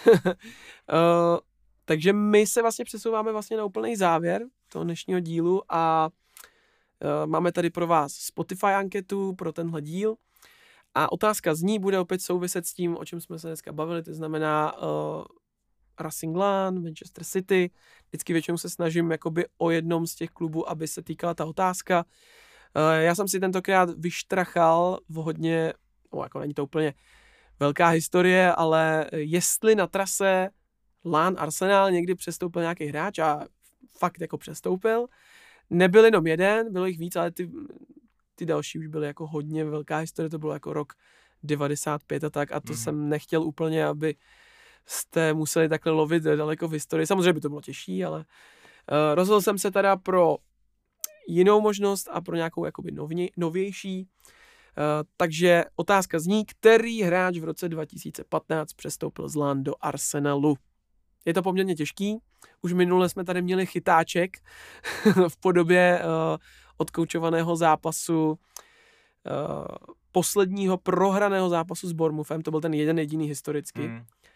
A: takže my se vlastně přesouváme vlastně na úplný závěr toho dnešního dílu a uh, máme tady pro vás Spotify anketu pro tenhle díl. A otázka z ní bude opět souviset s tím, o čem jsme se dneska bavili, to znamená uh, Racing Lan, Manchester City. Vždycky většinou se snažím jakoby o jednom z těch klubů, aby se týkala ta otázka. Uh, já jsem si tentokrát vyštrachal v hodně, no jako není to úplně velká historie, ale jestli na trase Lan Arsenal někdy přestoupil nějaký hráč a fakt jako přestoupil. Nebyl jenom jeden, bylo jich víc, ale ty, ty další už byly jako hodně velká historie, to bylo jako rok devadesát pět a tak a to mm. jsem nechtěl úplně, aby jste museli takhle lovit daleko v historii. Samozřejmě by to bylo těžší, ale uh, rozhodl jsem se teda pro jinou možnost a pro nějakou jakoby nově, novější. Uh, takže otázka zní, který hráč v roce dva tisíce patnáct přestoupil z Lan do Arsenalu? Je to poměrně těžký. Už minule jsme tady měli chytáček v podobě uh, odkoučovaného zápasu, uh, posledního prohraného zápasu s Bournemouthem. To byl ten jeden jediný historicky. Mm.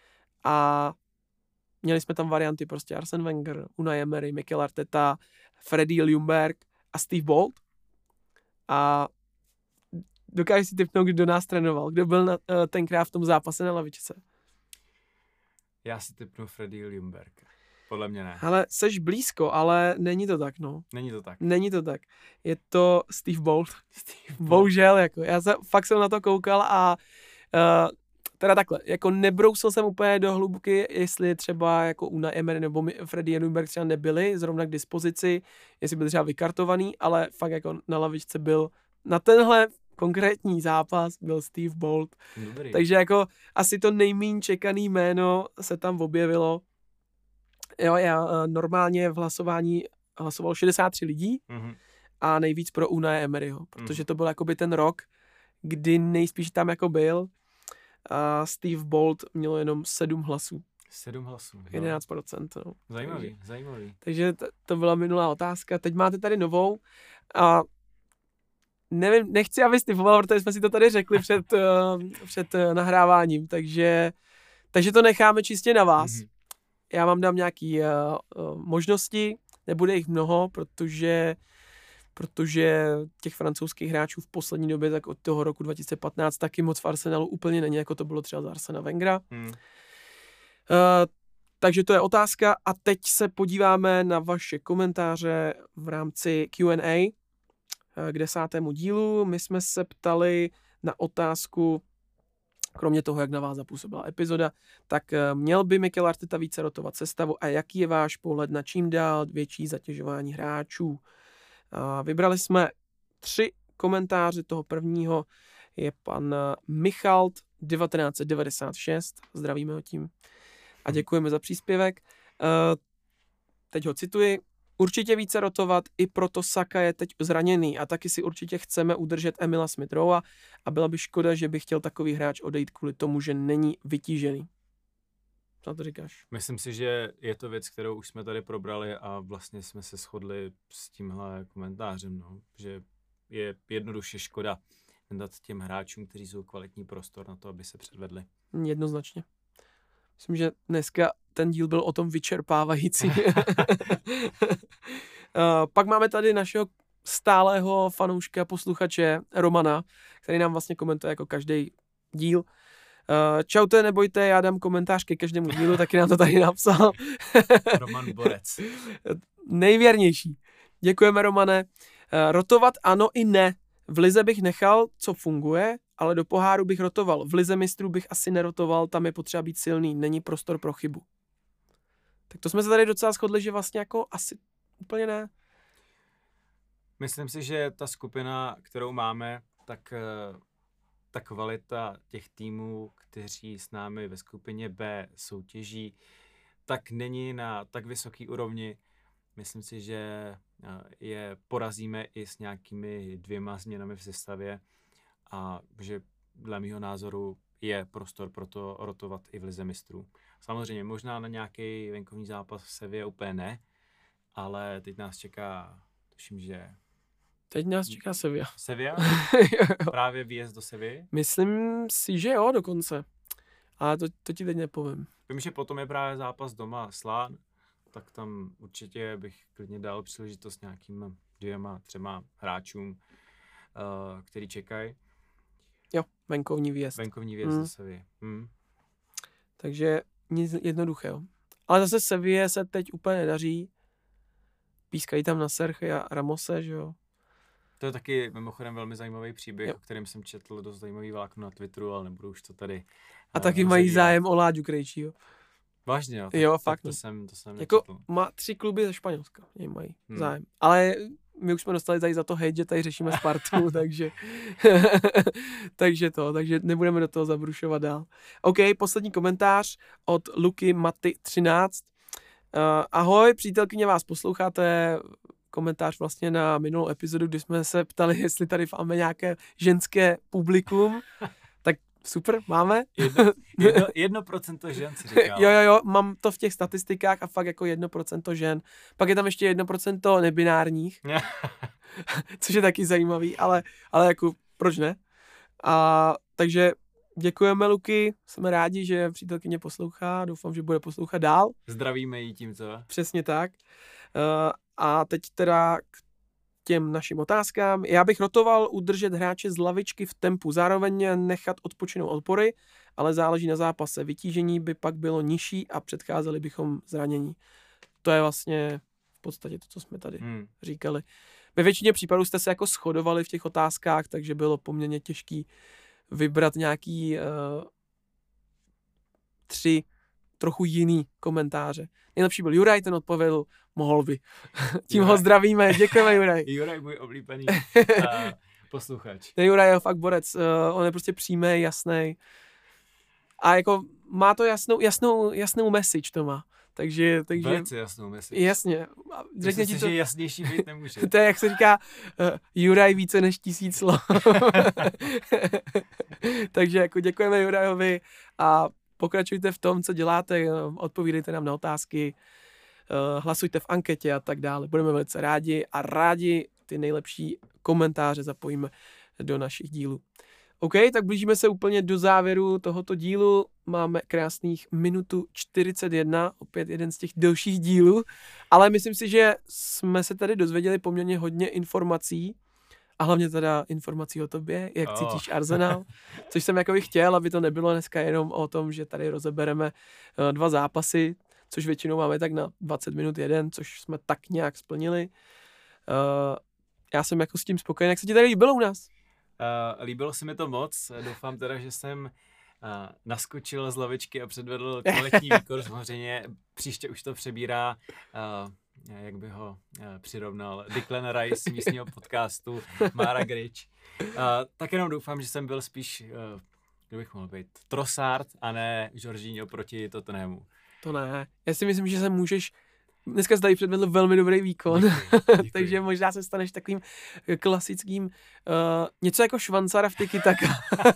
A: a měli jsme tam varianty prostě Arsene Wenger, Unai Emery, Mikel Arteta, Freddie Ljungberg a Steve Bolt. A dokážeš si tipnout, kdo nás trénoval, kdo byl na, tenkrát v tom zápase na lavičce.
B: Já si tipnu Freddie Ljungberg. Podle mě ne.
A: Ale seš blízko, ale není to tak, no.
B: Není to tak.
A: Není to tak. Je to Steve Bolt.
B: Steve Bolt.
A: Bohužel, jako. Já se, fakt jsem na to koukal a uh, teda takhle, jako nebrousil jsem úplně do hloubky, jestli třeba jako Unai Emery nebo Freddie Ljungberg třeba nebyli zrovna k dispozici, jestli byl třeba vykartovaný, ale fakt jako na lavičce byl na tenhle konkrétní zápas byl Steve Bolt.
B: Dobrý.
A: Takže jako asi to nejméně čekaný jméno se tam objevilo. Jo, já normálně v hlasování hlasovalo šedesát tři lidí
B: mm-hmm.
A: a nejvíc pro Unai Emeryho, protože mm-hmm. to byl jakoby ten rok, kdy nejspíš tam jako byl a Steve Bolt měl jenom sedm hlasů.
B: sedm hlasů.
A: jedenáct procent. No.
B: Zajímavý,
A: takže,
B: zajímavý.
A: Takže t- to byla minulá otázka. Teď máte tady novou a nevím, nechci, abys typoval, protože jsme si to tady řekli před, uh, před uh, nahráváním, takže, takže to necháme čistě na vás. Mm-hmm. Já vám dám nějaké uh, uh, možnosti, nebude jich mnoho, protože, protože těch francouzských hráčů v poslední době, tak od toho roku dva tisíce patnáct, taky moc v Arsenalu úplně není, jako to bylo třeba za Arsena Wengera. Mm. Uh, takže to je otázka a teď se podíváme na vaše komentáře v rámci Q and A k desátému dílu. My jsme se ptali na otázku, kromě toho, jak na vás zapůsobila epizoda, tak měl by Mikel Arteta více rotovat sestavu a jaký je váš pohled na čím dál větší zatěžování hráčů? A vybrali jsme tři komentáře. Toho prvního je pan Michal devatenáct set devadesát šest. Zdravíme ho tím a děkujeme za příspěvek. Teď ho cituji. Určitě více rotovat, i proto Saka je teď zraněný a taky si určitě chceme udržet Emila Smith-Rowa a byla by škoda, že by chtěl takový hráč odejít kvůli tomu, že není vytížený. Co to říkáš?
B: Myslím si, že je to věc, kterou už jsme tady probrali a vlastně jsme se shodli s tímhle komentářem, no, že je jednoduše škoda dát těm hráčům, kteří jsou kvalitní prostor na to, aby se předvedli.
A: Jednoznačně. Myslím, že dneska ten díl byl o tom vyčerpávající. uh, pak máme tady našeho stálého fanouška, posluchače Romana, který nám vlastně komentuje jako každý díl. Uh, čaute, nebojte, já dám komentář ke každému dílu, taky nám to tady napsal.
B: Roman Borec.
A: Nejvěrnější. Děkujeme, Romane. Uh, rotovat ano i ne. V lize bych nechal, co funguje, ale do poháru bych rotoval. V lize mistrů bych asi nerotoval, tam je potřeba být silný, není prostor pro chybu. Tak to jsme se tady docela shodli, že vlastně jako asi úplně ne.
B: Myslím si, že ta skupina, kterou máme, tak ta kvalita těch týmů, kteří s námi ve skupině B soutěží, tak není na tak vysoký úrovni. Myslím si, že je porazíme i s nějakými dvěma změnami v sestavě a že dle mýho názoru je prostor pro to rotovat i v lize mistrů. Samozřejmě možná na nějaký venkovní zápas v Sevě úplně ne, ale teď nás čeká, tuším, že...
A: Teď nás čeká Sevilla.
B: Sevilla? Právě výjezd do Sevy?
A: Myslím si, že jo, dokonce. Ale to, to ti teď nepovím.
B: Vím, že potom je právě zápas doma Slán, tak tam určitě bych klidně dal příležitost nějakým dvěma, třema hráčům, uh, který čekají.
A: Jo, venkovní výjezd.
B: Venkovní výjezd hmm. do Sevy. Hmm.
A: Takže nic jednoduchého. Ale zase Sevilla se teď úplně nedaří. Pískají tam na Serchy a Ramose, že jo.
B: To je taky mimochodem velmi zajímavý příběh,
A: jo.
B: o kterém jsem četl dost zajímavý vlákno na Twitteru, ale nebudu už to tady.
A: A taky uh, mají zájem o Láďu Krejčího.
B: Vážně, jo?
A: Tak, jo, fakt.
B: To jsem, to jsem
A: jako
B: nečetl.
A: Má tři kluby ze Španělska, mají hmm. zájem. Ale my už jsme dostali tady za to hejt, že tady řešíme Spartu, takže takže to, takže nebudeme do toho zabrušovat dál. OK, poslední komentář od Luky Maty třináct. Uh, ahoj, přítelkyně, vás posloucháte, komentář vlastně na minulou epizodu, kdy jsme se ptali, jestli tady máme nějaké ženské publikum. Tak super, máme.
B: Jedno, jedno, jedno procento žen si říkal.
A: Jo, jo, jo, mám to v těch statistikách a fakt jako jedno procento žen. Pak je tam ještě jedno procento nebinárních, což je taky zajímavý, ale, ale jako proč ne? A takže děkujeme, Luky, jsme rádi, že přítelkyně poslouchá, doufám, že bude poslouchat dál.
B: Zdravíme jí tímto.
A: Přesně tak. Uh, a teď teda k těm našim otázkám. Já bych rotoval udržet hráče z lavičky v tempu, zároveň nechat odpočinout odpory, ale záleží na zápase. Vytížení by pak bylo nižší a předcházeli bychom zranění. To je vlastně v podstatě to, co jsme tady hmm. říkali. Ve většině případů jste se jako shodovali v těch otázkách, takže bylo poměrně těžký vybrat nějaký uh, tři trochu jiný komentáře. Nejlepší byl Juraj, ten odpověděl, mohl by. Tím Juraj. Ho zdravíme, děkujeme Juraj.
B: Juraj, můj oblíbený uh, posluchač.
A: Ten Juraj je fakt borec, uh, on je prostě přímý, jasný. A jako má to jasnou, jasnou, jasnou message to má. Takže, takže...
B: Velice jasnou message.
A: Jasně.
B: Řekne ti to, že jasnější být nemůže.
A: To je, jak se říká, uh, Juraj více než tisíc slov. Takže jako děkujeme Jurajovi a pokračujte v tom, co děláte, odpovídejte nám na otázky, hlasujte v anketě a tak dále. Budeme velice rádi a rádi ty nejlepší komentáře zapojíme do našich dílů. OK, tak blížíme se úplně do závěru tohoto dílu. Máme krásných minutu čtyřicet jedna, opět jeden z těch delších dílů, ale myslím si, že jsme se tady dozvěděli poměrně hodně informací a hlavně teda informací o tobě, jak oh. cítíš Arsenal, což jsem jako bych chtěl, aby to nebylo dneska jenom o tom, že tady rozebereme uh, dva zápasy, což většinou máme tak na dvacet minut jeden, což jsme tak nějak splnili. Uh, já jsem jako s tím spokojený. Jak se ti tady líbilo u nás?
B: Uh, líbilo se mi to moc. Doufám teda, že jsem uh, naskočil z lavičky a předvedl kvalitní výkon. Samozřejmě příště už to přebírá uh, jak by ho uh, přirovnal Declan Rice z místního podcastu Mara Grič. Uh, tak jenom doufám, že jsem byl spíš, uh, kdo bych mohl být, Trossard a ne Jorginho proti Tottenhamu.
A: To ne. Já si myslím, že se můžeš dneska jsi tady předvedl velmi dobrý výkon, děkuji, děkuji. Takže možná se staneš takovým klasickým, uh, něco jako švancara v tiki-taka.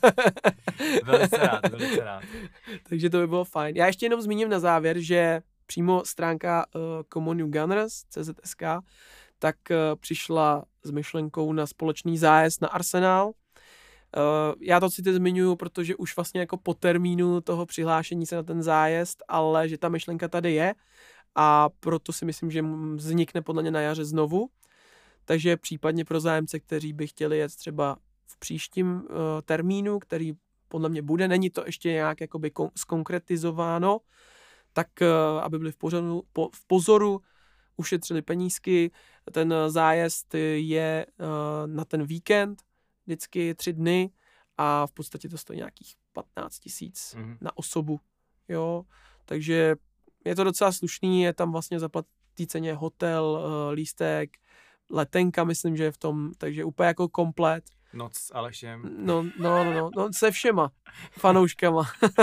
B: Velice rád, velice rád.
A: Takže to by bylo fajn. Já ještě jenom zmíním na závěr, že přímo stránka uh, Common Gunners, C Z S K, tak uh, přišla s myšlenkou na společný zájezd na Arsenal. Uh, já to si teď zmiňuji, protože už vlastně jako po termínu toho přihlášení se na ten zájezd, ale že ta myšlenka tady je a proto si myslím, že vznikne podle mě na jaře znovu. Takže případně pro zájemce, kteří by chtěli jet třeba v příštím uh, termínu, který podle mě bude, není to ještě nějak jakoby kon- skonkretizováno, tak uh, aby byli v, pořadu, po, v pozoru, ušetřili penízky. Ten zájezd je uh, na ten víkend, vždycky tři dny a v podstatě to stojí nějakých patnáct tisíc mm-hmm. na osobu. Jo? Takže je to docela slušný, je tam vlastně za platý ceně hotel, uh, lístek, letenka, myslím, že je v tom, takže úplně jako komplet.
B: Noc s Alešem.
A: No, no, no, no, no se všema fanouškama.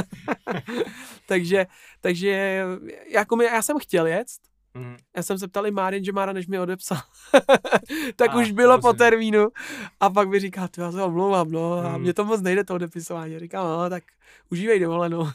A: takže, takže jako mi, já jsem chtěl jet, mm. já jsem se ptal i Máry, že Mára, než mi odepsal, tak a, už bylo po termínu a pak mi říká, já se omlouvám, no, a mm. mě to moc nejde to odepisování. Říkám, no, tak užívej dovolenou.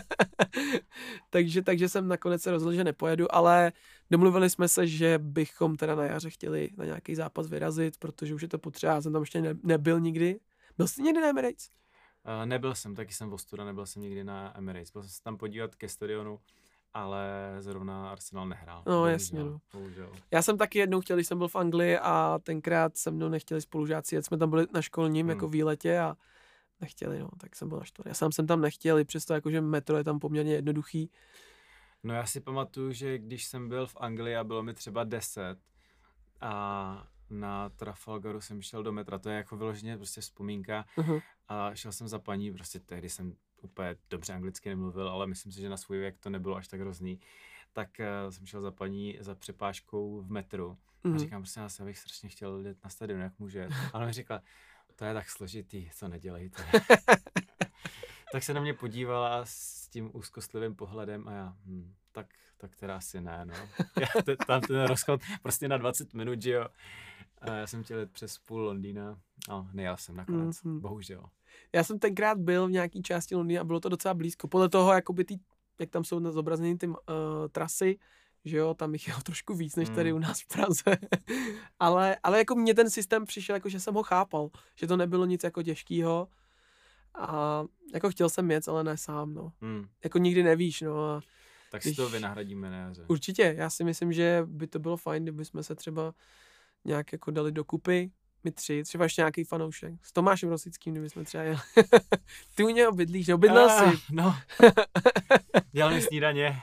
A: takže, takže jsem nakonec se rozhodl, že nepojedu, ale domluvili jsme se, že bychom teda na jaře chtěli na nějaký zápas vyrazit, protože už je to potřeba, já jsem tam ještě ne, nebyl nikdy. Byl jsi někdy na Emirates?
B: Uh, nebyl jsem, taky jsem v Ostuda, nebyl jsem nikdy na Emirates. Byl jsem se tam podívat ke stadionu, ale zrovna Arsenal nehrál.
A: No bohužel, jasně, no.
B: Bohužel.
A: Já jsem taky jednou chtěl, když jsem byl v Anglii a tenkrát se mnou nechtěli spolužáci jet. Jsme tam byli na školním hmm. jako výletě a nechtěli, no, tak jsem byl naštvaný. Já sám jsem tam nechtěl, i přesto jakože metro je tam poměrně jednoduchý.
B: No já si pamatuju, že když jsem byl v Anglii a bylo mi třeba deset a na Trafalgaru jsem šel do metra, to je jako vyloženě prostě vzpomínka uh-huh. a šel jsem za paní, prostě tehdy jsem úplně dobře anglicky nemluvil, ale myslím si, že na svůj věk to nebylo až tak hrozný, tak uh, jsem šel za paní za přepážkou v metru uh-huh. a říkám, prostě já bych strašně chtěl jít na stadion, jak můžu jet. A ona mi říkala, to je tak složitý, co nedělejte. Tak se na mě podívala s tím úzkostlivým pohledem a já, hm, tak, tak teda asi ne, no. Já te, tam ten rozchod prostě na dvacet minut, že jo. A já jsem chtěl jít přes půl Londýna, no, nejel jsem nakonec, mm-hmm. bohužel.
A: Já jsem tenkrát byl v nějaký části Londýna a bylo to docela blízko. Podle toho, jakoby tý, jak tam jsou zobrazeny ty uh, trasy, že jo, tam jich je trošku víc, než tady u nás v Praze. ale, ale jako mně ten systém přišel, jako že jsem ho chápal, že to nebylo nic jako těžkýho. A jako chtěl jsem jet, ale ne sám, no.
B: Hmm.
A: Jako nikdy nevíš, no. A
B: tak si to vynahradíme na jaře.
A: Určitě, já si myslím, že by to bylo fajn, kdyby jsme se třeba nějak jako dali dokupy, my tři, třeba ještě nějaký fanoušek. S Tomášem Rosickým, kdyby jsme třeba jeli. Ty u něho bydlíš, no bydlel
B: ah,
A: jsi.
B: No, dělal mi snídaně.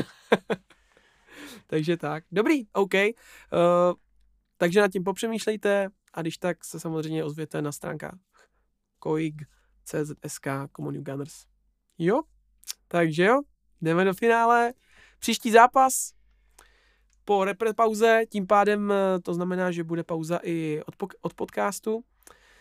A: Takže tak, dobrý, OK. Uh, takže nad tím popřemýšlejte a když tak se samozřejmě ozvěte na stránkách koig tečka cé zet es ká Common Gunners. Jo, takže jo, jdeme do finále. Příští zápas po repre pauze, tím pádem to znamená, že bude pauza i od, po- od podcastu. Uh,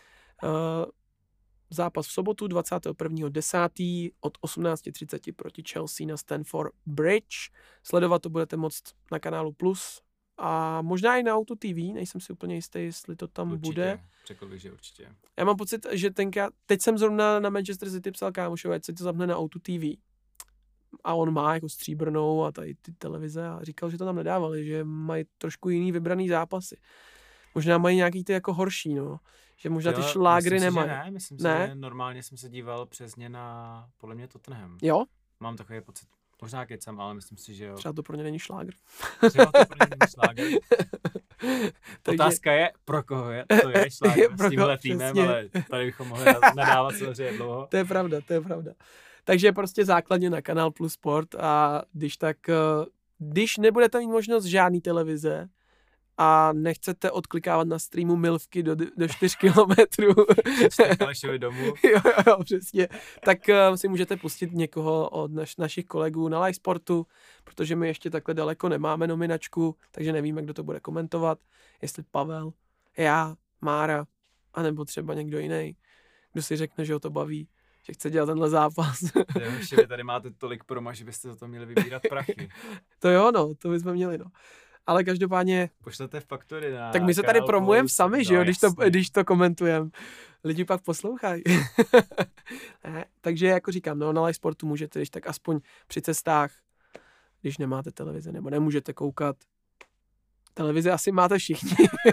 A: zápas v sobotu dvacátého prvního desátého od osmnáct třicet proti Chelsea na Stamford Bridge. Sledovat to budete moct na kanálu Plus a možná i na Auto T V, nejsem si úplně jistý, jestli to tam
B: určitě.
A: bude.
B: Řekl bych, že určitě.
A: Já mám pocit, že tenka, teď jsem zrovna na Manchester City psal kámošovi, ať se to zapne na Auto T V. A on má jako stříbrnou a tady ty televize a říkal, že to tam nedávali, že mají trošku jiný vybraný zápasy. Možná mají nějaký ty jako horší, no. Že možná ty šlágry nemají.
B: Ne, myslím
A: ne?
B: si, že normálně jsem se díval přes ně na, podle mě, Tottenham.
A: Jo?
B: Mám takový pocit. Možná kecam, ale myslím si, že jo.
A: Třeba to pro ně není šlágr.
B: Třeba to pro ně není šlágr.
A: Takže...
B: Otázka je, pro koho je, to je šlágr s tímhle týmem,
A: přesně.
B: ale tady bychom mohli nadávat samozřejmě dlouho.
A: To je pravda, to je pravda. Takže prostě základně na kanál Plus Sport a když tak, když nebudete mít možnost žádný televize a nechcete odklikávat na streamu milvky do, do čtyř kilometrů.
B: Kalešovi domů.
A: jo, jo, jo, přesně. Tak uh, si můžete pustit někoho od naš, našich kolegů na Live Sportu, protože my ještě takhle daleko nemáme nominačku, takže nevíme, kdo to bude komentovat. Jestli Pavel, já, Mára, anebo třeba někdo jiný, kdo si řekne, že ho to baví, že chce dělat tenhle zápas.
B: Ještě vy tady máte tolik proma, že byste za to měli vybírat prachy.
A: To jo, no, to bychom měli, no. Ale každopádně...
B: Pošlete faktury na...
A: Tak my se tady promujeme sami, no, že jo, když to, když to komentujeme. Lidi pak poslouchají. Takže jako říkám, no, na Live Sportu můžete, když tak aspoň při cestách, když nemáte televizi, nebo nemůžete koukat. Televizi asi máte všichni.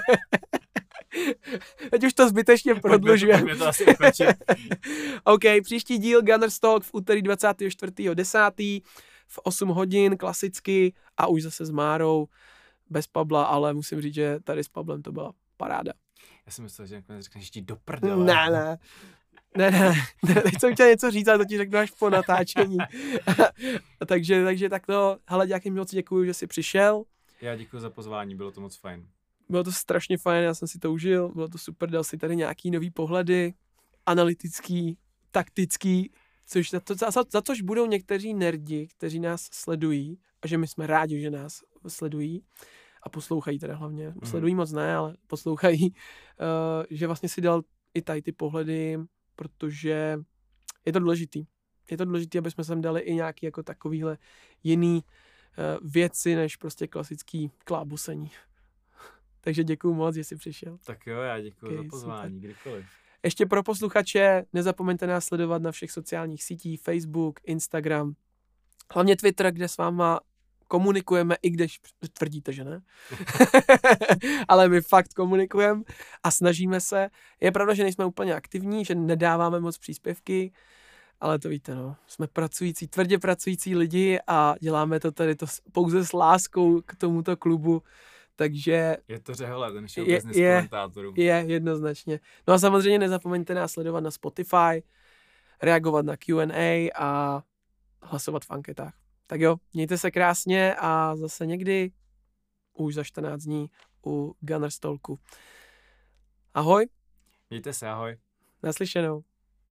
A: Teď už to zbytečně prodlužujeme.
B: to asi
A: OK, příští díl Gunners Talk v úterý dvacátého čtvrtého desátého v osm hodin, klasicky a už zase s Márou, bez Pabla, ale musím říct, že tady s Pablem to byla paráda.
B: Já jsem myslel, že nakonec řekneš, že ti do prdele.
A: Ne, ne. Ne, ne, ne, teď jsem chtěl něco říct, ale to ti řeknu až po natáčení. takže, takže takto, hele, děkuji moc děkuju, že jsi přišel.
B: Já děkuji za pozvání, bylo to moc fajn.
A: Bylo to strašně fajn, já jsem si to užil, bylo to super, dal si tady nějaký nový pohledy, analytický, taktický, což za, to, za, za což budou někteří nerdi, kteří nás sledují, a že my jsme rádi, že nás sledují a poslouchají teda hlavně. Mm. Sledují moc ne, ale poslouchají, uh, že vlastně si dal i tady ty pohledy, protože je to důležitý. Je to důležitý, aby jsme sem dali i nějaký jako takovýhle jiný uh, věci, než prostě klasický klábosení. Takže děkuju moc, že jsi přišel.
B: Tak jo, já děkuju
A: okay,
B: za pozvání,
A: super.
B: kdykoliv.
A: Ještě pro posluchače, nezapomeňte nás sledovat na všech sociálních sítích, Facebook, Instagram, hlavně Twitter, kde s váma komunikujeme, i když tvrdíte, že ne. Ale my fakt komunikujeme a snažíme se. Je pravda, že nejsme úplně aktivní, že nedáváme moc příspěvky, ale to víte, no. Jsme pracující, tvrdě pracující lidi a děláme to tady to pouze s láskou k tomuto klubu. Takže
B: je to řehole, ten show
A: je,
B: business
A: je,
B: komentátorů.
A: Je, jednoznačně. No a samozřejmě nezapomeňte nás sledovat na Spotify, reagovat na Q and A a hlasovat v anketách. Tak jo, mějte se krásně a zase někdy, už za čtrnáct dní, u Gunners Talku. Ahoj.
B: Mějte se, ahoj.
A: Naslyšenou.